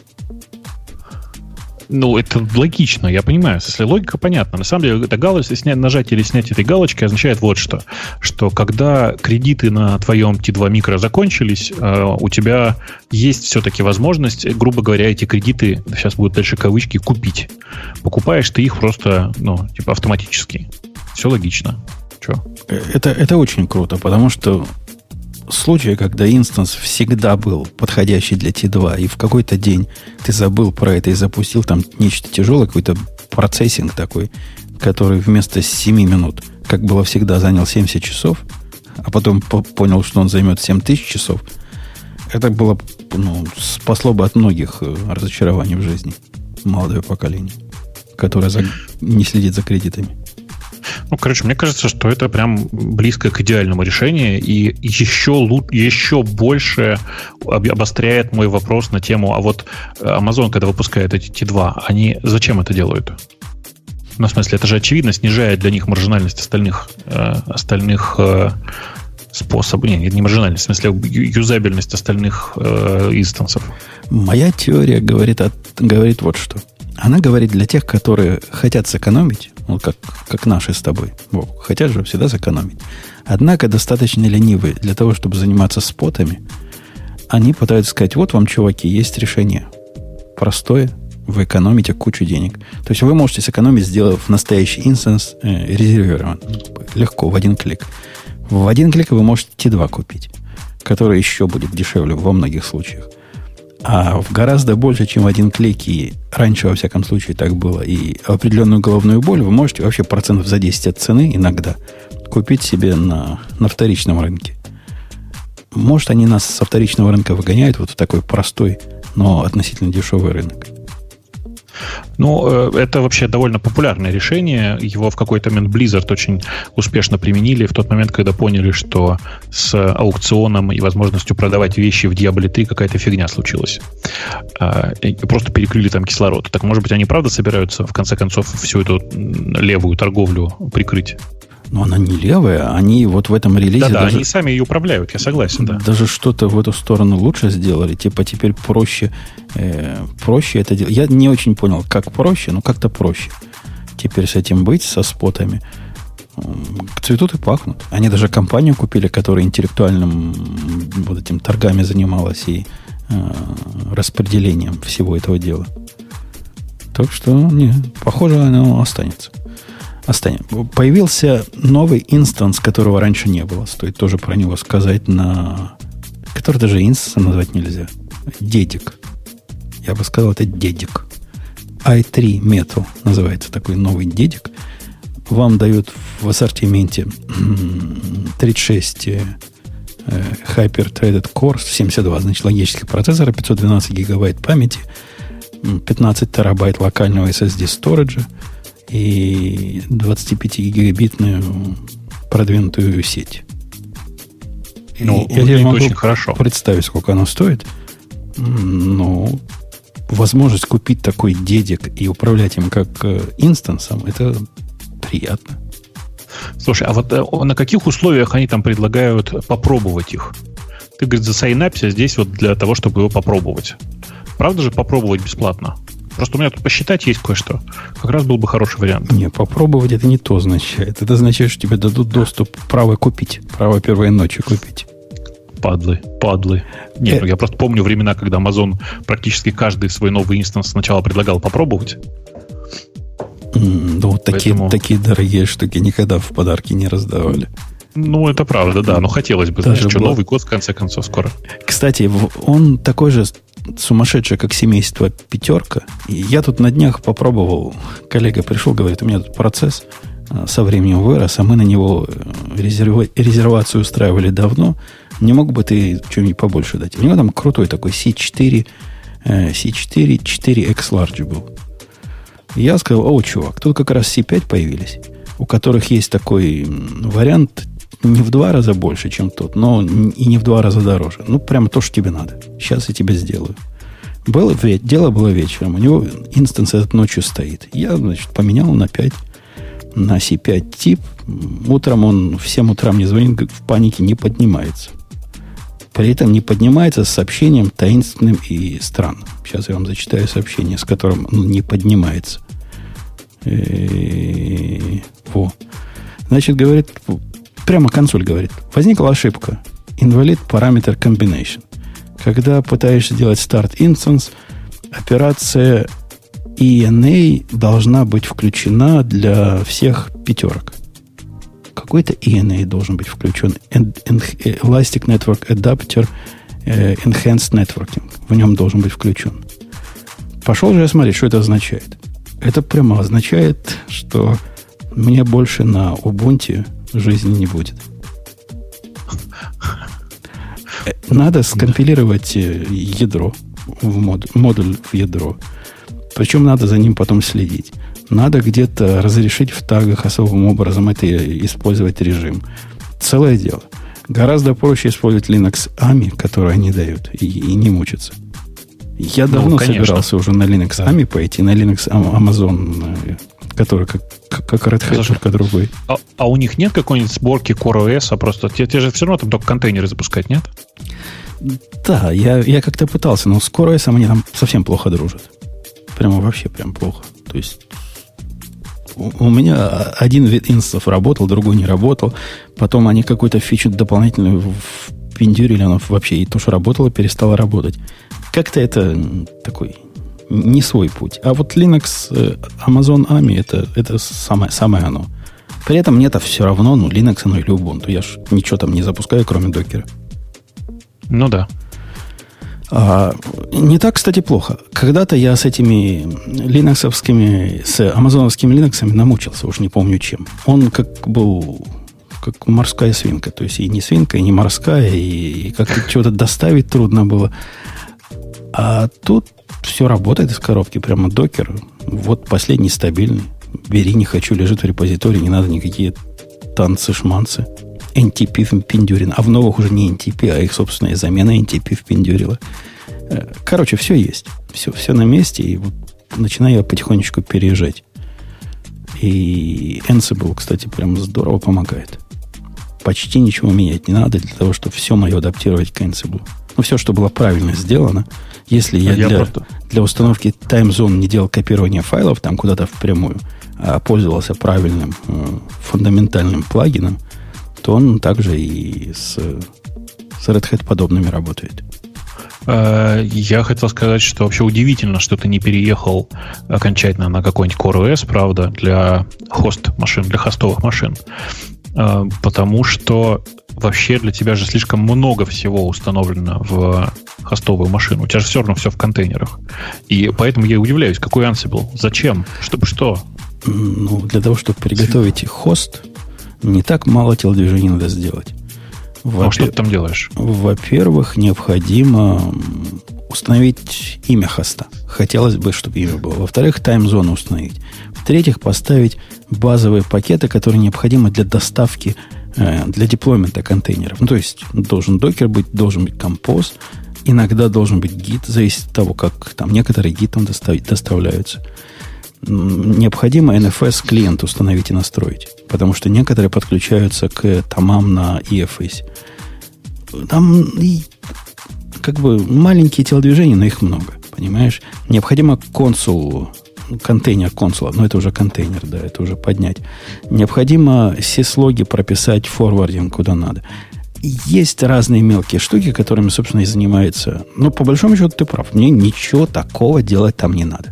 Ну, это логично, я понимаю. Если логика понятна. На самом деле, это галочка, снять, нажать или снять этой галочки означает вот что. Что когда кредиты на твоем ти два микро закончились, у тебя есть все-таки возможность, грубо говоря, эти кредиты, сейчас будут дальше кавычки, купить. Покупаешь ты их просто, ну, типа автоматически. Все логично. Че? Это, это очень круто, потому что случаи, когда инстанс всегда был подходящий для ти два, и в какой-то день ты забыл про это и запустил там нечто тяжелое, какой-то процессинг такой, который вместо семи минут, как было всегда, занял семьдесят часов, а потом по- понял, что он займет семь тысяч часов, это было, ну, спасло бы от многих разочарований в жизни молодое поколение, которое за... не следит за кредитами. Ну, короче, мне кажется, что это прям близко к идеальному решению и еще, еще больше обостряет мой вопрос на тему, а вот Amazon, когда выпускает эти ти два, они зачем это делают? Ну, в смысле, это же очевидно снижает для них маржинальность остальных, э, остальных э, способов. Не, не маржинальность, в смысле, юзабельность остальных э, инстансов. Моя теория говорит, от, говорит вот что. Она говорит для тех, которые хотят сэкономить, ну, как, как наши с тобой. Во, хотят же всегда сэкономить. Однако достаточно ленивые для того, чтобы заниматься спотами. Они пытаются сказать: вот вам, чуваки, есть решение. Простое. Вы экономите кучу денег. То есть вы можете сэкономить, сделав настоящий инстанс э, резервирован. Легко, в один клик. В один клик вы можете ти два купить, который еще будет дешевле во многих случаях. А в гораздо больше, чем в один клик, и раньше, во всяком случае, так было, и определенную головную боль вы можете вообще процентов за десять от цены иногда купить себе на, на вторичном рынке. Может, они нас со вторичного рынка выгоняют вот в такой простой, но относительно дешевый рынок. Ну, это вообще довольно популярное решение. Его в какой-то момент Blizzard очень успешно применили в тот момент, когда поняли, что с аукционом и возможностью продавать вещи в Diablo три какая-то фигня случилась. И просто перекрыли там кислород. Так, может быть, они правда собираются, в конце концов, всю эту левую торговлю прикрыть? Но она не левая, они вот в этом релизе... Да-да, даже, они сами ее управляют, я согласен, да. Даже что-то в эту сторону лучше сделали, типа теперь проще, э, проще это делать. Я не очень понял, как проще, но как-то проще теперь с этим быть, со спотами. Цветут и пахнут. Они даже компанию купили, которая интеллектуальным вот этим торгами занималась и э, распределением всего этого дела. Так что, не, похоже, оно останется. Останем. Появился новый инстанс, которого раньше не было. Стоит тоже про него сказать, на... который даже инстансом назвать нельзя. Дедик. Я бы сказал, это дедик. ай три Metal называется такой новый дедик. Вам дают в ассортименте тридцать шесть э, Hyper-Threaded Core, семьдесят два, значит, логических процессора, пятьсот двенадцать гигабайт памяти, пятнадцать терабайт локального эс эс ди сториджа и двадцатипятигигабитную продвинутую сеть. Ну, я тебе могу очень хорошо представить, сколько оно стоит. Ну, возможность купить такой дедик и управлять им как инстансом, это приятно. Слушай, а вот на каких условиях они там предлагают попробовать их? Ты, говорит, засайнапься здесь вот для того, чтобы его попробовать. Правда же попробовать бесплатно? Просто у меня тут посчитать есть кое-что. Как раз был бы хороший вариант. Не, попробовать это не то означает. Это означает, что тебе дадут доступ, право купить. Право первой ночи купить. Падлы, падлы. Нет, э... ну я просто помню времена, когда Amazon практически каждый свой новый инстанс сначала предлагал попробовать. Mm, да вот такие, Поэтому... такие дорогие штуки никогда в подарки не раздавали. Ну, это правда, да. Но хотелось бы, Даже знаешь, что было... Новый год, в конце концов, скоро. Кстати, он такой же сумасшедший, как семейство пятерка. И я тут на днях попробовал. Коллега пришел, говорит, у меня тут процесс со временем вырос, а мы на него резерва... резервацию устраивали давно. Не мог бы ты что-нибудь побольше дать? У него там крутой такой си четыре, си четыре, четыре икс Large был. И я сказал, о, чувак, тут как раз си пять появились, у которых есть такой вариант не в два раза больше, чем тот, но и не в два раза дороже. Ну, прямо то, что тебе надо. Сейчас я тебе сделаю. Было, дело было вечером. У него инстанс этот ночью стоит. Я, значит, поменял на пять, на си пять тип. Утром он в семь утра мне звонит, в панике не поднимается. При этом не поднимается с сообщением таинственным и странным. Сейчас я вам зачитаю сообщение, с которым он не поднимается. И... Во. Значит, говорит, прямо консоль говорит, возникла ошибка. Invalid parameter combination. Когда пытаешься сделать start instance, операция и эн эй должна быть включена для всех пятерок. Какой-то и эн эй должен быть включен. Elastic Network Adapter Enhanced Networking. В нем должен быть включен. Пошел же я смотреть, что это означает. Это прямо означает, что мне больше на Ubuntu жизни не будет. Надо скомпилировать ядро, в мод, модуль в ядро. Причем надо за ним потом следить. Надо где-то разрешить в тагах особым образом это использовать режим. Целое дело. Гораздо проще использовать Linux эй эм ай, который они дают, и, и не мучиться. Я ну, давно конечно. собирался уже на Linux эй эм ай пойти, на Linux Amazon, который как, как Red Hat, только другой. А, а у них нет какой-нибудь сборки CoreOS, а просто те, те же все равно там только контейнеры запускать, нет? Да, я, я как-то пытался, но с CoreOS они там совсем плохо дружат. Прямо вообще прям плохо. То есть у, у меня один вид инстансов работал, другой не работал. Потом они какую-то фичу дополнительную впендюрили, она вообще и то, что работало, перестало работать. Как-то это такой не свой путь. А вот Linux, Amazon эй эм ай это, это самое, самое оно. При этом мне-то все равно, ну, Linux, оно или Ubuntu. Я ж ничего там не запускаю, кроме докера. Ну да. А, не так, кстати, плохо. Когда-то я с этими линоксовскими, с амазоновскими линоксами намучился, уж не помню чем. Он как был, как морская свинка. То есть и не свинка, и не морская, и, и как-то чего-то доставить трудно было. А тут все работает из коробки, прямо докер. Вот последний стабильный. Бери, не хочу, лежит в репозитории, не надо никакие танцы-шманцы. эн ти пи впендюрено. А в новых уже не эн ти пи, а их собственная замена эн ти пи впендюрила. Короче, все есть. Все, все на месте. И вот начинаю я потихонечку переезжать. И Ansible, кстати, прям здорово помогает. Почти ничего менять не надо для того, чтобы все мое адаптировать к Ansible. Ну, все, что было правильно сделано. Если я, я для, просто... для установки таймзон не делал копирование файлов там куда-то впрямую, а пользовался правильным фундаментальным плагином, то он также и с, с Red Hat подобными работает. Я хотел сказать, что вообще удивительно, что ты не переехал окончательно на какой-нибудь CoreOS, правда, для хост-машин, для хостовых машин. Потому что вообще для тебя же слишком много всего установлено в хостовую машину. У тебя же все равно все в контейнерах. И поэтому я удивляюсь, какой Ansible? Зачем? Чтобы что? Ну, для того, чтобы приготовить хост, не так мало телодвижений надо сделать. Во- а что ты там делаешь? Во-первых, необходимо установить имя хоста. Хотелось бы, чтобы имя было. Во-вторых, таймзону установить. В-третьих, поставить базовые пакеты, которые необходимы для доставки э, для деплоймента контейнеров. Ну, то есть должен докер быть, должен быть композ, иногда должен быть гит, зависит от того, как там некоторые гитом достав, доставляются. Необходимо эн эф эс клиент установить и настроить, потому что некоторые подключаются к томам на и эф эс. Там и, как бы маленькие телодвижения, но их много, понимаешь? Необходимо консул, контейнер консула, но это уже контейнер, да, это уже поднять. Необходимо сислоги прописать форвардинг куда надо. Есть разные мелкие штуки, которыми, собственно, и занимается. Но по большому счету ты прав. Мне ничего такого делать там не надо.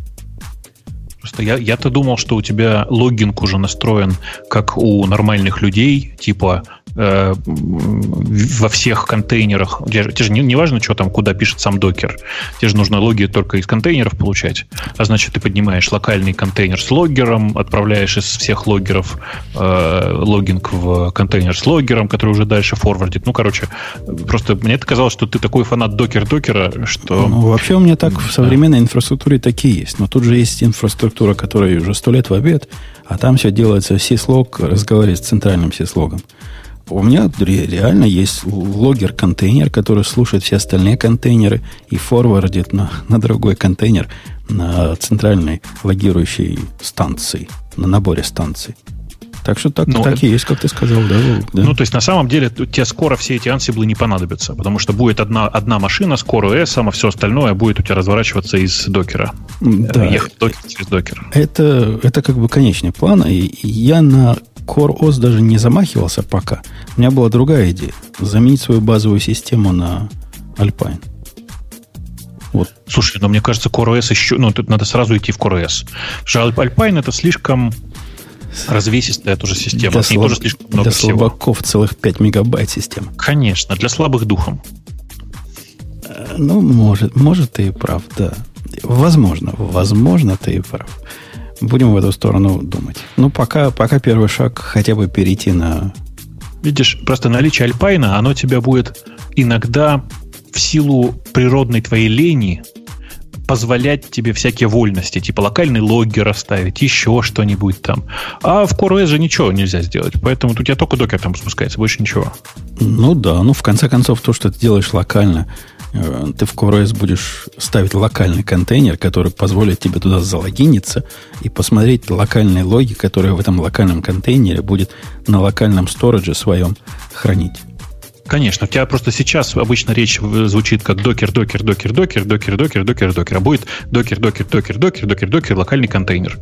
Просто я, я-то думал, что у тебя логинг уже настроен, как у нормальных людей, типа э, во всех контейнерах. Тебе, тебе же не, не важно, что там, куда пишет сам докер. Тебе же нужно логи только из контейнеров получать. А значит, ты поднимаешь локальный контейнер с логгером, отправляешь из всех логгеров э, логинг в контейнер с логгером, который уже дальше форвардит. Ну, короче, просто мне это казалось, что ты такой фанат докер-докера, что... Ну, вообще у меня так в современной инфраструктуре такие есть. Но тут же есть инфраструктура, которая уже сто лет в обед, а там все делается сислог, разговаривает с центральным сислогом. У меня реально есть логер-контейнер, который слушает все остальные контейнеры и форвардит на, на другой контейнер на центральной логирующей станции, на наборе станций. Так что так, ну, так это... и есть, как ты сказал, да, да? Ну, то есть, на самом деле, тебе скоро все эти ансиблы не понадобятся, потому что будет одна, одна машина с Core о эс, а все остальное будет у тебя разворачиваться из докера. Да. Ехать докер через докер. Это, это как бы конечный план, и я на Core о эс даже не замахивался пока. У меня была другая идея. Заменить свою базовую систему на Alpine. Вот. Слушай, но мне кажется, Core о эс еще... Ну, тут надо сразу идти в Core о эс. Потому что Alpine это слишком... развесистая тоже система. Для, слаб... тоже слишком много для всего. Слабаков целых пять мегабайт система. Конечно, для слабых духом. Ну, может, может, ты и прав, да. Возможно, возможно, ты и прав. Будем в эту сторону думать. Ну, пока, пока первый шаг хотя бы перейти на... Видишь, просто наличие Alpine, оно тебя будет иногда в силу природной твоей лени позволять тебе всякие вольности, типа локальный логгер оставить, еще что-нибудь там. А в Core о эс же ничего нельзя сделать, поэтому у тебя только докер там спускается, больше ничего. Ну да, ну в конце концов, то, что ты делаешь локально, ты в Core о эс будешь ставить локальный контейнер, который позволит тебе туда залогиниться и посмотреть локальные логи, которые в этом локальном контейнере будет на локальном сторидже своем хранить. Конечно, у тебя просто сейчас обычно речь звучит как докер, докер, докер, докер, докер, докер, докер, докер, а будет докер, докер, докер, докер, докер, докер, локальный контейнер.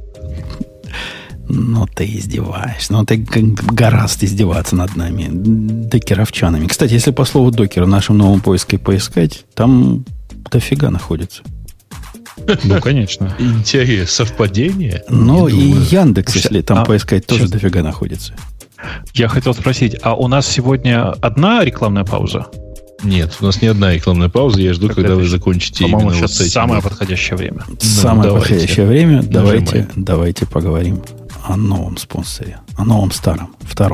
Ну, ты издеваешься. Ну, ты гораздо издеваться над нами, докеровчанами. Кстати, если по слову докер в нашем новом поиске поискать, там дофига находится. Ну, конечно. Интересно, совпадение? Ну, и Яндекс, если там поискать, тоже дофига находится. Я хотел спросить, а у нас сегодня одна рекламная пауза? Нет, у нас не одна рекламная пауза. Я жду, когда вы закончите именно вот с этим. Самое подходящее время. Самое подходящее время. Давайте, давайте поговорим о новом спонсоре. О новом старом, втором.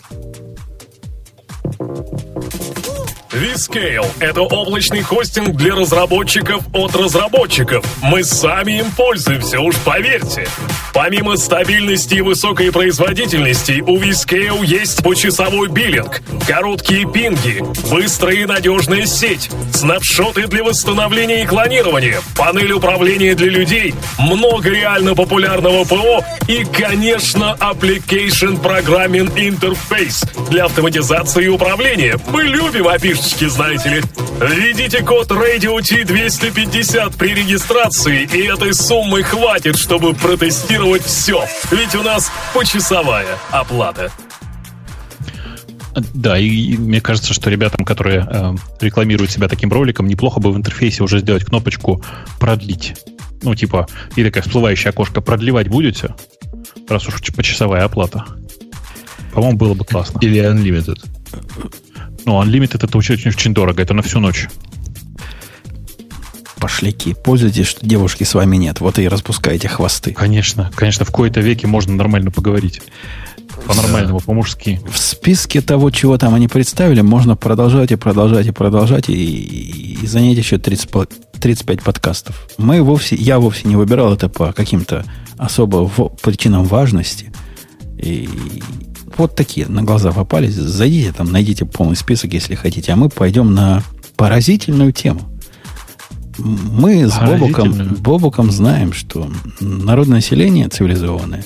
Vscale – это облачный хостинг для разработчиков от разработчиков. Мы сами им пользуемся, уж поверьте. Помимо стабильности и высокой производительности, у Vscale есть почасовой биллинг, короткие пинги, быстрая и надежная сеть, снапшоты для восстановления и клонирования, панель управления для людей, много реально популярного ПО и, конечно, Application Programming Interface для автоматизации и управления. Мы любим опишечки, знаете ли. Введите код радио ти двести пятьдесят при регистрации, и этой суммы хватит, чтобы протестировать все. Ведь у нас почасовая оплата. Да, и, и мне кажется, что ребятам, которые э, рекламируют себя таким роликом, неплохо бы в интерфейсе уже сделать кнопочку «Продлить». Ну, типа, и такая всплывающая окошко «Продлевать будете?» Раз уж почасовая оплата. По-моему, было бы классно. Или Unlimited. Ну, Unlimited это очень, очень дорого, это на всю ночь. Пошляки, пользуйтесь, что девушки с вами нет. Вот и распускаете хвосты. Конечно, конечно, в кои-то веке можно нормально поговорить. По-нормальному, да. По-мужски. В списке того, чего там они представили, можно продолжать и продолжать и продолжать и, и занять еще тридцать, тридцать пять подкастов. Мы вовсе, я вовсе не выбирал это по каким-то особо в, причинам важности. И вот такие на глаза попались. Зайдите там, найдите полный список, если хотите. А мы пойдем на поразительную тему. Мы с Бобуком, Бобуком знаем, что народное население цивилизованное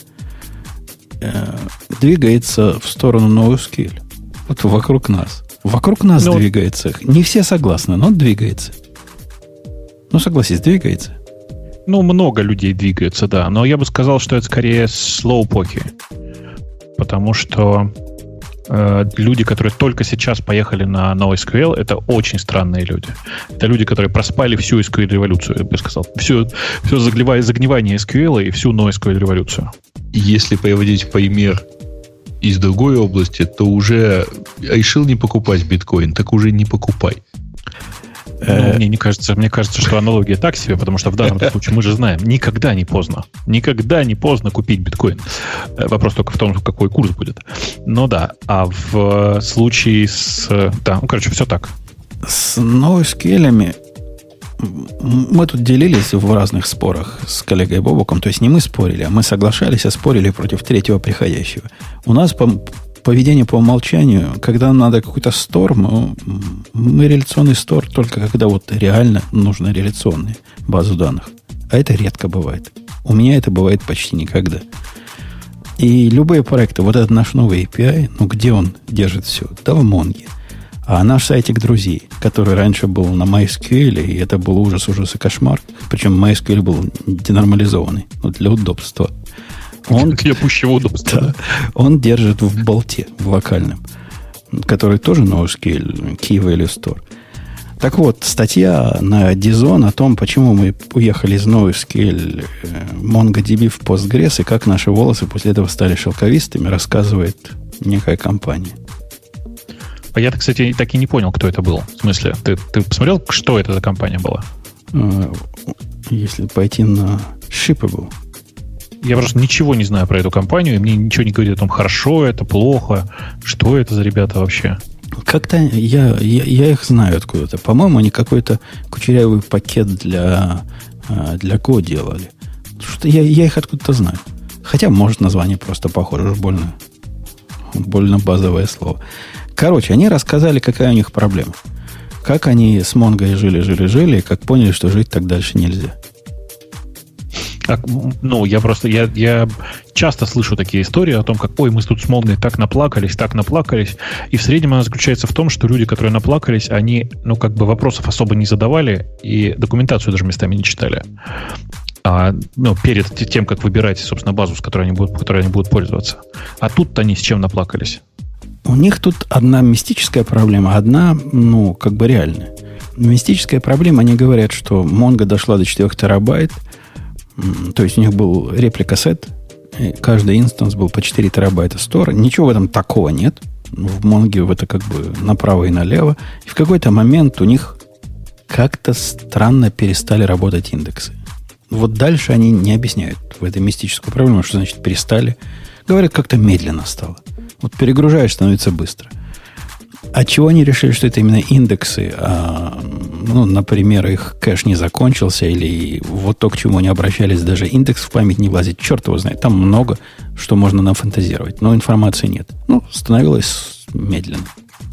э, двигается в сторону NoSQL. Вот вокруг нас. Вокруг нас но... двигается. Не все согласны, но двигается. Ну, согласись, двигается. Ну, много людей двигается, да. Но я бы сказал, что это скорее слоупоки. Потому что э, люди, которые только сейчас поехали на NoSQL, это очень странные люди. Это люди, которые проспали всю эс кью эль-революцию, я бы сказал. Все, все загнивание эс кью эль и всю NoSQL-революцию. Если приводить пример из другой области, то уже решил не покупать биткоин, так уже не покупай. Ну, мне не кажется, мне кажется, что аналогия так себе, потому что в данном случае мы же знаем, никогда не поздно. Никогда не поздно купить биткоин. Вопрос только в том, какой курс будет. Ну да, а в случае с... Да, ну, короче, все так. С NoSQL мы тут делились в разных спорах с коллегой Бобуком. То есть не мы спорили, а мы соглашались, а спорили против третьего приходящего. У нас по... поведение по умолчанию, когда нам надо какой-то стор, мы, мы реляционный стор только когда вот реально нужна реляционная база данных. А это редко бывает. У меня это бывает почти никогда. И любые проекты, вот этот наш новый эй пи ай, ну где он держит все? Да в Монге. А наш сайтик друзей, который раньше был на MySQL, и это был ужас, ужас и кошмар. Причем MySQL был денормализованный, ну, для удобства. Он, для пущего удобства. Да, он держит в болте, в локальном, который тоже NoSQL, Key Value Store. Так вот, статья на Dizon о том, почему мы уехали из NoSQL MongoDB в Postgres, и как наши волосы после этого стали шелковистыми, рассказывает некая компания. А я, кстати, так и не понял, кто это был. В смысле, ты, ты посмотрел, что это за компания была? Если пойти на Shippable. Я просто ничего не знаю про эту компанию, и мне ничего не говорит о том, хорошо это, плохо, что это за ребята вообще. Как-то я, я, я их знаю откуда-то. По-моему, они какой-то кучерявый пакет для, для Go делали. Что я, я их откуда-то знаю. Хотя, может, название просто похоже, уж больно, больно базовое слово. Короче, они рассказали, какая у них проблема. Как они с Mongo жили, жили, жили, и как поняли, что жить так дальше нельзя. Как, ну, я просто, я, я часто слышу такие истории о том, как, ой, мы тут с Монгой так наплакались, так наплакались. И в среднем она заключается в том, что люди, которые наплакались, они, ну, как бы вопросов особо не задавали и документацию даже местами не читали. А, ну, перед тем, как выбирать, собственно, базу, с которой они будут, которой они будут пользоваться. А тут-то они с чем наплакались? У них тут одна мистическая проблема, одна, ну, как бы реальная. Мистическая проблема, они говорят, что Mongo дошла до четыре терабайт. То есть у них был реплика-сет, каждый инстанс был по четыре терабайта стора. Ничего в этом такого нет. В Mongo это как бы направо и налево. И в какой-то момент у них как-то странно перестали работать индексы. Вот дальше они не объясняют в этой мистическую проблему, что значит перестали. Говорят, как-то медленно стало. Вот перегружаешь, становится быстро. А чего они решили, что это именно индексы? А, ну, например, их кэш не закончился, или вот то, к чему они обращались, даже индекс в память не влазит. Черт его знает. Там много, что можно нафантазировать. Но информации нет. Ну, становилось медленно.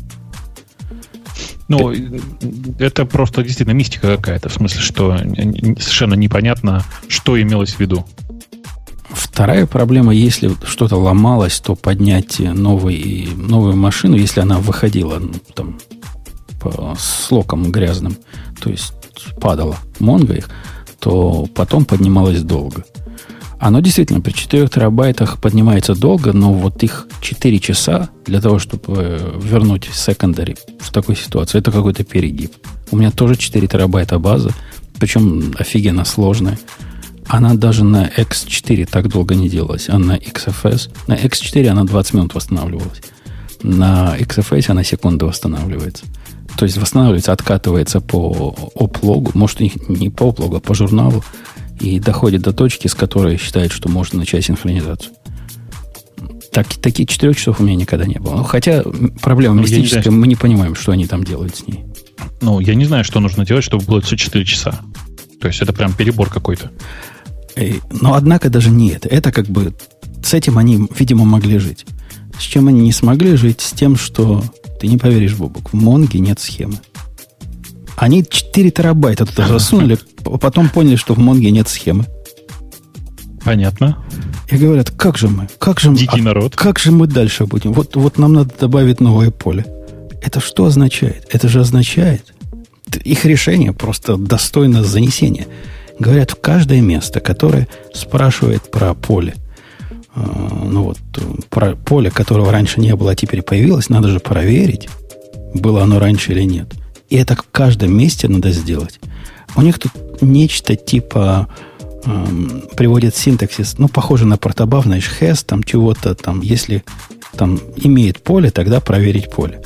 Ну, это просто действительно мистика какая-то. В смысле, что совершенно непонятно, что имелось в виду. Вторая проблема, если что-то ломалось, то поднять новый, новую машину, если она выходила ну, там, по, с локом грязным, то есть падала Mongo их, то потом поднималось долго. Оно действительно при четырёх терабайтах поднимается долго, но вот их четыре часа для того, чтобы вернуть secondary в такой ситуации, это какой-то перегиб. У меня тоже четыре терабайта база, причем офигенно сложная. Она даже на икс четыре так долго не делалась, а на икс эф эс... На икс четыре она двадцать минут восстанавливалась. На икс эф эс она секунду восстанавливается. То есть восстанавливается, откатывается по оп-логу, может, не по оп-логу, а по журналу, и доходит до точки, с которой считает, что можно начать синхронизацию. Так, таких четырех часов у меня никогда не было. Хотя проблема ну, мистическая, не знаю, мы не понимаем, что они там делают с ней. Ну, я не знаю, что нужно делать, чтобы было все четыре часа. То есть это прям перебор какой-то. Но, однако, даже не это. Это как бы... С этим они, видимо, могли жить. С чем они не смогли жить? С тем, что, ты не поверишь, Бобук, в Монге нет схемы. Они четыре терабайта туда засунули, а потом поняли, что в Монге нет схемы. Понятно. И говорят, как же мы? Как же мы, Дикий а, народ. Как же мы дальше будем? Вот, вот нам надо добавить новое поле. Это что означает? Это же означает, их решение просто достойно занесения. Говорят, в каждое место, которое спрашивает про поле, э, ну вот, про поле, которого раньше не было, а теперь появилось, надо же проверить, было оно раньше или нет. И это в каждом месте надо сделать. У них тут нечто типа э, приводит синтаксис, ну, похоже на протобаф, знаешь, has, там чего-то, там, если там имеет поле, тогда проверить поле.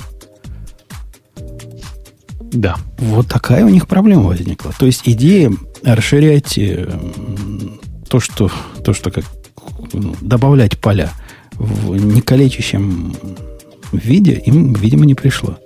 Да. Вот такая у них проблема возникла. То есть идея расширять э, то, что, то, что как ну, добавлять поля в некалечащем виде, им, видимо, не пришло.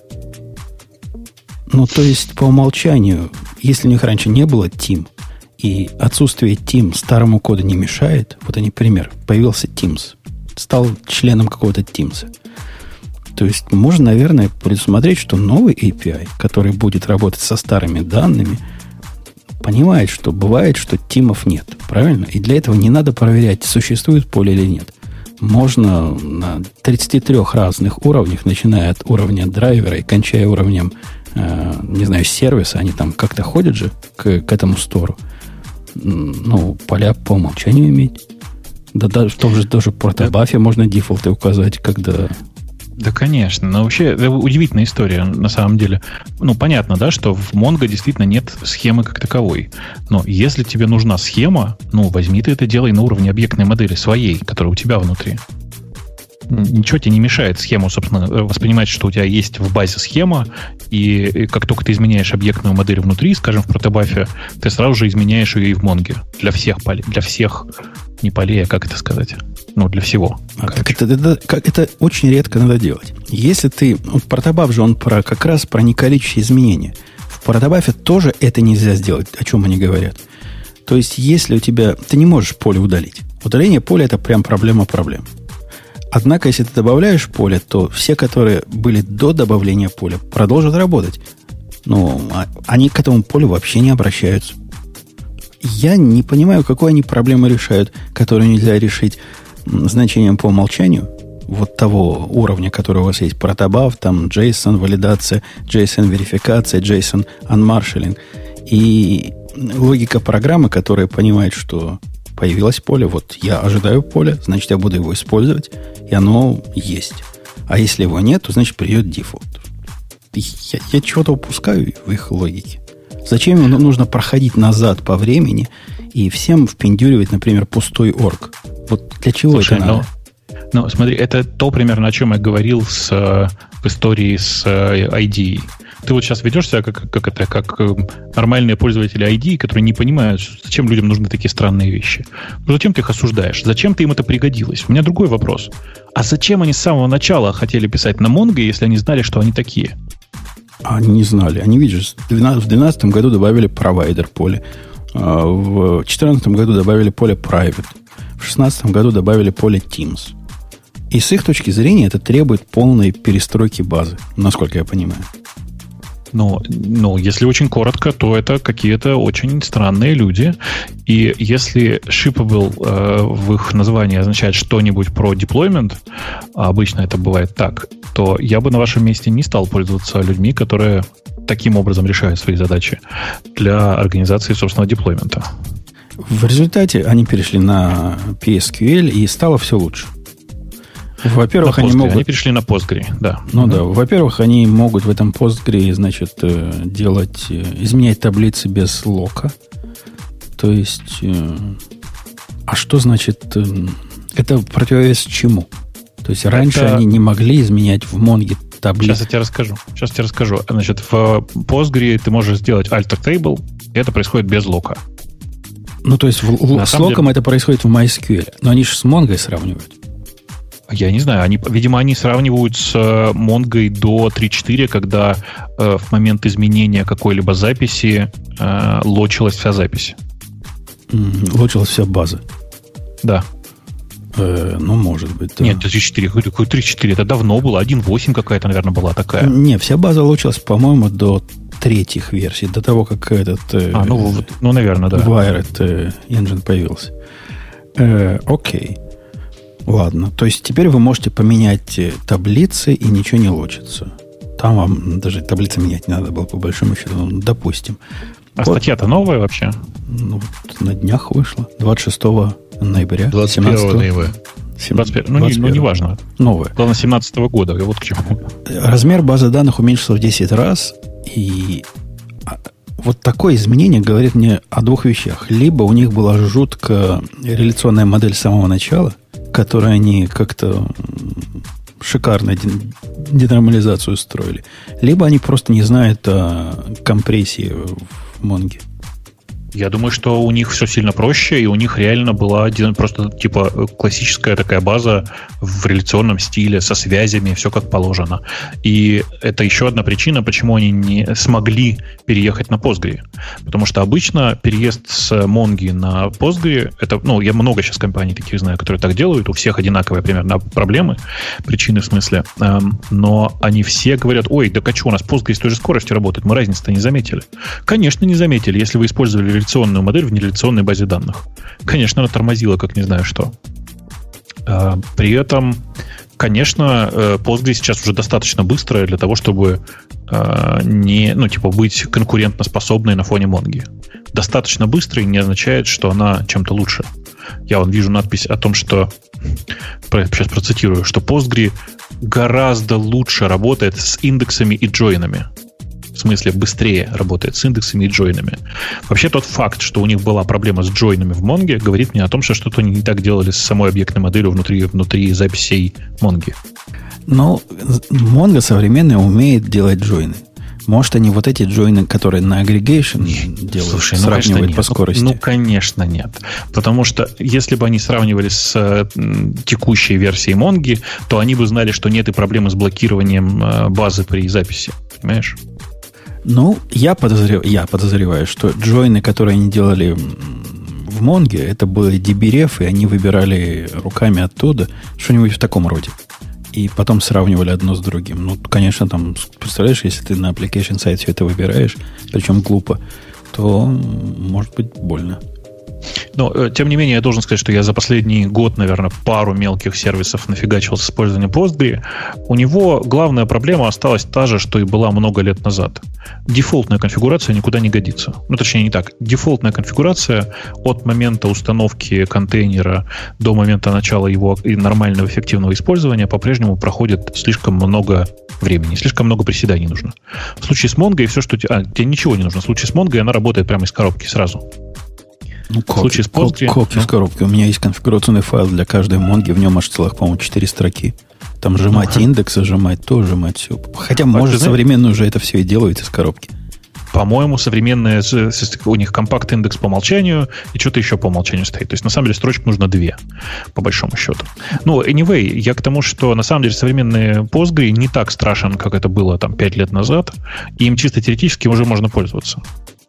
Ну, то есть, по умолчанию, если у них раньше не было Team, и отсутствие Team старому коду не мешает, вот они пример, появился Teams, стал членом какого-то Teams. То есть, можно, наверное, предусмотреть, что новый эй пи ай, который будет работать со старыми данными, понимает, что бывает, что тимов нет. Правильно? И для этого не надо проверять, существует поле или нет. Можно на тридцати трёх разных уровнях, начиная от уровня драйвера и кончая уровнем, э, не знаю, сервиса, они там как-то ходят же к, к этому стору, ну, поля по умолчанию иметь. Да даже в том же тоже протобафе можно дефолты указать, когда... Да, конечно. Но вообще, это удивительная история, на самом деле. Ну, понятно, да, что в Mongo действительно нет схемы как таковой. Но если тебе нужна схема, ну, возьми ты это делай на уровне объектной модели своей, которая у тебя внутри. Ничего тебе не мешает схему, собственно, воспринимать, что у тебя есть в базе схема, и как только ты изменяешь объектную модель внутри, скажем, в протобафе, ты сразу же изменяешь ее и в Mongo. Для всех полей, для всех, не полей, а как это сказать? Ну, для всего. А, так это, это, как, это очень редко надо делать. Если ты... Вот протобаф же, он про, как раз про неколичащие изменения. В протобафе тоже это нельзя сделать, о чем они говорят. То есть, если у тебя... Ты не можешь поле удалить. Удаление поля – это прям проблема проблем. Однако, если ты добавляешь поле, то все, которые были до добавления поля, продолжат работать. Но они к этому полю вообще не обращаются. Я не понимаю, какой они проблемы решают, которые нельзя решить значением по умолчанию, вот того уровня, который у вас есть, протобаф, там JSON валидация, JSON верификация, JSON unmarshalling. И логика программы, которая понимает, что появилось поле, вот я ожидаю поле, значит, я буду его использовать, и оно есть. А если его нет, то, значит, придет дефолт. Я, я чего-то упускаю в их логике. Зачем ему нужно проходить назад по времени и всем впендюривать, например, пустой орг? Вот для чего Слушай, это надо? Ну, ну, смотри, это то примерно, о чем я говорил с, в истории с ай ди. Ты вот сейчас ведешь себя как, как, это, как нормальные пользователи ай ди, которые не понимают, зачем людям нужны такие странные вещи. Ну, зачем ты их осуждаешь? Зачем ты им это пригодилось? У меня другой вопрос. А зачем они с самого начала хотели писать на Mongo, если они знали, что они такие? Они не знали. Они, видишь, в две тысячи двенадцатом году добавили провайдер поле. В две тысячи четырнадцатом году добавили поле private. В две тысячи шестнадцатом году добавили поле Teams. И с их точки зрения это требует полной перестройки базы, насколько я понимаю. Ну, ну, если очень коротко, то это какие-то очень странные люди. И если shippable э, в их названии означает что-нибудь про deployment, а обычно это бывает так, то я бы на вашем месте не стал пользоваться людьми, которые таким образом решают свои задачи для организации собственного деплоймента. В результате они перешли на пи эс кью эль, и стало все лучше. Во-первых, они могут... Они перешли на Postgre, да. Ну да, во-первых, они могут в этом Postgre, значит, делать, изменять таблицы без лока. То есть, а что значит, это противовес чему? То есть, раньше это... они не могли изменять в Mongo таблицы. Сейчас я тебе расскажу. Сейчас я тебе расскажу. Значит, в Postgre ты можешь сделать alter table, и это происходит без лока. Ну, то есть, в, с локом деле... это происходит в MySQL. Но они же с Mongo сравнивают. Я не знаю, они, видимо, они сравнивают с Mongo до три точка четыре, когда э, в момент изменения какой-либо записи э, лочилась вся запись. Mm, лочилась вся база. Да. Э, ну, может быть, да. Нет, три точка четыре. Какой три точка четыре? Это давно было. один точка восемь какая-то, наверное, была такая. Не, вся база улучшилась, по-моему, до третьих версий, до того, как этот... Э, а, ну, вот, ну, наверное, да. Wired э, engine появился. Э, окей. Ладно. То есть теперь вы можете поменять таблицы, и ничего не лучится. Там вам даже таблицы менять не надо было, по большому счету. Ну, допустим. А вот, статья-то новая вообще? Ну, вот на днях вышла. двадцать шестого ноября. двадцать первого ноября. двадцать первого. Ну, не, ну, не важно. Новая. Главное, семнадцатого года. Вот к чему. Размер базы данных уменьшился в десять раз. И вот такое изменение говорит мне о двух вещах. Либо у них была жутко реляционная модель с самого начала, которую они как-то шикарно денормализацию строили. Либо они просто не знают о компрессии в Монге. Я думаю, что у них все сильно проще, и у них реально была просто типа классическая такая база в реляционном стиле, со связями, все как положено. И это еще одна причина, почему они не смогли переехать на Postgre. Потому что обычно переезд с Mongo на Postgre, это, ну, я много сейчас компаний таких знаю, которые так делают, у всех одинаковые примерно проблемы, причины в смысле, но они все говорят: ой, да а что, у нас Postgre с той же скоростью работает, мы разницы-то не заметили. Конечно, не заметили, если вы использовали реляционную модель в нереляционной базе данных. Конечно, она тормозила, как не знаю что. При этом, конечно, Postgre сейчас уже достаточно быстрая для того, чтобы не, ну, типа, быть конкурентоспособной на фоне Mongo. Достаточно быстрой не означает, что она чем-то лучше. Я вон вижу надпись о том, что, сейчас процитирую, что Postgre гораздо лучше работает с индексами и джойнами. В смысле, быстрее работает с индексами и джойнами. Вообще, тот факт, что у них была проблема с джойнами в Mongo, говорит мне о том, что что-то они не так делали с самой объектной моделью внутри, внутри записей Mongo. Но Mongo современная умеет делать джойны. Может, они вот эти джойны, которые на aggregation делают, слушай, ну, сравнивают конечно, по скорости? Ну, конечно, нет. Потому что если бы они сравнивали с э, текущей версией Mongo, то они бы знали, что нет и проблемы с блокированием э, базы при записи. Понимаешь? Ну, я подозреваю, я подозреваю, что джойны, которые они делали в Mongo, это были ди би реф, и они выбирали руками оттуда что-нибудь в таком роде. И потом сравнивали одно с другим. Ну, конечно, там, представляешь, если ты на application сайт все это выбираешь, причем глупо, то может быть больно. Но, тем не менее, я должен сказать, что я за последний год, наверное, пару мелких сервисов нафигачил с использованием Postgre. У него главная проблема осталась та же, что и была много лет назад. Дефолтная конфигурация никуда не годится. Ну, точнее, не так. Дефолтная конфигурация от момента установки контейнера до момента начала его и нормального эффективного использования по-прежнему проходит слишком много времени, слишком много приседаний нужно. В случае с Mongo и все, что... А, тебе ничего не нужно. В случае с Mongo она работает прямо из коробки сразу. Ну, как, в случае с Postgre, как, как ну? из коробки. У меня есть конфигурационный файл для каждой Mongo, в нем аж целых, по-моему, четыре строки. Там сжимать ну, индексы, сжимать то, сжимать все. Хотя, а может, современные уже это все и делают из коробки. По-моему, современные, у них компакт-индекс по умолчанию и что-то еще по умолчанию стоит. То есть, на самом деле, строчек нужно две, по большому счету. Ну, anyway, я к тому, что, на самом деле, современные Postgre не так страшен, как это было там пять лет назад, и им чисто теоретически уже можно пользоваться.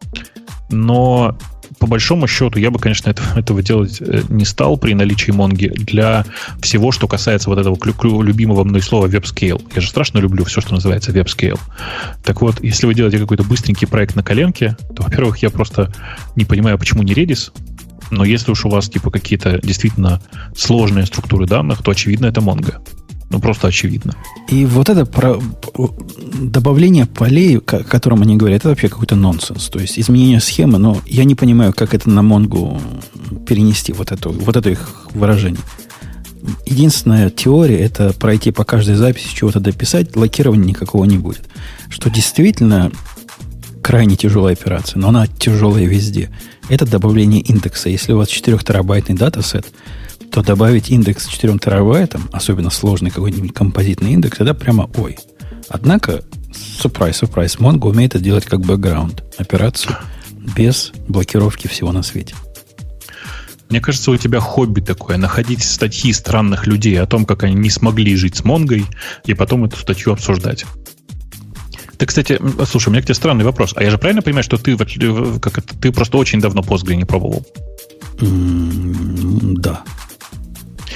Но по большому счету, я бы, конечно, этого, этого делать не стал при наличии Mongo для всего, что касается вот этого любимого мной слова WebScale. Я же страшно люблю все, что называется WebScale. Так вот, если вы делаете какой-то быстренький проект на коленке, то, во-первых, я просто не понимаю, почему не Redis, но если уж у вас типа какие-то действительно сложные структуры данных, то, очевидно, это Mongo. Ну, просто очевидно. И вот это про добавление полей, о котором они говорят, это вообще какой-то нонсенс. То есть изменение схемы, но я не понимаю, как это на Mongo перенести, вот это, вот это их выражение. Единственная теория – это пройти по каждой записи, чего-то дописать, локирования никакого не будет. Что действительно крайне тяжелая операция, но она тяжелая везде. Это добавление индекса. Если у вас четырехтерабайтный датасет, то добавить индекс четырем терабайтам, особенно сложный какой-нибудь композитный индекс, это прямо ой. Однако, surprise, surprise, Mongo умеет это делать как бэкграунд операцию без блокировки всего на свете. Мне кажется, у тебя хобби такое, находить статьи странных людей о том, как они не смогли жить с Mongo, и потом эту статью обсуждать. Ты, кстати, слушай, у меня к тебе странный вопрос. А я же правильно понимаю, что ты, как это, ты просто очень давно Postgre не пробовал? Mm, да.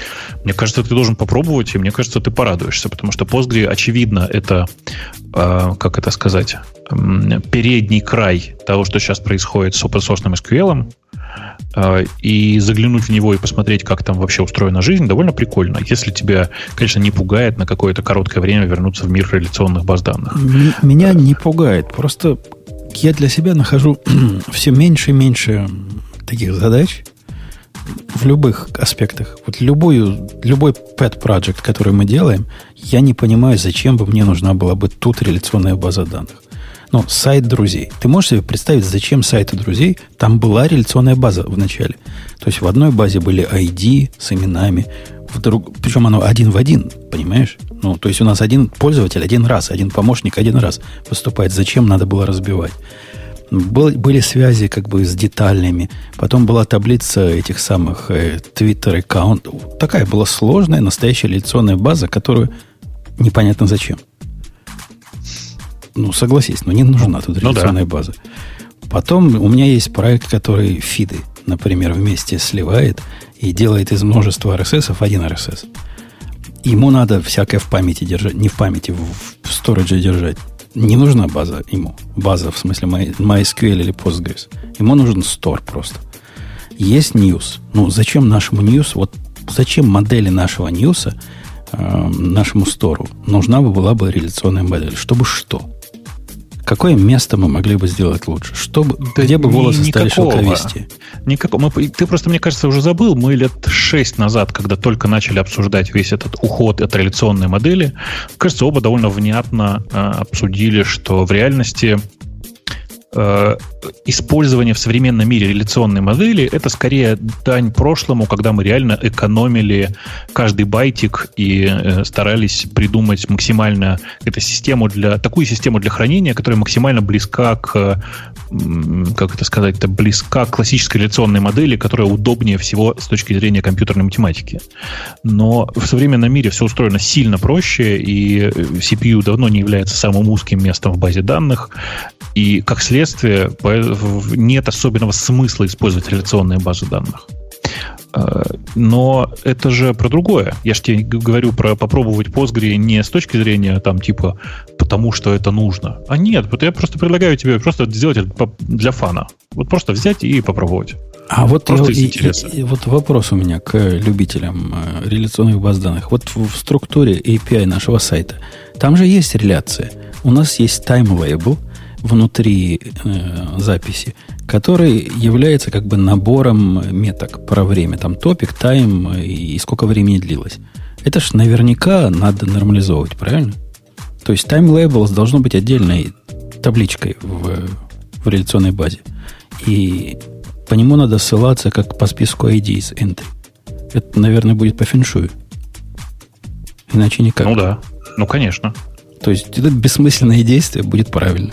Мне кажется, ты должен попробовать, и мне кажется, ты порадуешься, потому что Postgre, очевидно, это, э, как это сказать, э, передний край того, что сейчас происходит с open-source эс кью эл, э, и заглянуть в него и посмотреть, как там вообще устроена жизнь, довольно прикольно, если тебя, конечно, не пугает на какое-то короткое время вернуться в мир реляционных баз данных. Меня не пугает, просто я для себя нахожу все меньше и меньше таких задач, в любых аспектах. Вот любую, любой pet project, который мы делаем, я не понимаю, зачем бы мне нужна была бы тут реляционная база данных. Ну, сайт друзей. Ты можешь себе представить, зачем сайту друзей там была реляционная база в начале? То есть в одной базе были ай ди с именами, в друг, причем оно один в один, понимаешь? Ну, то есть у нас один пользователь один раз, один помощник один раз выступает. Зачем надо было разбивать? Был, были связи как бы с деталями. Потом была таблица этих самых э, Twitter аккаунтов. Такая была сложная, настоящая реляционная база, которую непонятно зачем. Ну, согласись, но не нужна тут реляционная ну, да. база. Потом у меня есть проект, который фиды, например, вместе сливает и делает из множества ар эс эс один ар эс эс. Ему надо всякое в памяти держать, не в памяти, в, в сторидже держать. Не нужна база ему. База, в смысле MySQL или Postgres. Ему нужен store просто. Есть news. Ну, зачем нашему news? Вот зачем модели нашего news, э, нашему стору, нужна бы была бы реляционная модель? Чтобы что? Какое место мы могли бы сделать лучше? Чтобы, да где бы волосы ни, стали шелковистее? Никакого. Мы, ты просто, мне кажется, уже забыл. Мы лет шесть назад, когда только начали обсуждать весь этот уход от реляционной модели, кажется, оба довольно внятно э, обсудили, что в реальности э, использование в современном мире реляционной модели — это скорее дань прошлому, когда мы реально экономили каждый байтик и э, старались придумать максимально эту систему для, такую систему для хранения, которая максимально близка к, как это сказать-то, близка к классической реляционной модели, которая удобнее всего с точки зрения компьютерной математики. Но в современном мире все устроено сильно проще, и си пи ю давно не является самым узким местом в базе данных, и, как следствие, нет особенного смысла использовать реляционные базы данных. Но это же про другое. Я же тебе говорю про попробовать Postgre не с точки зрения там типа потому что это нужно. А нет, вот я просто предлагаю тебе просто сделать это для фана. Вот просто взять и попробовать. А вот, я, и, и, и, вот вопрос у меня к любителям э, реляционных баз данных. Вот в, в структуре эй пи ай нашего сайта там же есть реляция. У нас есть time-label внутри э, записи, который является как бы набором меток про время. Там топик, тайм и сколько времени длилось. Это ж наверняка надо нормализовывать, правильно? То есть time labels должно быть отдельной табличкой в, в реляционной базе. И по нему надо ссылаться как по списку ай ди из entry. Это, наверное, будет по фэншую. Иначе никак. Ну да, ну конечно. То есть это бессмысленное действие будет правильно.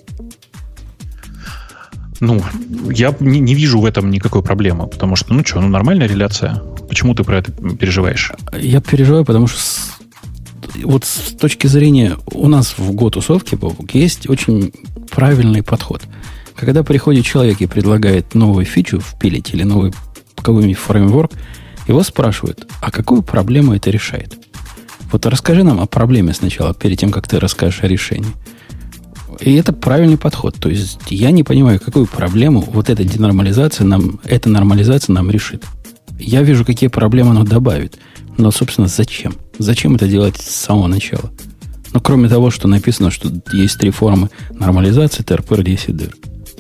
Ну, я не, не вижу в этом никакой проблемы, потому что, ну что, ну нормальная реляция. Почему ты про это переживаешь? Я переживаю, потому что с, вот с точки зрения у нас в Go-тусовке, Бобук, есть очень правильный подход. Когда приходит человек и предлагает новую фичу впилить или новый какой-нибудь фреймворк, его спрашивают, а какую проблему это решает? Вот расскажи нам о проблеме сначала, перед тем, как ты расскажешь о решении. И это правильный подход. То есть я не понимаю, какую проблему вот эта денормализация нам, эта нормализация нам решит. Я вижу, какие проблемы она добавит. Но, собственно, зачем? Зачем это делать с самого начала? Ну, кроме того, что написано, что есть три формы нормализации: ти ар пи, эр ди эс и дир.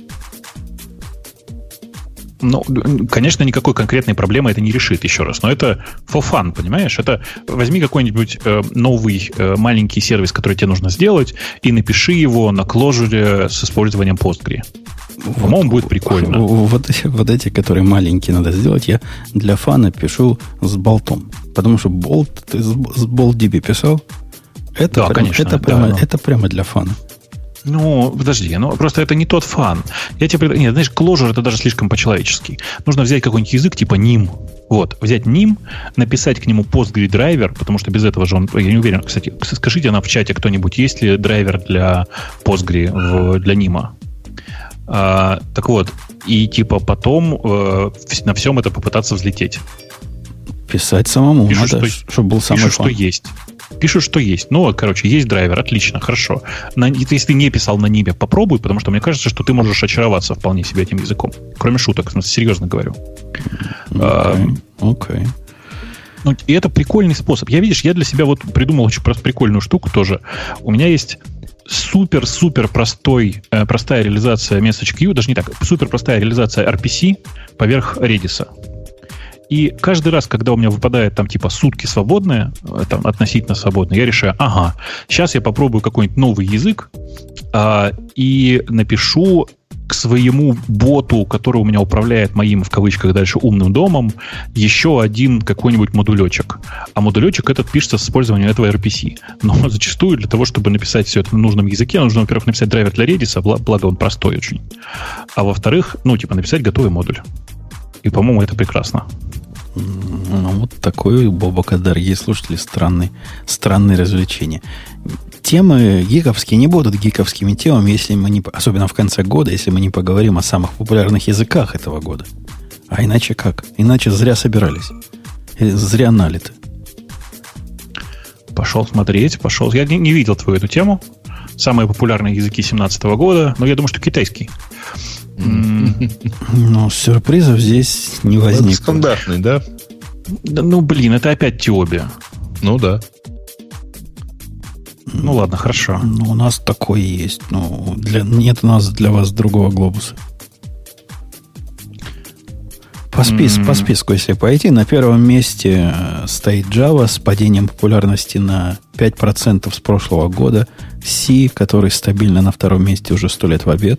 Ну, конечно, никакой конкретной проблемы это не решит, еще раз. Но это for fun, понимаешь? Это возьми какой-нибудь э, новый э, маленький сервис, который тебе нужно сделать, и напиши его на кложере с использованием Postgre. Вот, по-моему, будет прикольно. Вот, вот эти, которые маленькие надо сделать, я для фана пишу с болтом. Потому что болт, ты с болт.db писал? Это, да, прям, конечно, это, прямо, да. это прямо для фана. Ну, подожди, ну просто это не тот фан. Я тебе предлагаю, нет, знаешь, Clojure это даже слишком по-человечески. Нужно взять какой-нибудь язык типа ним. Вот, взять ним, написать к нему Postgre драйвер, потому что без этого же он, я не уверен, кстати, скажите нам в чате кто-нибудь, есть ли драйвер для Postgre в, для нима. А, так вот, и типа потом э, на всем это попытаться взлететь. Писать самому Пишут, надо, что, чтобы был самый пишут, фан. что есть. Пишут, что есть. Ну, короче, есть драйвер, отлично, хорошо. На, если ты не писал на Ниме, попробуй, потому что мне кажется, что ты можешь очароваться вполне себе этим языком. Кроме шуток, в смысле, серьезно говорю. Окей, okay, окей. Okay. Ну, и это прикольный способ. Я, видишь, я для себя вот придумал очень просто прикольную штуку тоже. У меня есть супер-супер простой, э, простая реализация MessageQ, даже не так, супер простая реализация ар пи си поверх Redis. И каждый раз, когда у меня выпадает там типа сутки свободные, там относительно свободные, я решаю, ага, сейчас я попробую какой-нибудь новый язык а, и напишу к своему боту, который у меня управляет моим, в кавычках, дальше умным домом, еще один какой-нибудь модулечек. А модулечек этот пишется с использованием этого ар пи си. Но зачастую для того, чтобы написать все это на нужном языке, нужно, во-первых, написать драйвер для Redis, благо он простой очень. А во-вторых, ну, типа, написать готовый модуль. И, по-моему, это прекрасно. Ну, вот такой, Бобок, дорогие слушатели, странный, странные развлечения. Темы гиковские не будут гиковскими темами, если мы не, особенно в конце года, если мы не поговорим о самых популярных языках этого года. А иначе как? Иначе зря собирались. Зря налиты. Пошел смотреть, пошел. Я не, не видел твою эту тему. Самые популярные языки две тысячи семнадцатого года, но я думаю, что китайский. Ну, сюрпризов здесь не возникло. Это стандартный, да? Ну, блин, это опять Тиоби. Ну, да. Ну, ладно, хорошо. Ну, у нас такое есть. Ну, для, нет у нас для вас другого глобуса. По, спис, mm-hmm. по списку, если пойти, на первом месте стоит Java с падением популярности на пять процентов с прошлого года. C, который стабильно на втором месте уже сто лет в обед.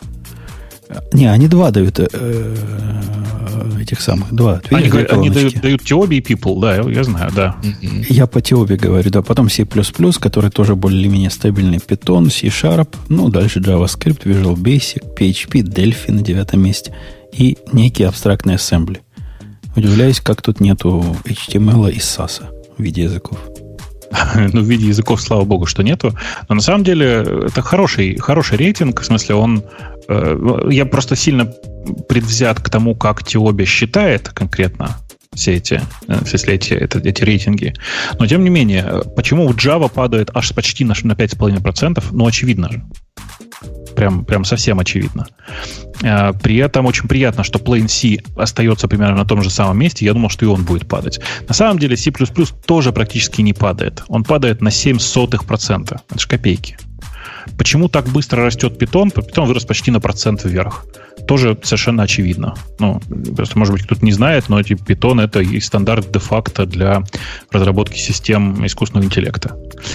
Не, они два дают э, этих самых, два. Они, говорят, они дают, дают Тиоби и People, да, я, я знаю, да. Mm-hmm. Я по Тиоби говорю, да. Потом C++, который тоже более-менее стабильный, Python, C-Sharp, ну, дальше JavaScript, Visual Basic, пи эйч пи, Delphi на девятом месте и некий абстрактный ассембли. Удивляюсь, как тут нету эйч ти эм эл и саса в виде языков. Ну, в виде языков, слава богу, что нету. Но на самом деле это хороший, хороший рейтинг. В смысле, он... Э, я просто сильно предвзят к тому, как Тиоби считает конкретно все эти, все эти, это, эти рейтинги. Но, тем не менее, почему в Java падает аж почти на, на пять целых пять десятых процента? Ну, очевидно же. Прям, прям совсем очевидно. При этом очень приятно, что Plain C остается примерно на том же самом месте. Я думал, что и он будет падать. На самом деле C++ тоже практически не падает. Он падает на семь сотых процента. Это же копейки. Почему так быстро растет Python? Python вырос почти на процент вверх. Тоже совершенно очевидно. Ну, просто, может быть, кто-то не знает, но Python — это и стандарт де-факто для разработки систем искусственного интеллекта.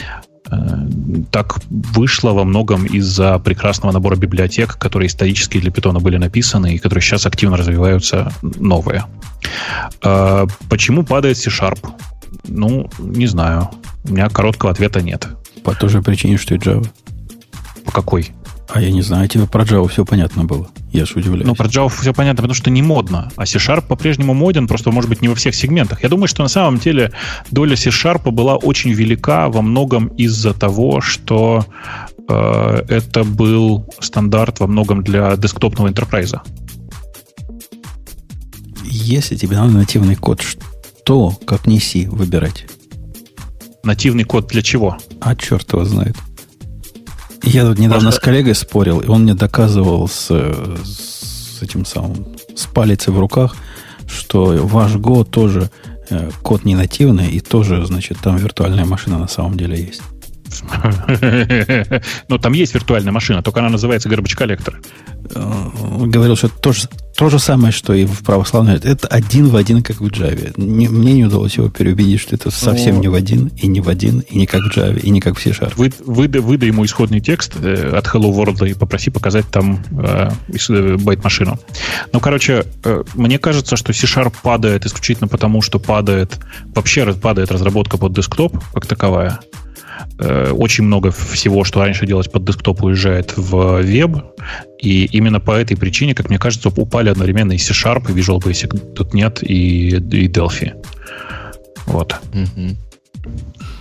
Так вышло во многом из-за прекрасного набора библиотек, которые исторически для Python были написаны и которые сейчас активно развиваются новые. Почему падает C-Sharp? Ну, не знаю. У меня короткого ответа нет. По той же причине, что и Java. По какой? А я не знаю, тебе про Java все понятно было. Я же удивляюсь. Ну, про Java все понятно, потому что не модно. А C-Sharp по-прежнему моден, просто, может быть, не во всех сегментах. Я думаю, что на самом деле доля C-Sharp была очень велика во многом из-за того, что э, это был стандарт во многом для десктопного энтерпрайза. Если тебе надо нативный код, что, как не C, выбирать? Нативный код для чего? А черт его знает. Я тут недавно Может... с коллегой спорил, и он мне доказывал с, с этим самым, с палицей в руках, что ваш Go тоже э, код не нативный, и тоже, значит, там виртуальная машина на самом деле есть. Ну, там есть виртуальная машина, только она называется garbage collector. Говорил, что то же, то же самое, что и в православной. Это один в один, как в Java. Не, мне не удалось его переубедить, что это совсем Но... не в один, и не в один, и не как в Java, и не как в C-Sharp. Вы, выдай, выдай ему исходный текст э, от Hello World и попроси показать там э, байт-машину. Ну, короче, э, мне кажется, что C-Sharp падает исключительно потому, что падает, вообще падает разработка под десктоп, как таковая. Очень много всего, что раньше делалось под десктоп, уезжает в веб. И именно по этой причине, как мне кажется, упали одновременно и C-Sharp, и Visual Basic тут нет, и, и Delphi. Вот. Mm-hmm.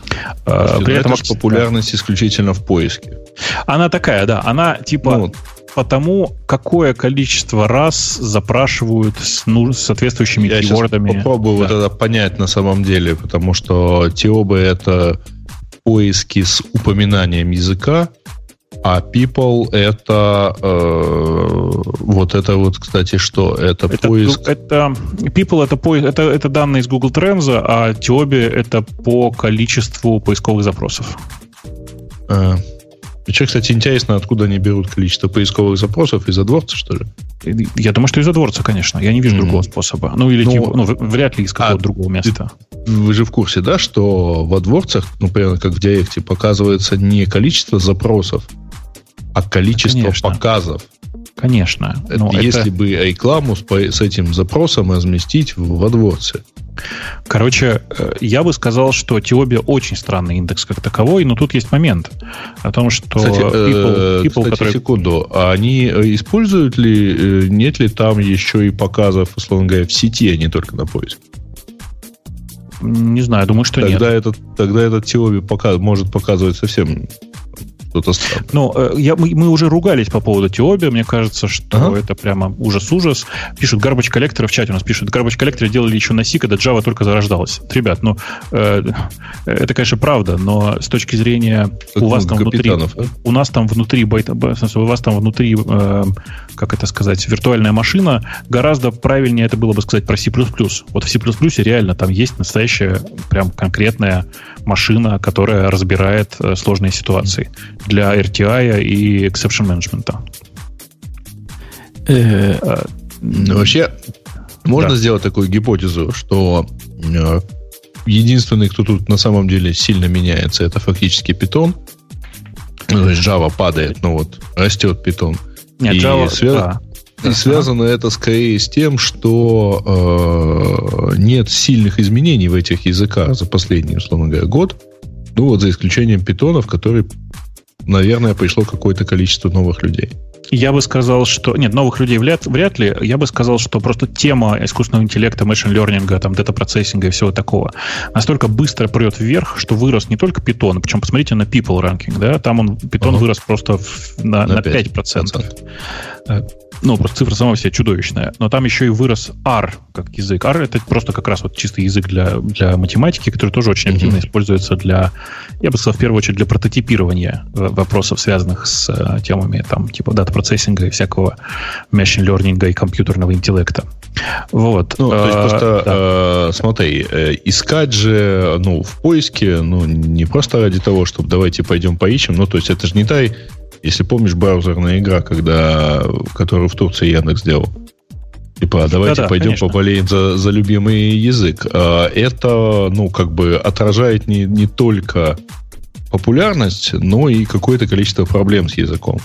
А, при этом популярность да. исключительно в поиске. Она такая, да. Она типа... Ну, по тому, какое количество раз запрашивают с, ну, с соответствующими Я кейвордами. Я попробую да. вот это понять на самом деле, потому что Тиоба — это поиски с упоминанием языка, а people — это э, вот это вот, кстати, что? Это, это поиск... Это, people — это, поиск, это, это данные из Google Trends, а Тиоби — это по количеству поисковых запросов. А, еще, кстати, интересно, откуда они берут количество поисковых запросов? Из AdWords, что ли? Я думаю, что из AdWords, конечно. Я не вижу mm-hmm. другого способа. Ну, или ну, типа, ну, вряд ли из какого-то а, другого места. Вы же в курсе, да, что в AdWords, например, как в Директе, показывается не количество запросов, а количество конечно. показов. Конечно. Это если это... бы рекламу с, с этим запросом разместить в AdWords. Короче, я бы сказал, что Тиоби очень странный индекс как таковой, но тут есть момент о том, что кстати, people, people, кстати которые... секунду, а они используют ли, нет ли там еще и показов, условно говоря, в сети, а не только на поиск? Не знаю, думаю, что тогда нет. Этот, тогда этот Тиоби показ, может показывать совсем что-то странное. Ну, я, мы, мы уже ругались по поводу Тиоби. Мне кажется, что ага. это прямо ужас-ужас. Пишут garbage коллекторы в чате у нас пишут. Garbage коллекторы делали еще на си, когда Java только зарождалась. Ребят, ну, э, это, конечно, правда, но с точки зрения как у вас там внутри... А? У нас там внутри байта, у вас там внутри, э, как это сказать, виртуальная машина, гораздо правильнее это было бы сказать про C++. Вот в C++ реально там есть настоящая, прям конкретная машина, которая разбирает э, сложные ситуации для эр ти ай и exception management. Ну, вообще, можно да. сделать такую гипотезу, что единственный, кто тут на самом деле сильно меняется, это фактически Python. Ну, то есть Java падает, но вот растет Python. Нет, и Java, связ... да. И да. связано это скорее с тем, что э, нет сильных изменений в этих языках за последний, условно говоря, год. Ну, вот за исключением Python, в который, наверное, пришло какое-то количество новых людей. Я бы сказал, что... Нет, новых людей вряд, вряд ли. Я бы сказал, что просто тема искусственного интеллекта, мэшин-лернинга, там, дата-процессинга и всего такого настолько быстро прет вверх, что вырос не только Python. Причем посмотрите на People ranking, да? Там он, Python ага. вырос просто в, на, на, на пять процентов. Ну, просто цифра сама вся чудовищная. Но там еще и вырос R как язык. R — это просто как раз вот чистый язык для, для математики, который тоже очень mm-hmm. активно используется для, я бы сказал, в первую очередь для прототипирования вопросов, связанных с uh, темами там, типа дата-процессинга и всякого machine-learning и компьютерного интеллекта. Вот. Ну, то есть просто, да. э, смотри, э, искать же, ну, в поиске, ну, не просто ради того, чтобы давайте пойдем поищем, ну, то есть это же не та... Если помнишь, браузерная игра, когда, которую в Турции Яндекс сделал. Типа, давайте да, пойдем конечно. поболеем за, за любимый язык. Это, ну, как бы отражает не, не только популярность, но и какое-то количество проблем с языком.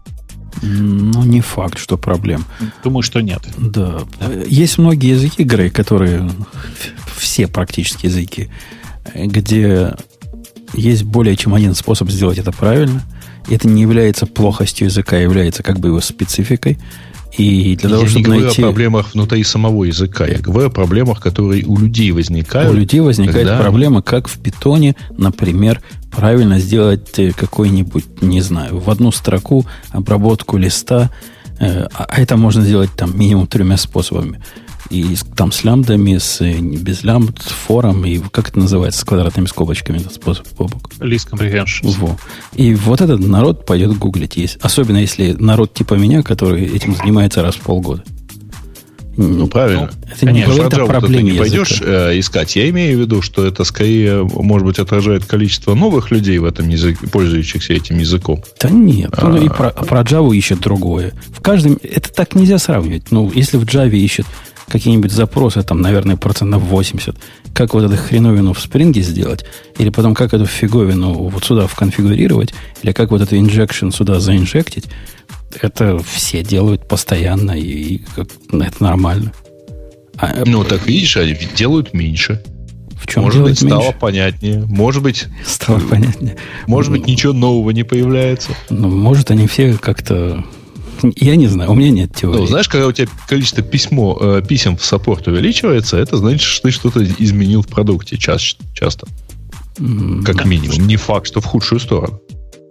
Ну, не факт, что проблем. Думаю, что нет. Да. Есть многие языки, Грей, которые... Все практически языки, где есть более чем один способ сделать это правильно. Это не является плохостью языка, а является как бы его спецификой. И для того, я чтобы не говорю найти... о проблемах внутри самого языка. Я говорю о проблемах, которые у людей возникают. У людей возникает когда... проблема, как в Python, например, правильно сделать какой-нибудь, не знаю, в одну строку обработку листа. А это можно сделать там минимум тремя способами. И там с лямбдами, с без лямбд, фором, и как это называется, с квадратными скобочками этот способ. List comprehension. Во. И вот этот народ пойдет гуглить. Есть. Особенно если народ типа меня, который этим занимается раз в полгода. Ну, правильно. Это не говорит о проблеме ты не пойдешь э, искать. Я имею в виду, что это скорее, может быть, отражает количество новых людей в этом языке, пользующихся этим языком. Да нет. А, ну, и про, про Java ищет другое. В каждом... Это так нельзя сравнивать. Ну, если в Java ищет какие-нибудь запросы, там, наверное, процентов восемьдесят, как вот эту хреновину в Spring сделать, или потом как эту фиговину вот сюда вконфигурировать, или как вот эту injection сюда заинжектить, это все делают постоянно, и, и как, это нормально. А, ну, так видишь, они делают меньше. В чем может быть, стало меньше? понятнее. Может быть, стало понятнее. Может быть, ничего нового не появляется. Ну, может, они все как-то... Я не знаю, у меня нет теории. Ну, знаешь, когда у тебя количество письмо, э, писем в саппорт увеличивается, это значит, что ты что-то изменил в продукте ча- часто. Mm, как да, минимум. Не факт, что в худшую сторону.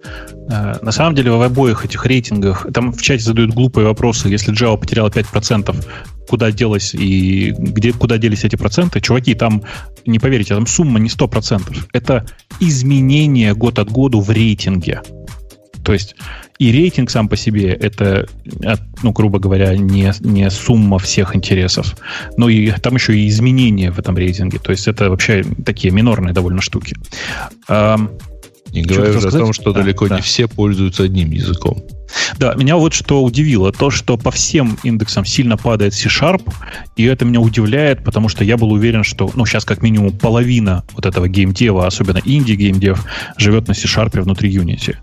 На самом деле в обоих этих рейтингах, там в чате задают глупые вопросы, если Java потеряла пять процентов, куда делась и где, куда делись эти проценты. Чуваки, там, не поверите, там сумма не сто процентов. Это изменение год от года в рейтинге. То есть и рейтинг сам по себе это, ну, грубо говоря, не, не сумма всех интересов, но и там еще и изменения в этом рейтинге. То есть это вообще такие минорные довольно штуки. Не говоря уже о том, что да, далеко да. не все пользуются одним языком. Да, меня вот что удивило, то, что по всем индексам сильно падает C-Sharp, и это меня удивляет, потому что я был уверен, что, ну, сейчас как минимум половина вот этого геймдева, особенно инди-геймдев, живет на C-Sharp внутри Unity.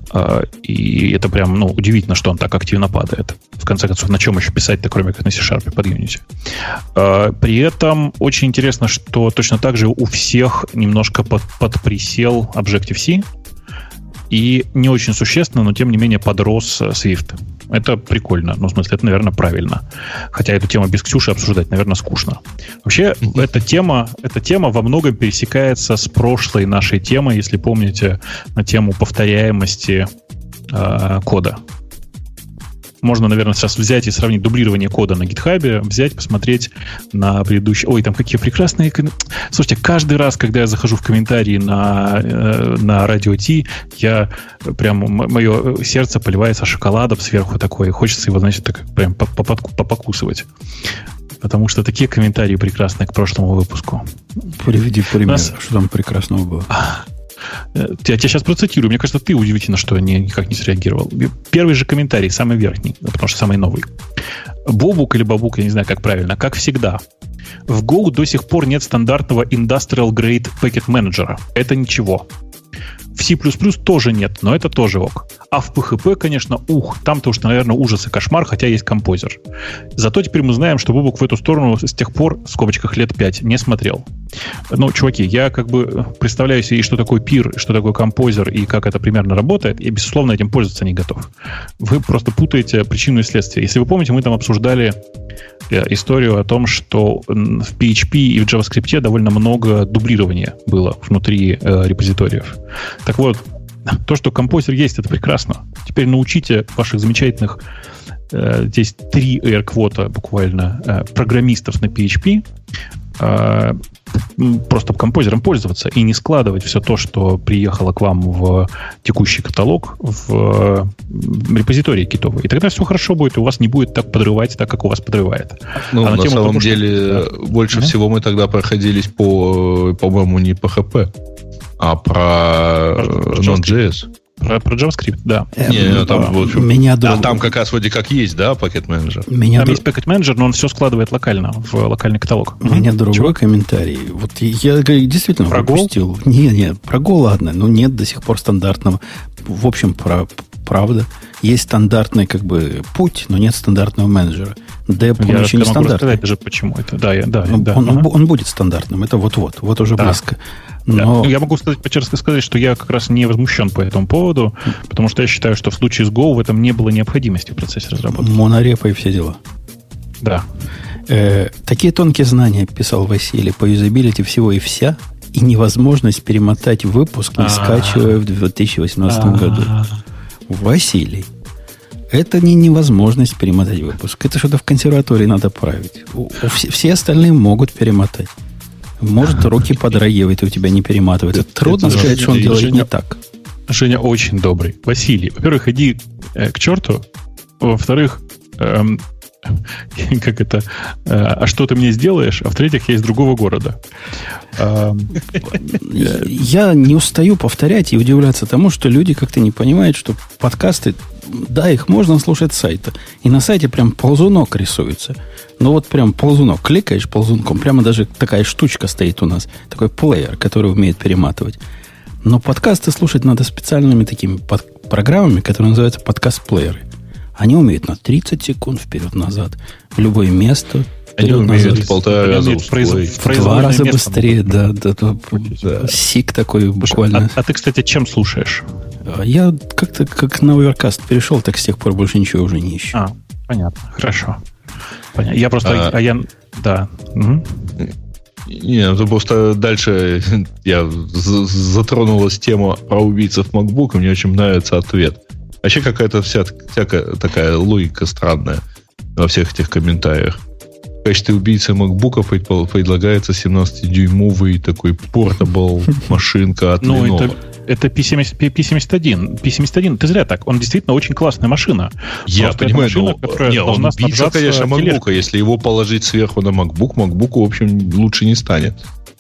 И это прям, ну, удивительно, что он так активно падает. В конце концов, на чем еще писать-то, кроме как на C-Sharp под Unity? При этом очень интересно, что точно так же у всех немножко под, подприсел Objective-C, и не очень существенно, но тем не менее подрос Swift. Это прикольно. Ну, в смысле, это, наверное, правильно. Хотя эту тему без Ксюши обсуждать, наверное, скучно. Вообще, эта тема, эта тема во многом пересекается с прошлой нашей темой, если помните, на тему повторяемости э, кода. Можно, наверное, сейчас взять и сравнить дублирование кода на GitHub, взять, посмотреть на предыдущие... Ой, там какие прекрасные... Слушайте, каждый раз, когда я захожу в комментарии на, на Радио Ти, я прям... Мое сердце поливается шоколадом сверху такой, и хочется его, значит, так прям попокусывать. Потому что такие комментарии прекрасные к прошлому выпуску. Приведи пример, нас... что там прекрасного было. Я тебя сейчас процитирую. Мне кажется, ты удивительно, что не, никак не среагировал. Первый же комментарий, самый верхний, потому что самый новый. Бобук или Бабук, я не знаю, как правильно. Как всегда. В Go до сих пор нет стандартного Industrial Grade Packet Manager. Это ничего. В C++ тоже нет, но это тоже ок. А в пи эйч пи, конечно, ух, там-то уж, наверное, ужас и кошмар, хотя есть композер. Зато теперь мы знаем, что Бобук в эту сторону с тех пор, в скобочках, лет пять, не смотрел. Ну, чуваки, я как бы представляю себе, что такое пир, что такое композер и как это примерно работает, и, безусловно, этим пользоваться не готов. Вы просто путаете причину и следствие. Если вы помните, мы там обсуждали историю о том, что в пи эйч пи и в JavaScript довольно много дублирования было внутри э, репозиториев. Так вот, то, что композер есть, это прекрасно. Теперь научите ваших замечательных, э, здесь три air-квота буквально, э, программистов на пи эйч пи э, просто композером пользоваться и не складывать все то, что приехало к вам в текущий каталог, в репозитории китовый. И тогда все хорошо будет, и у вас не будет так подрывать, так, как у вас подрывает. Ну, а на, на самом того, деле, что... больше mm-hmm. всего мы тогда проходились по, по-моему, не по эйч пи, а про, про Node.js. Про, про JavaScript, да. Не, э, там, а, вот, меня а друг... там как раз вроде как есть, да, Packet Manager? Меня там друг... есть Packet Manager, но он все складывает локально, в локальный каталог. У меня другой Чего? комментарий. Вот я действительно про пропустил. Нет, нет, про Go ладно, но нет до сих пор стандартного. В общем, про, правда. Есть стандартный как бы путь, но нет стандартного менеджера. Деп, он я еще не стандартный. Даже почему это. Да, я, да, он, да, он, ага. он будет стандартным. Это вот-вот, вот уже да. близко. Но... Да. Я могу сказать, по-честно сказать, что я как раз не возмущен по этому поводу, потому что я считаю, что в случае с Go в этом не было необходимости в процессе разработки. Монорепа и все дела. Да. Э, такие тонкие знания, писал Василий, по юзабилити всего и вся, и невозможность перемотать выпуск, не скачивая в две тысячи восемнадцатом году. Василий, это не невозможность перемотать выпуск. Это что-то в консерватории надо править. У, у все, все остальные могут перемотать. Может, руки подрагивают, и у тебя не перематывает. Это трудно это сказать, что он делает Женя, не так. Женя очень добрый. Василий, во-первых, иди э, к черту. Во-вторых, эм, как это, э, а что ты мне сделаешь? А в-третьих, я из другого города. Эм, я не устаю повторять и удивляться тому, что люди как-то не понимают, что подкасты, да, их можно слушать с сайта. И на сайте прям ползунок рисуется. Ну вот прям ползунок. Кликаешь ползунком. Прямо даже такая штучка стоит у нас. Такой плеер, который умеет перематывать. Но подкасты слушать надо специальными такими под- программами, которые называются подкаст-плееры. Они умеют на тридцать секунд вперед-назад. В любое место. Они умеют в полтора раза ускорить. В два раза быстрее. Да, да, да, да. Сик такой буквально. А, а ты, кстати, чем слушаешь? Я как-то как на Overcast перешел, так с тех пор больше ничего уже не ищу. А, понятно. Хорошо. Понятно. Я просто... А, а я... Да. Угу. Не, это просто дальше я затронулась тема про убийцев MacBook, и мне очень нравится ответ. Вообще какая-то вся, всякая такая логика странная во всех этих комментариях. В качестве убийцы MacBook предлагается семнадцатидюймовый такой портабл машинка от ну, Lenovo. Это, это пи семьдесят один. пи семьдесят один, ты зря так. Он действительно очень классная машина. Я Просто понимаю, машина, но не, он убийца, конечно, MacBook. Если его положить сверху на MacBook, MacBook, в общем, лучше не станет.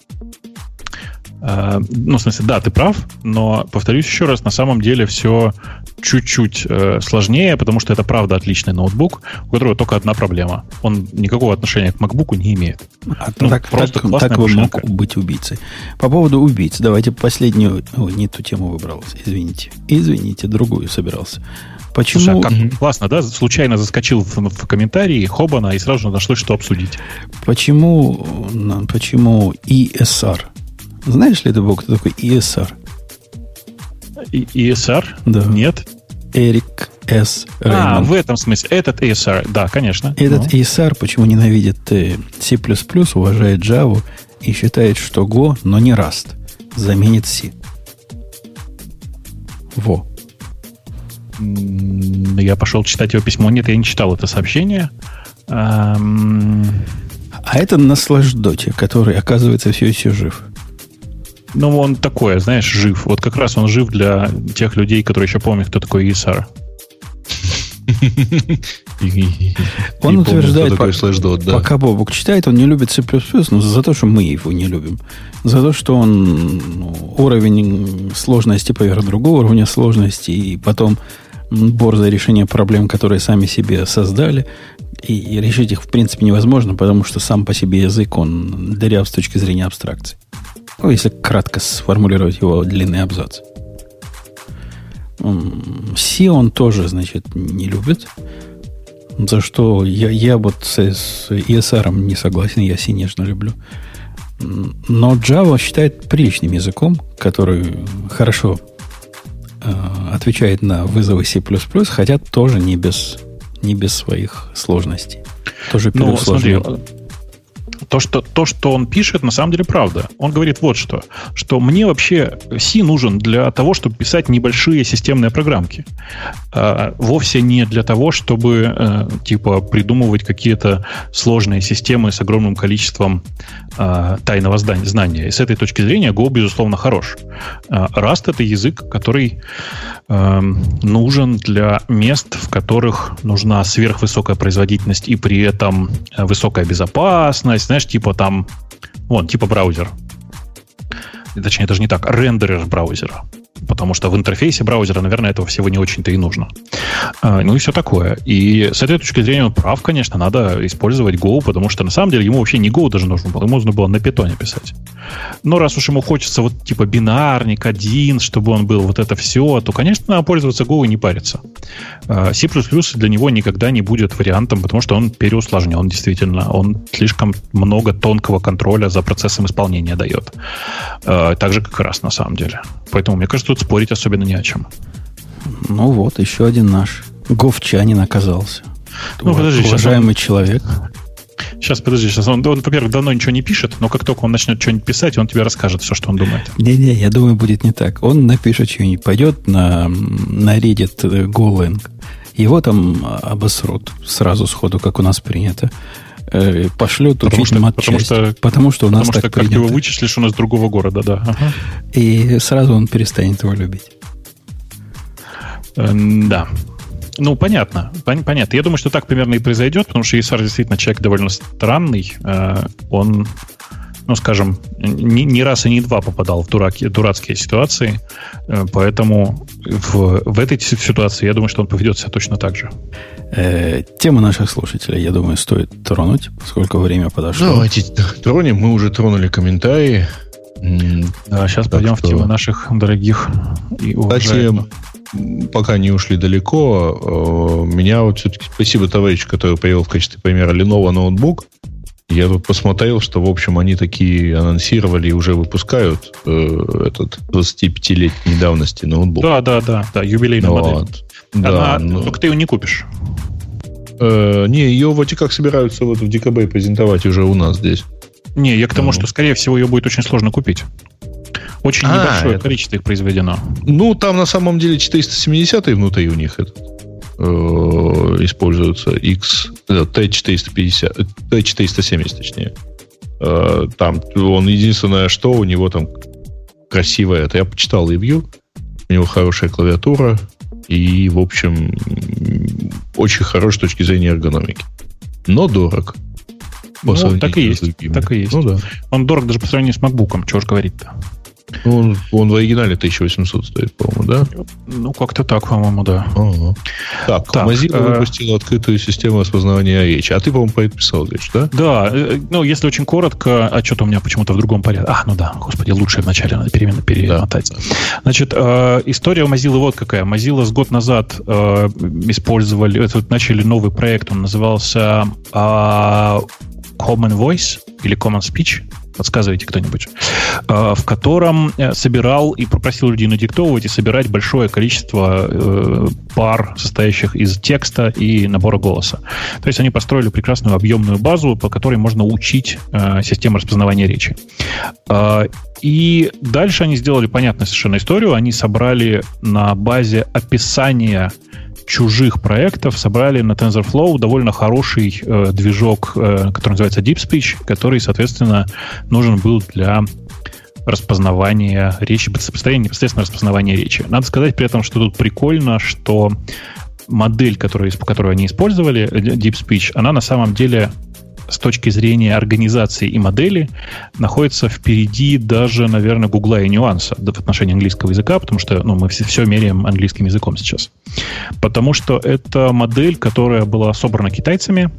Uh, ну, в смысле, да, ты прав, но, повторюсь еще раз, на самом деле все чуть-чуть uh, сложнее, потому что это, правда, отличный ноутбук, у которого только одна проблема. Он никакого отношения к MacBook не имеет. А ну, так, просто так, так вы мог быть убийцей. По поводу убийц, давайте последнюю... О, не ту тему выбрал, извините. Извините, другую собирался. Почему... Слушай, а как mm-hmm. классно, да? Случайно заскочил в, в комментарии Хобана и сразу же нашлось, что обсудить. Почему, почему и эс ар? Знаешь ли ты, Бог, кто такой и эс ар? и эс ар? Да. Нет. Эрик С. Реймонд. А, в этом смысле. Этот и эс ар, да, конечно. Этот ну. и эс ар почему ненавидит C++, уважает Java и считает, что Go, но не Rust, заменит C. Во. Я пошел читать его письмо. Нет, я не читал это сообщение. Эм... А это наслаждоте, который, оказывается, все еще жив. Ну, он такое, знаешь, жив. Вот как раз он жив для тех людей, которые еще помнят, кто такой и эс ар. Он утверждает, пока Бобук читает, он не любит C++, но за то, что мы его не любим. За то, что он уровень сложности поверх другого уровня сложности, и потом борзое решение проблем, которые сами себе создали, и решить их, в принципе, невозможно, потому что сам по себе язык, он дыряв с точки зрения абстракции. Ну, если кратко сформулировать его длинный абзац. C он тоже, значит, не любит. За что я, я вот с, с и эс ар не согласен, я C нежно люблю. Но Java считает приличным языком, который хорошо э, отвечает на вызовы C++, хотя тоже не без, не без своих сложностей. Тоже переусложнил. Ну, То что, то, что он пишет, на самом деле правда. Он говорит вот что. Что мне вообще C нужен для того, чтобы писать небольшие системные программки. А, вовсе не для того, чтобы а, типа придумывать какие-то сложные системы с огромным количеством а, тайного знания. И с этой точки зрения Go, безусловно, хорош. А, Rust — это язык, который а, нужен для мест, в которых нужна сверхвысокая производительность и при этом высокая безопасность. Знаешь, типа там, вон, типа браузер. Точнее, даже не так, рендерер браузера. Потому что в интерфейсе браузера, наверное, этого всего не очень-то и нужно. А, ну и все такое. И с этой точки зрения он прав, конечно, надо использовать Go, потому что на самом деле ему вообще не Go даже нужно было, ему нужно было на питоне писать. Но раз уж ему хочется вот типа бинарник один, чтобы он был вот это все, то, конечно, надо пользоваться Go и не париться. А, C++ для него никогда не будет вариантом, потому что он переусложнен, действительно. Он слишком много тонкого контроля за процессом исполнения дает. А, так же, как и раз на самом деле. Поэтому, мне кажется, тут спорить особенно не о чем. Ну вот, еще один наш говчанин оказался. Ну, подожди, уважаемый он... человек. Сейчас, подожди, сейчас он, он, во-первых, давно ничего не пишет, но как только он начнет что-нибудь писать, он тебе расскажет все, что он думает. Не-не, я думаю, будет не так. Он напишет что-нибудь, пойдет на, на Reddit GoLang, его там обосрут сразу сходу, как у нас принято. Пошлет учить матчасть. Потому что, потому что у нас потому так что принято. Как ты его вычислишь, у нас другого города, да. Ага. И сразу он перестанет его любить. Э, да. Ну, понятно. Пон- понятно. Я думаю, что так примерно и произойдет, потому что и эс ар действительно человек довольно странный. Э, он, ну, скажем, не, не раз и не два попадал в дураки, дурацкие ситуации. Э, поэтому в, в этой ситуации я думаю, что он поведет себя точно так же. Э, тему наших слушателей, я думаю, стоит тронуть, поскольку время подошло. Давайте тронем. Мы уже тронули комментарии. Да, сейчас так пойдем что... в тему наших дорогих и уважаемых. Кстати, пока не ушли далеко, меня вот все-таки спасибо товарищу, который привел в качестве примера Lenovo ноутбук. Я тут посмотрел, что, в общем, они такие анонсировали и уже выпускают э, этот двадцатипятилетней давности ноутбук. Да, да, да, да, юбилейная вот. модель. Да, Она, но... Только ты ее не купишь. Э, не, ее вроде как собираются вот в декабре презентовать уже у нас здесь. Не, я к тому, Ну. что, скорее всего, ее будет очень сложно купить. Очень А, небольшое это- количество их произведено. Ну, там на самом деле четыреста семьдесят внутри у них этот, э, используется X, э, Т четыреста пятьдесят, э, Т четыреста семьдесят, точнее. Э, там он единственное, что у него там красивое. Это я почитал ревью. У него хорошая клавиатура и, в общем, м, очень хорош с точки зрения эргономики. Но дорог. По Ну, сравнению так и с есть, другими. так и есть. Ну да. Он дорог даже по сравнению с MacBook'ом, чего ж говорить-то. Ну, Он, он в оригинале тысяча восемьсот стоит, по-моему, да? Ну, как-то так, по-моему, да. Ага. Так, Так, Mozilla э, выпустила открытую систему распознавания речи. А ты, по-моему, подписал, говоришь, да? Да, э, ну, если очень коротко, а что-то у меня почему-то в другом порядке. А, ну да, господи, лучше вначале надо переменно перемотать. Значит, э, история у Mozilla вот какая. Mozilla с год назад э, использовали, это вот начали новый проект, он назывался э, Common Voice или Common Speech, подсказывайте кто-нибудь, э, в котором э, собирал и попросил людей надиктовывать и собирать большое количество э, пар, состоящих из текста и набора голоса. То есть они построили прекрасную объемную базу, по которой можно учить э, систему распознавания речи. Э, и дальше они сделали понятную совершенно историю. Они собрали на базе описания чужих проектов, собрали на TensorFlow довольно хороший э, движок, э, который называется Deep Speech, который, соответственно, нужен был для распознавания речи, состояния непосредственно распознавания речи. Надо сказать при этом, что тут прикольно, что модель, которую, которую они использовали, Deep Speech, она на самом деле с точки зрения организации и модели находится впереди даже, наверное, Гугла и Нюанса в отношении английского языка, потому что ну, мы все, все меряем английским языком сейчас. Потому что это модель, которая была собрана китайцами,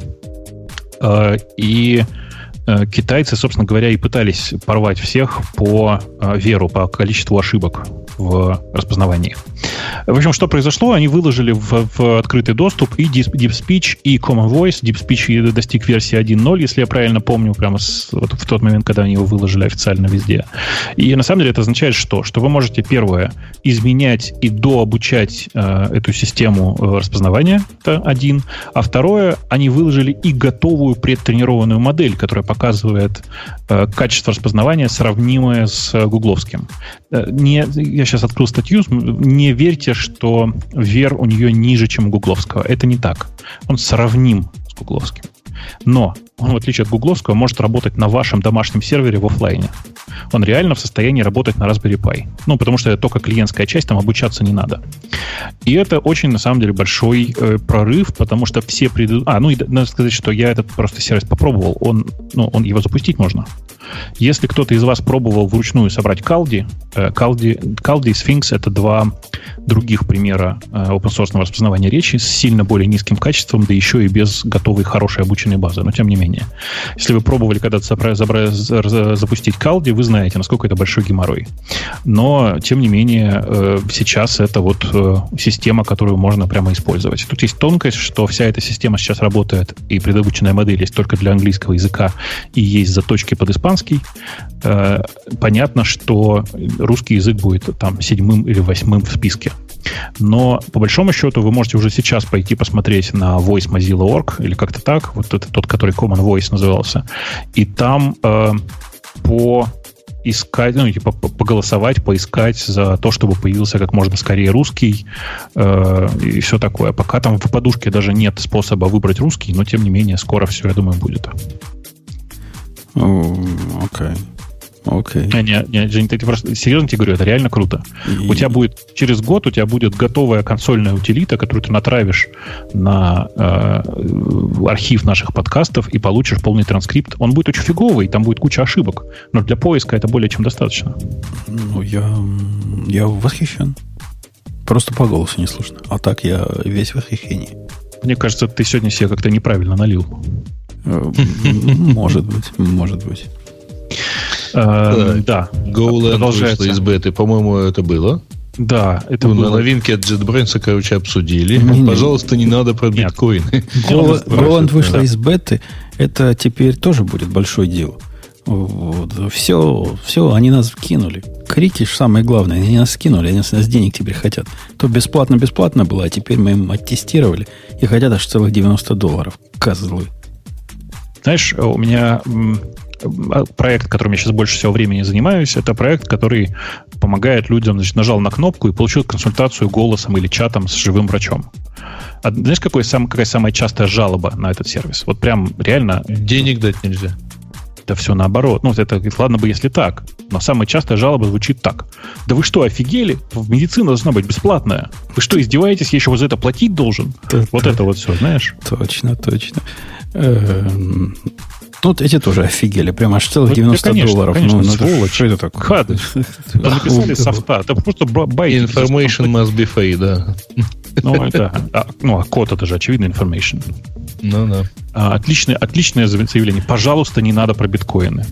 э, и э, китайцы, собственно говоря, и пытались порвать всех по э, веру, по количеству ошибок в распознавании. В общем, что произошло? Они выложили в, в открытый доступ и Deep Speech, и Common Voice. Deep Speech достиг версии один ноль, если я правильно помню, прямо с, вот в тот момент, когда они его выложили официально везде. И на самом деле это означает что? Что вы можете, первое, изменять и дообучать э, эту систему э, распознавания, это один. А второе, они выложили и готовую предтренированную модель, которая показывает э, качество распознавания, сравнимое с э, гугловским. Э, не, я сейчас открыл статью, не верьте, что вер у нее ниже, чем у гугловского. Это не так. Он сравним с гугловским. Но он, в отличие от гугловского, может работать на вашем домашнем сервере в офлайне. Он реально в состоянии работать на Raspberry Pi. Ну, потому что это только клиентская часть, там обучаться не надо. И это очень, на самом деле, большой э, прорыв, потому что все предыдущие... А, ну, и надо сказать, что я этот просто сервис попробовал. Он, ну, он, его запустить можно. Если кто-то из вас пробовал вручную собрать Kaldi, э, Kaldi, Kaldi и Sphinx — это два других примера э, open-source распознавания речи с сильно более низким качеством, да еще и без готовой хорошей обученной базы. Но тем не менее. Если вы пробовали когда-то забра- забра- запустить Kaldi, вы знаете, насколько это большой геморрой. Но, тем не менее, э, сейчас это вот э, система, которую можно прямо использовать. Тут есть тонкость, что вся эта система сейчас работает, и предобученная модель есть только для английского языка, и есть заточки под испанский. Э, понятно, что русский язык будет там седьмым или восьмым в списке. Но, по большому счету, вы можете уже сейчас пойти посмотреть на voice mozilla точка org, или как-то так, вот это тот, который Common Voice назывался, и там э, по искать, ну, типа, поголосовать, поискать за то, чтобы появился как можно скорее русский э, и все такое. Пока там в подушке даже нет способа выбрать русский, но, тем не менее, скоро все, я думаю, будет. Окей. Okay. Окей. Okay. Не, не, Жень, ты просто серьезно тебе говорю, это реально круто. И... У тебя будет через год у тебя будет готовая консольная утилита, которую ты натравишь на э, архив наших подкастов и получишь полный транскрипт. Он будет очень фиговый, там будет куча ошибок, но для поиска это более чем достаточно. Ну, я, я восхищен. Просто по голосу не слышно. А так я весь в восхищении. Мне кажется, ты сегодня себе как-то неправильно налил. Может быть, может быть. Uh, да. GoLand вышла из беты. По-моему, это было. Да, это ну, было. На новинке от JetBrains, короче, обсудили. Не, Пожалуйста, не надо про биткоины. GoLand вышла из беты. Это теперь тоже будет большой дел. Вот. Все, все, они нас кинули. Крики же самое главное. Они нас кинули, они нас денег теперь хотят. То бесплатно-бесплатно было, а теперь мы им оттестировали и хотят аж целых девяносто долларов. Козлы. Знаешь, у меня... проект, которым я сейчас больше всего времени занимаюсь, это проект, который помогает людям, значит, нажал на кнопку и получил консультацию голосом или чатом с живым врачом. А знаешь, какой, сам, какая самая частая жалоба на этот сервис? Вот прям реально... Денег дать нельзя. Да все наоборот. Ну, это, ладно бы, если так. Но самая частая жалоба звучит так. Да вы что, офигели? Медицина должна быть бесплатная. Вы что, издеваетесь? Я еще вот за это платить должен? Да, вот да. это вот все, знаешь? Точно, точно. Тут эти тоже офигели. Прям аж целых девяносто да, конечно, долларов. Конечно, ну, сволочь. Что это такое? Хады. Написали софта. Это просто байт. Information must be free, да. Ну, это, а, ну, а код это же очевидно information. Ну, да. А, отличное, отличное заявление. Пожалуйста, не надо про биткоины.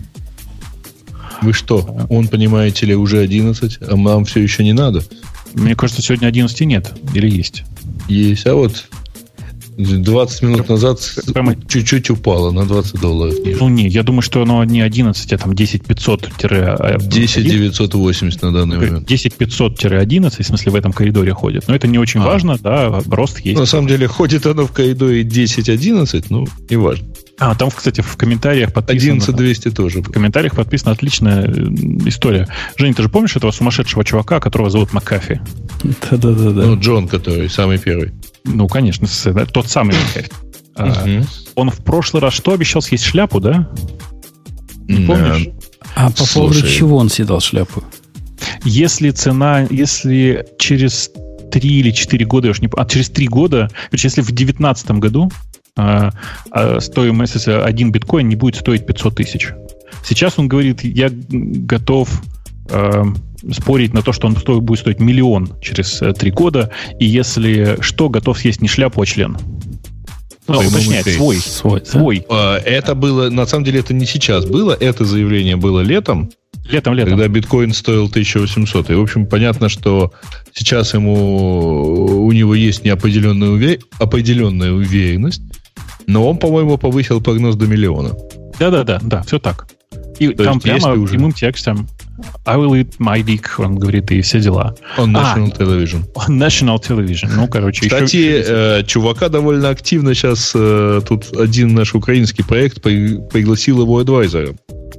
Вы что, он, понимаете ли, уже одиннадцать, а нам все еще не надо? Мне кажется, сегодня одиннадцати нет. Или есть? Есть, а вот двадцать минут назад Прямо... чуть-чуть упало на двадцать долларов. Ну, не, я думаю, что оно не одиннадцать, а там десять пятьсот десять девятьсот восемьдесят на данный момент. десять пятьсот одиннадцать, в смысле, в этом коридоре ходит. Но это не очень а. важно, да, рост есть. На самом деле, ходит оно в коридоре десять одиннадцать, ну, не важно. А, там, кстати, в комментариях подписано... одиннадцать двести тоже. В комментариях подписана отличная история. Женя, ты же помнишь этого сумасшедшего чувака, которого зовут Макафи? Да-да-да. Ну, Джон, который самый первый. Ну, конечно, тот самый Макафи. Uh-huh. Он в прошлый раз что обещал съесть шляпу, да? Не помнишь? А по Слушай. поводу чего он съедал шляпу? Если цена, если через три или четыре года, я уж не помню, а через три года, короче, если в девятнадцатом году а, а, стоимость, если один биткоин не будет стоить пятьсот тысяч. Сейчас он говорит, я готов а, спорить на то, что он стоит, будет стоить миллион через три года, и если что, готов съесть не шляпу, а член. Ну, уточняет, свой. Свой, свой. Да? Это было, на самом деле, это не сейчас было, это заявление было летом. Летом, летом. Когда биткоин стоил тысяча восемьсот. И, в общем, понятно, что сейчас ему, у него есть неопределенная уве... определенная уверенность, но он, по-моему, повысил прогноз до миллиона. Да-да-да, да, все так. И то там прямо прямым текстом I will eat my dick, он говорит, и все дела. On National а, Television. On National Television. Ну, короче, Кстати, еще... э, чувака довольно активно сейчас э, тут один наш украинский проект пригласил его адвайзером.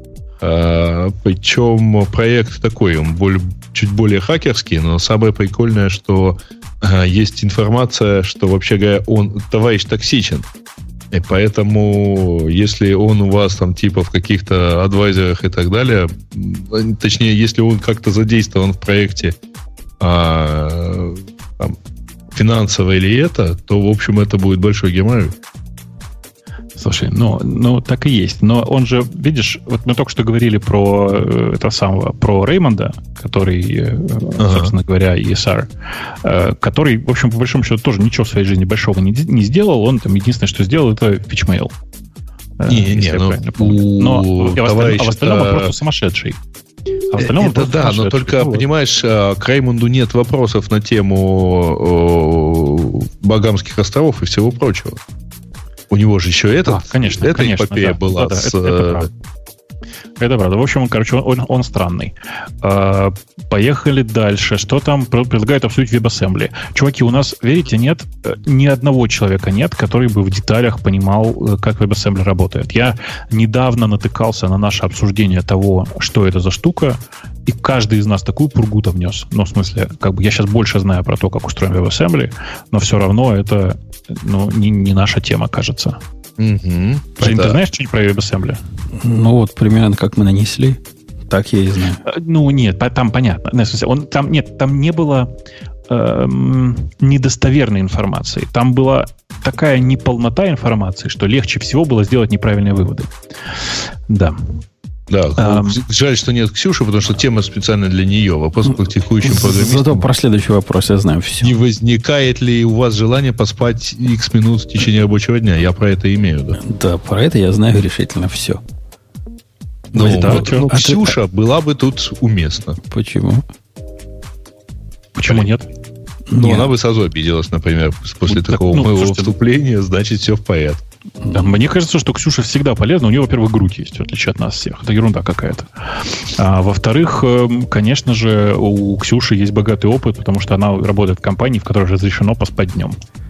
Э, причем проект такой, он более, чуть более хакерский, но самое прикольное, что э, есть информация, что, вообще говоря, он товарищ токсичен. И поэтому, если он у вас там типа в каких-то адвайзерах и так далее, точнее, если он как-то задействован в проекте а, там, финансово или это, то, в общем, это будет большой геморрой. Слушай, ну, ну, так и есть. Но он же, видишь, вот мы только что говорили про это самого, про Реймонда, который, ага. собственно говоря, и эс ар, который, в общем, по большому счету, тоже ничего в своей жизни большого не, не сделал. Он там единственное, что сделал, это фичмейл. Не, не, ну, но у а в остальном, а в остальном он просто сумасшедший. А это да, но только, ну, понимаешь, к Реймонду нет вопросов на тему Багамских островов и всего прочего. У него же еще этот, а, конечно, эта конечно, эпопея да, была да, с... Это, это, правда. это правда. В общем, короче, он, он странный. А, поехали дальше. Что там предлагают обсудить WebAssembly? Чуваки, у нас, верите, нет, ни одного человека нет, который бы в деталях понимал, как WebAssembly работает. Я недавно натыкался на наше обсуждение того, что это за штука, и каждый из нас такую пургу там внес. Ну, в смысле, как бы я сейчас больше знаю про то, как устроен WebAssembly, но все равно это, ну, не, не наша тема, кажется. Угу. Жень, да. Ты знаешь что-нибудь про WebAssembly? Ну, вот примерно как мы нанесли. Так я и знаю. Ну, нет, там понятно. В смысле, он, там, нет, там не было эм, недостоверной информации. Там была такая неполнота информации, что легче всего было сделать неправильные выводы. Да. Да, um, жаль, что нет Ксюши, потому что тема специально для нее. Вопрос к практикующим программистам. Зато про следующий вопрос я знаю все. Не возникает ли у вас желание поспать X минут в течение рабочего дня? Я про это имею, да. Да, про это я знаю решительно все. Ну, ну, вот, ну а Ксюша ты... была бы тут уместна. Почему? Почему нет? Ну, нет. Она бы сразу обиделась, например, после вот такого так, ну, моего вступления, значит, все в порядке. Да, мне кажется, что Ксюша всегда полезна. У нее, во-первых, грудь есть, в отличие от нас всех. Это ерунда какая-то. А во-вторых, конечно же, у Ксюши есть богатый опыт, потому что она работает в компании, в которой разрешено поспать днем.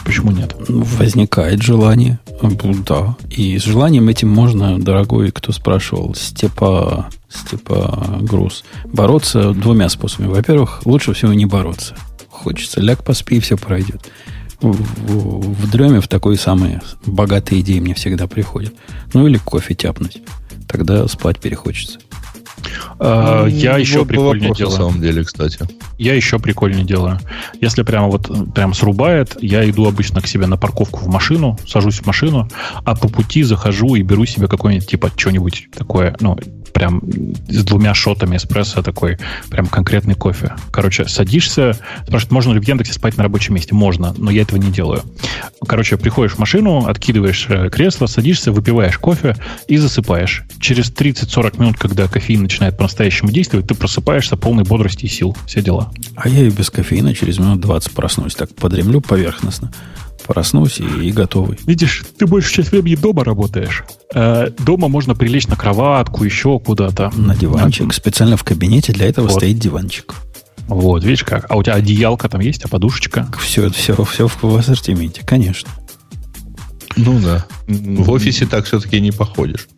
Почему нет? Возникает желание. Да. И с желанием этим можно, дорогой, кто спрашивал, Степа, Степа Груз, бороться двумя способами. Во-первых, лучше всего не бороться. Хочется, ляг, поспи, и все пройдет. В, в, в дреме в такой самые богатые идеи мне всегда приходят. Ну, или кофе тяпнуть. Тогда спать перехочется. А, ну, я еще вот прикольнее делаю. На самом деле, кстати. Я еще прикольнее делаю. Если прямо вот прям срубает, я иду обычно к себе на парковку в машину, сажусь в машину, а по пути захожу и беру себе какое-нибудь типа что-нибудь такое, ну, прям с двумя шотами эспрессо такой, прям конкретный кофе. Короче, садишься, спрашивают, можно ли в Яндексе спать на рабочем месте? Можно, но я этого не делаю. Короче, приходишь в машину, откидываешь кресло, садишься, выпиваешь кофе и засыпаешь. Через тридцать-сорок минут, когда кофеин начинает по-настоящему действовать, ты просыпаешься полной бодрости и сил. Все дела. А я и без кофеина через минут двадцать проснусь. Так подремлю поверхностно. Проснусь и, и готовый. Видишь, ты большую часть времени дома работаешь. Э, дома можно прилечь на кроватку, еще куда-то. На диванчик. На... Специально в кабинете для этого вот. Стоит диванчик. Вот, видишь как. А у тебя одеялка там есть, а подушечка? Все, все, все в, в ассортименте, конечно. Ну да. В офисе так все-таки не походишь.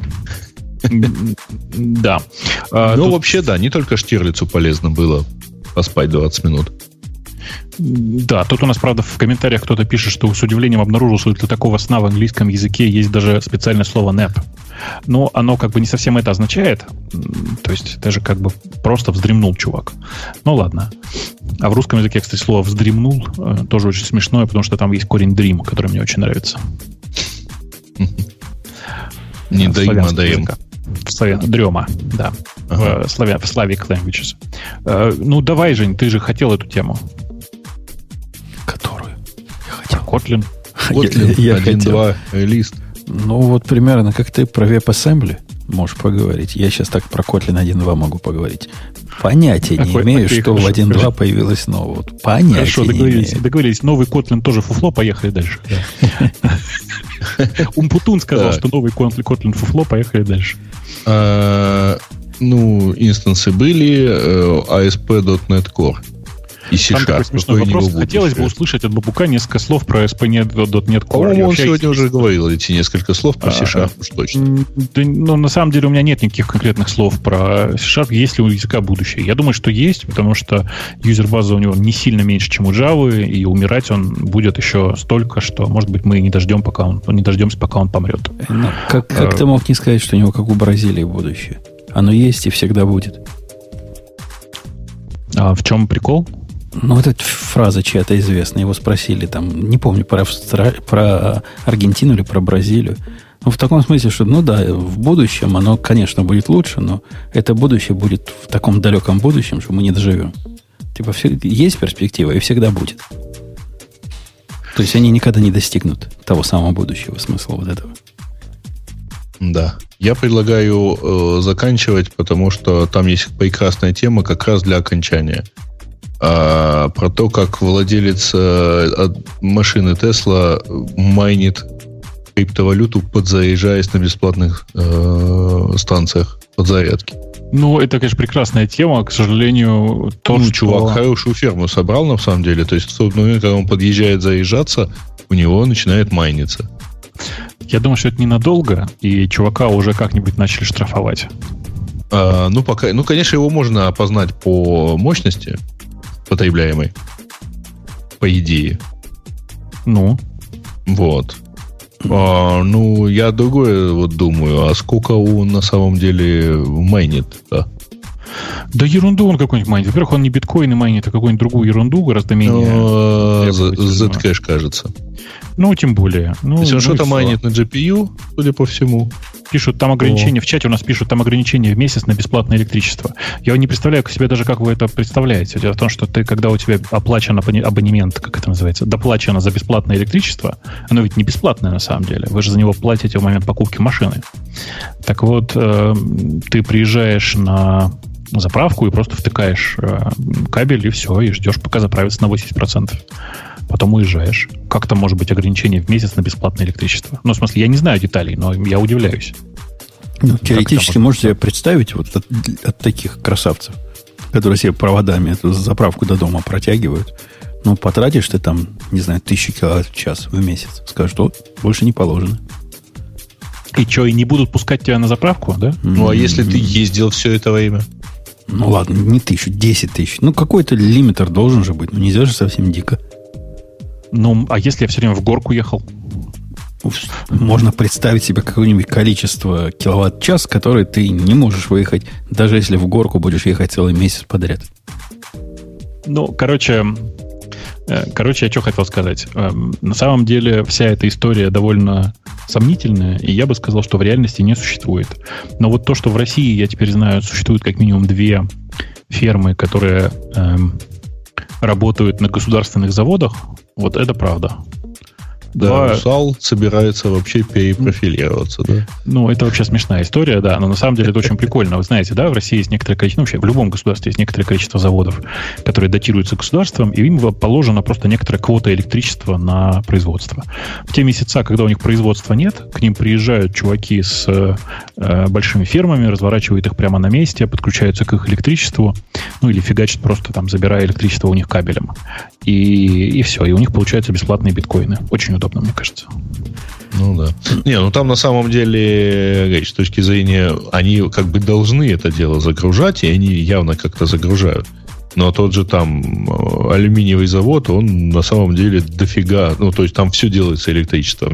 Да. Ну, вообще, да, не только Штирлицу полезно было поспать двадцать минут. Да, тут у нас, правда, в комментариях кто-то пишет, что с удивлением обнаружил, что для такого сна в английском языке есть даже специальное слово nap. Но оно как бы не совсем это означает. То есть даже как бы просто вздремнул чувак. Ну ладно. А в русском языке, кстати, слово «вздремнул» тоже очень смешное, потому что там есть корень «dream», который мне очень нравится. Не даем, а даем. Дрема, да. Ага. В, славя, в Slavic languages. Э, ну, давай, Жень, ты же хотел эту тему. Которую? Я хотел. Kotlin. Kotlin я, я один точка два лист. Ну, вот примерно как ты про WebAssembly можешь поговорить. Я сейчас так про Kotlin один точка два могу поговорить. Понятия не Такой, имею, окей, что хорошо, в один точка два появилось новое. Вот понятия хорошо, не договорились, имею. договорились. Новый Kotlin тоже фуфло, поехали дальше. Умпутун сказал, что новый Kotlin фуфло, поехали дальше. Ну, инстансы были, эй эс пи точка нет Core. И Там такой смешной вопрос. Хотелось бы услышать от Бабука несколько слов про эй эс пи точка нет Core. По-моему, он сегодня уже говорил эти несколько слов про C-Sharp, уж точно. Да, ну, на самом деле, у меня нет никаких конкретных слов про C-Sharp. Есть ли у языка будущее? Я думаю, что есть, потому что юзер-база у него не сильно меньше, чем у Java, и умирать он будет еще столько, что, может быть, мы не дождем, пока он, не дождемся, пока он помрет. Ну, как, как а, ты мог не сказать, что у него, как у Бразилии, будущее? Оно есть и всегда будет. А в чем прикол? Ну, вот эта фраза чья-то известная. Его спросили там, не помню, про, Австра... про Аргентину или про Бразилию. Ну, в таком смысле, что, ну да, в будущем оно, конечно, будет лучше, но это будущее будет в таком далеком будущем, что мы не доживем. Типа, все, есть перспектива и всегда будет. То есть они никогда не достигнут того самого будущего, смысла вот этого. Да. Я предлагаю э, заканчивать, потому что там есть прекрасная тема как раз для окончания. А, про то, как владелец э, машины Tesla майнит криптовалюту, подзаряжаясь на бесплатных э, станциях подзарядки. Ну, это, конечно, прекрасная тема. К сожалению, то, ну, что... чувак хорошую ферму собрал, на самом деле. То есть, в тот момент, когда он подъезжает заряжаться, у него начинает майниться. Я думаю, что это ненадолго, и чувака уже как-нибудь начали штрафовать. А, ну, пока, ну, конечно, его можно опознать по мощности потребляемой, по идее. Ну? Вот. А, ну, я другое вот думаю, а сколько он на самом деле майнит, да? Да ерунду он какой-нибудь майнит. Во-первых, он не биткоин и майнит, а какую-нибудь другую ерунду, гораздо менее... Zcash, кажется. Ну, тем более. Ну, То есть он ну что-то майнит на джи пи ю, судя по всему. Пишут там ограничения, О. в чате у нас пишут там ограничения в месяц на бесплатное электричество. Я не представляю себе даже, как вы это представляете. Дело в том, что ты, когда у тебя оплачен абонемент, как это называется, доплачено за бесплатное электричество, оно ведь не бесплатное на самом деле. Вы же за него платите в момент покупки машины. Так вот, э, ты приезжаешь на заправку и просто втыкаешь э, кабель, и все, и ждешь, пока заправится на восемьдесят процентов. Потом уезжаешь. Как там может быть ограничение в месяц на бесплатное электричество? Ну, в смысле, я не знаю деталей, но я удивляюсь. Ну, теоретически можете себе представить вот от, от таких красавцев, которые себе проводами эту заправку до дома протягивают. Ну, потратишь ты там, не знаю, тысячу киловатт в час в месяц. Скажешь, что больше не положено. И что, и не будут пускать тебя на заправку, да? Ну, а если ты ездил все это время? Ну, ладно, не тысячу, десять тысяч. Ну, какой-то лимитер должен же быть. Ну, нельзя же совсем дико. Ну, а если я все время в горку ехал? Можно представить себе какое-нибудь количество киловатт-час, которые ты не можешь выехать, даже если в горку будешь ехать целый месяц подряд. Ну, короче, короче, я что хотел сказать. На самом деле вся эта история довольно сомнительная, и я бы сказал, что в реальности не существует. Но вот то, что в России, я теперь знаю, существует как минимум две фермы, которые эм, работают на государственных заводах, вот это правда. Да, Два... Русал собирается вообще перепрофилироваться, да? Ну, это вообще смешная история, да, но на самом деле это очень прикольно. Вы знаете, да, в России есть некоторое количество, ну, вообще в любом государстве есть некоторое количество заводов, которые датируются государством, и им положена просто некоторая квота электричества на производство. В те месяца, когда у них производства нет, к ним приезжают чуваки с э, большими фермами, разворачивают их прямо на месте, подключаются к их электричеству, ну, или фигачат просто там, забирая электричество у них кабелем. И, и все, и у них получаются бесплатные биткоины. Очень удобно, мне кажется. Ну да. Не, ну там на самом деле, с точки зрения, они как бы должны это дело загружать, и они явно как-то загружают. Но тот же там алюминиевый завод, он на самом деле дофига, ну то есть там все делается электричеством.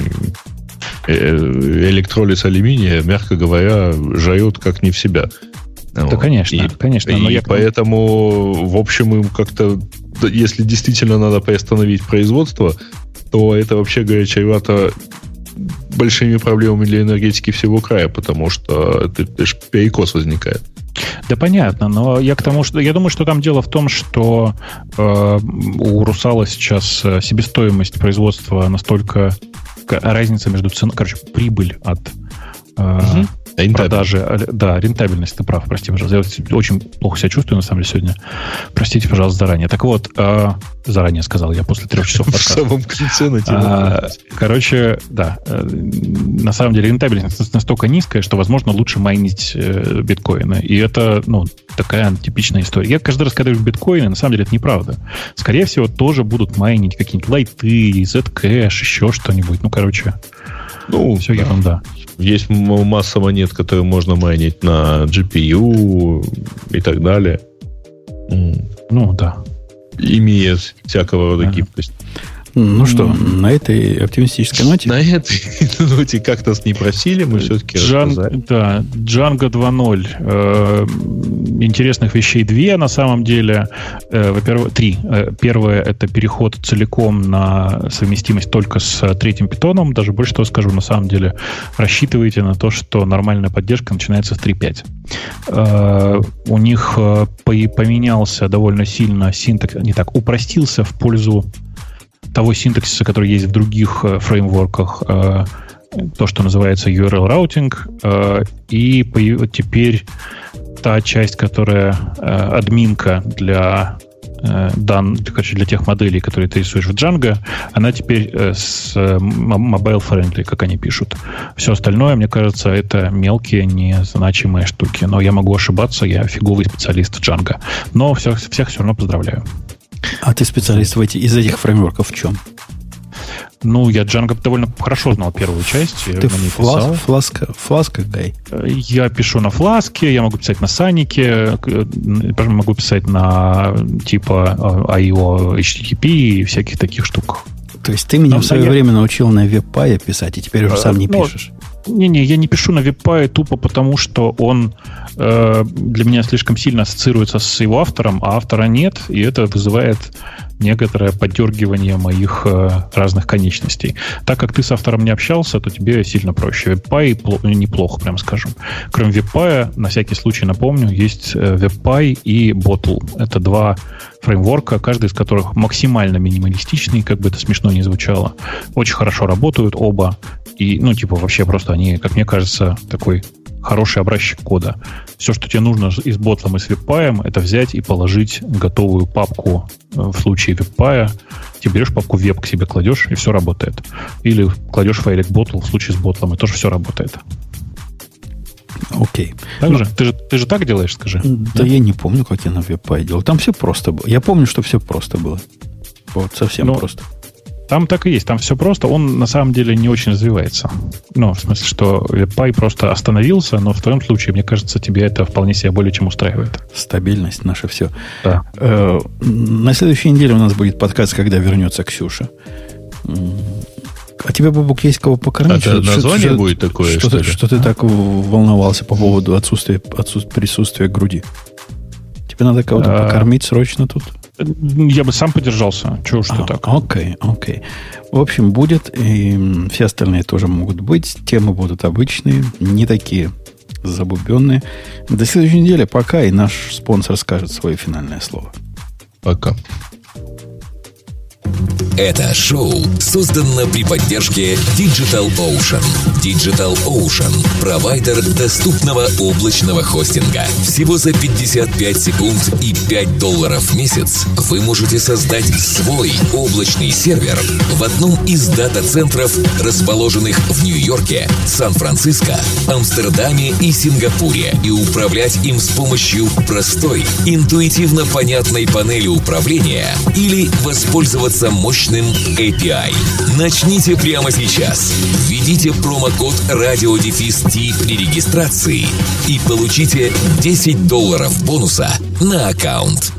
Электролиз алюминия, мягко говоря, жрет как не в себя. Да, вот. конечно, и, конечно. И но я... поэтому, в общем, им как-то, если действительно надо приостановить производство, то это, вообще говоря, чревато большими проблемами для энергетики всего края, потому что это, это ж перекос возникает. Да понятно, но я к тому, что я думаю, что там дело в том, что э, у Русала сейчас себестоимость производства настолько разница между ценой, короче, прибыль от э, угу. продажи, да, рентабельность, ты прав, прости, пожалуйста. Я очень плохо себя чувствую, на самом деле, сегодня. Простите, пожалуйста, заранее. Так вот, э, заранее сказал я после трех часов подкаста. В самом конце на тебя. Короче, да, э, на самом деле рентабельность настолько низкая, что, возможно, лучше майнить э, биткоины. И это, ну, такая типичная история. Я каждый раз, когда говорю биткоины, на самом деле это неправда. Скорее всего, тоже будут майнить какие-нибудь лайты, Zcash, еще что-нибудь. Ну, короче, ну, все да. ерунда. Есть масса монет, которые можно майнить на джи пи ю и так далее. Ну, да. Имея всякого рода ага. гибкость. Ну что, на этой оптимистической ноте? На этой ноте как нас не просили, мы все-таки Джан, рассказали. Да, Django два ноль. Э, интересных вещей две на самом деле. Э, во-первых, три. Э, первое — это переход целиком на совместимость только с третьим питоном. Даже больше того скажу, на самом деле рассчитывайте на то, что нормальная поддержка начинается с три пять. Э, у них э, поменялся довольно сильно синтакс, не так, упростился в пользу того синтаксиса, который есть в других э, фреймворках, э, то, что называется ю ар эл-раутинг, э, и по- теперь та часть, которая э, админка для, э, дан, короче, для тех моделей, которые ты рисуешь в Django, она теперь э, с э, mobile-friendly, как они пишут. Все остальное, мне кажется, это мелкие, незначимые штуки. Но я могу ошибаться, я фиговый специалист в Django. Но всех, всех все равно поздравляю. А ты специалист в эти, из этих фреймворков в чем? Ну, я Django довольно хорошо знал первую часть. Ты флас, фласка, фласка гай? Я пишу на фласке, я могу писать на санике, могу писать на типа ай о, эйч ти ти пи и всяких таких штук. То есть ты меня Но в свое я... время научил на WebPy писать, и теперь уже а, сам не ну, пишешь? Не-не, я не пишу на WebPy тупо потому, что он э, для меня слишком сильно ассоциируется с его автором, а автора нет, и это вызывает некоторое поддергивание моих э, разных конечностей. Так как ты с автором не общался, то тебе сильно проще. WebPy пло- неплохо, прямо скажем. Кроме WebPy, на всякий случай напомню, есть WebPy и Bottle. Это два фреймворка, каждый из которых максимально минималистичный, как бы это смешно ни звучало. Очень хорошо работают оба. И, ну, типа, вообще просто они, как мне кажется, такой хороший образчик кода. Все, что тебе нужно и с ботлом, и с веб-паем, это взять и положить готовую папку в случае веб-пая. Ты берешь папку веб к себе кладешь, и все работает. Или кладешь файлик ботл в случае с ботлом, и тоже все работает. Окей. Так ну, же? Ты же? Ты же так делаешь, скажи? Да, да я не помню, как я на веб-пай делал. Там все просто было. Я помню, что все просто было. Вот совсем Но просто. Там так и есть, там все просто. Он на самом деле не очень развивается. Ну, в смысле, что Пай просто остановился, но в твоем случае, мне кажется, тебе это вполне себе более чем устраивает. Стабильность наше все. Да. Э, на следующей неделе у нас будет подкаст, когда вернется Ксюша. А тебе, Бобук, есть кого покормить? А название что, будет такое, что, что, что, что ты так волновался по поводу отсутствия, отсутствия присутствия груди? Тебе надо кого-то а, покормить срочно тут? Я бы сам подержался. Чего уж ты а, так? Окей, окей. В общем, будет, и все остальные тоже могут быть. Темы будут обычные, не такие забубенные. До следующей недели. Пока, и наш спонсор скажет свое финальное слово. Пока. Это шоу создано при поддержке DigitalOcean. DigitalOcean – провайдер доступного облачного хостинга. Всего за пятьдесят пять секунд и пять долларов в месяц вы можете создать свой облачный сервер в одном из дата-центров, расположенных в Нью-Йорке, Сан-Франциско, Амстердаме и Сингапуре, и управлять им с помощью простой, интуитивно понятной панели управления или воспользоваться мощным эй пи ай. Начните прямо сейчас. Введите промокод радиодефис-ти при регистрации и получите десять долларов бонуса на аккаунт.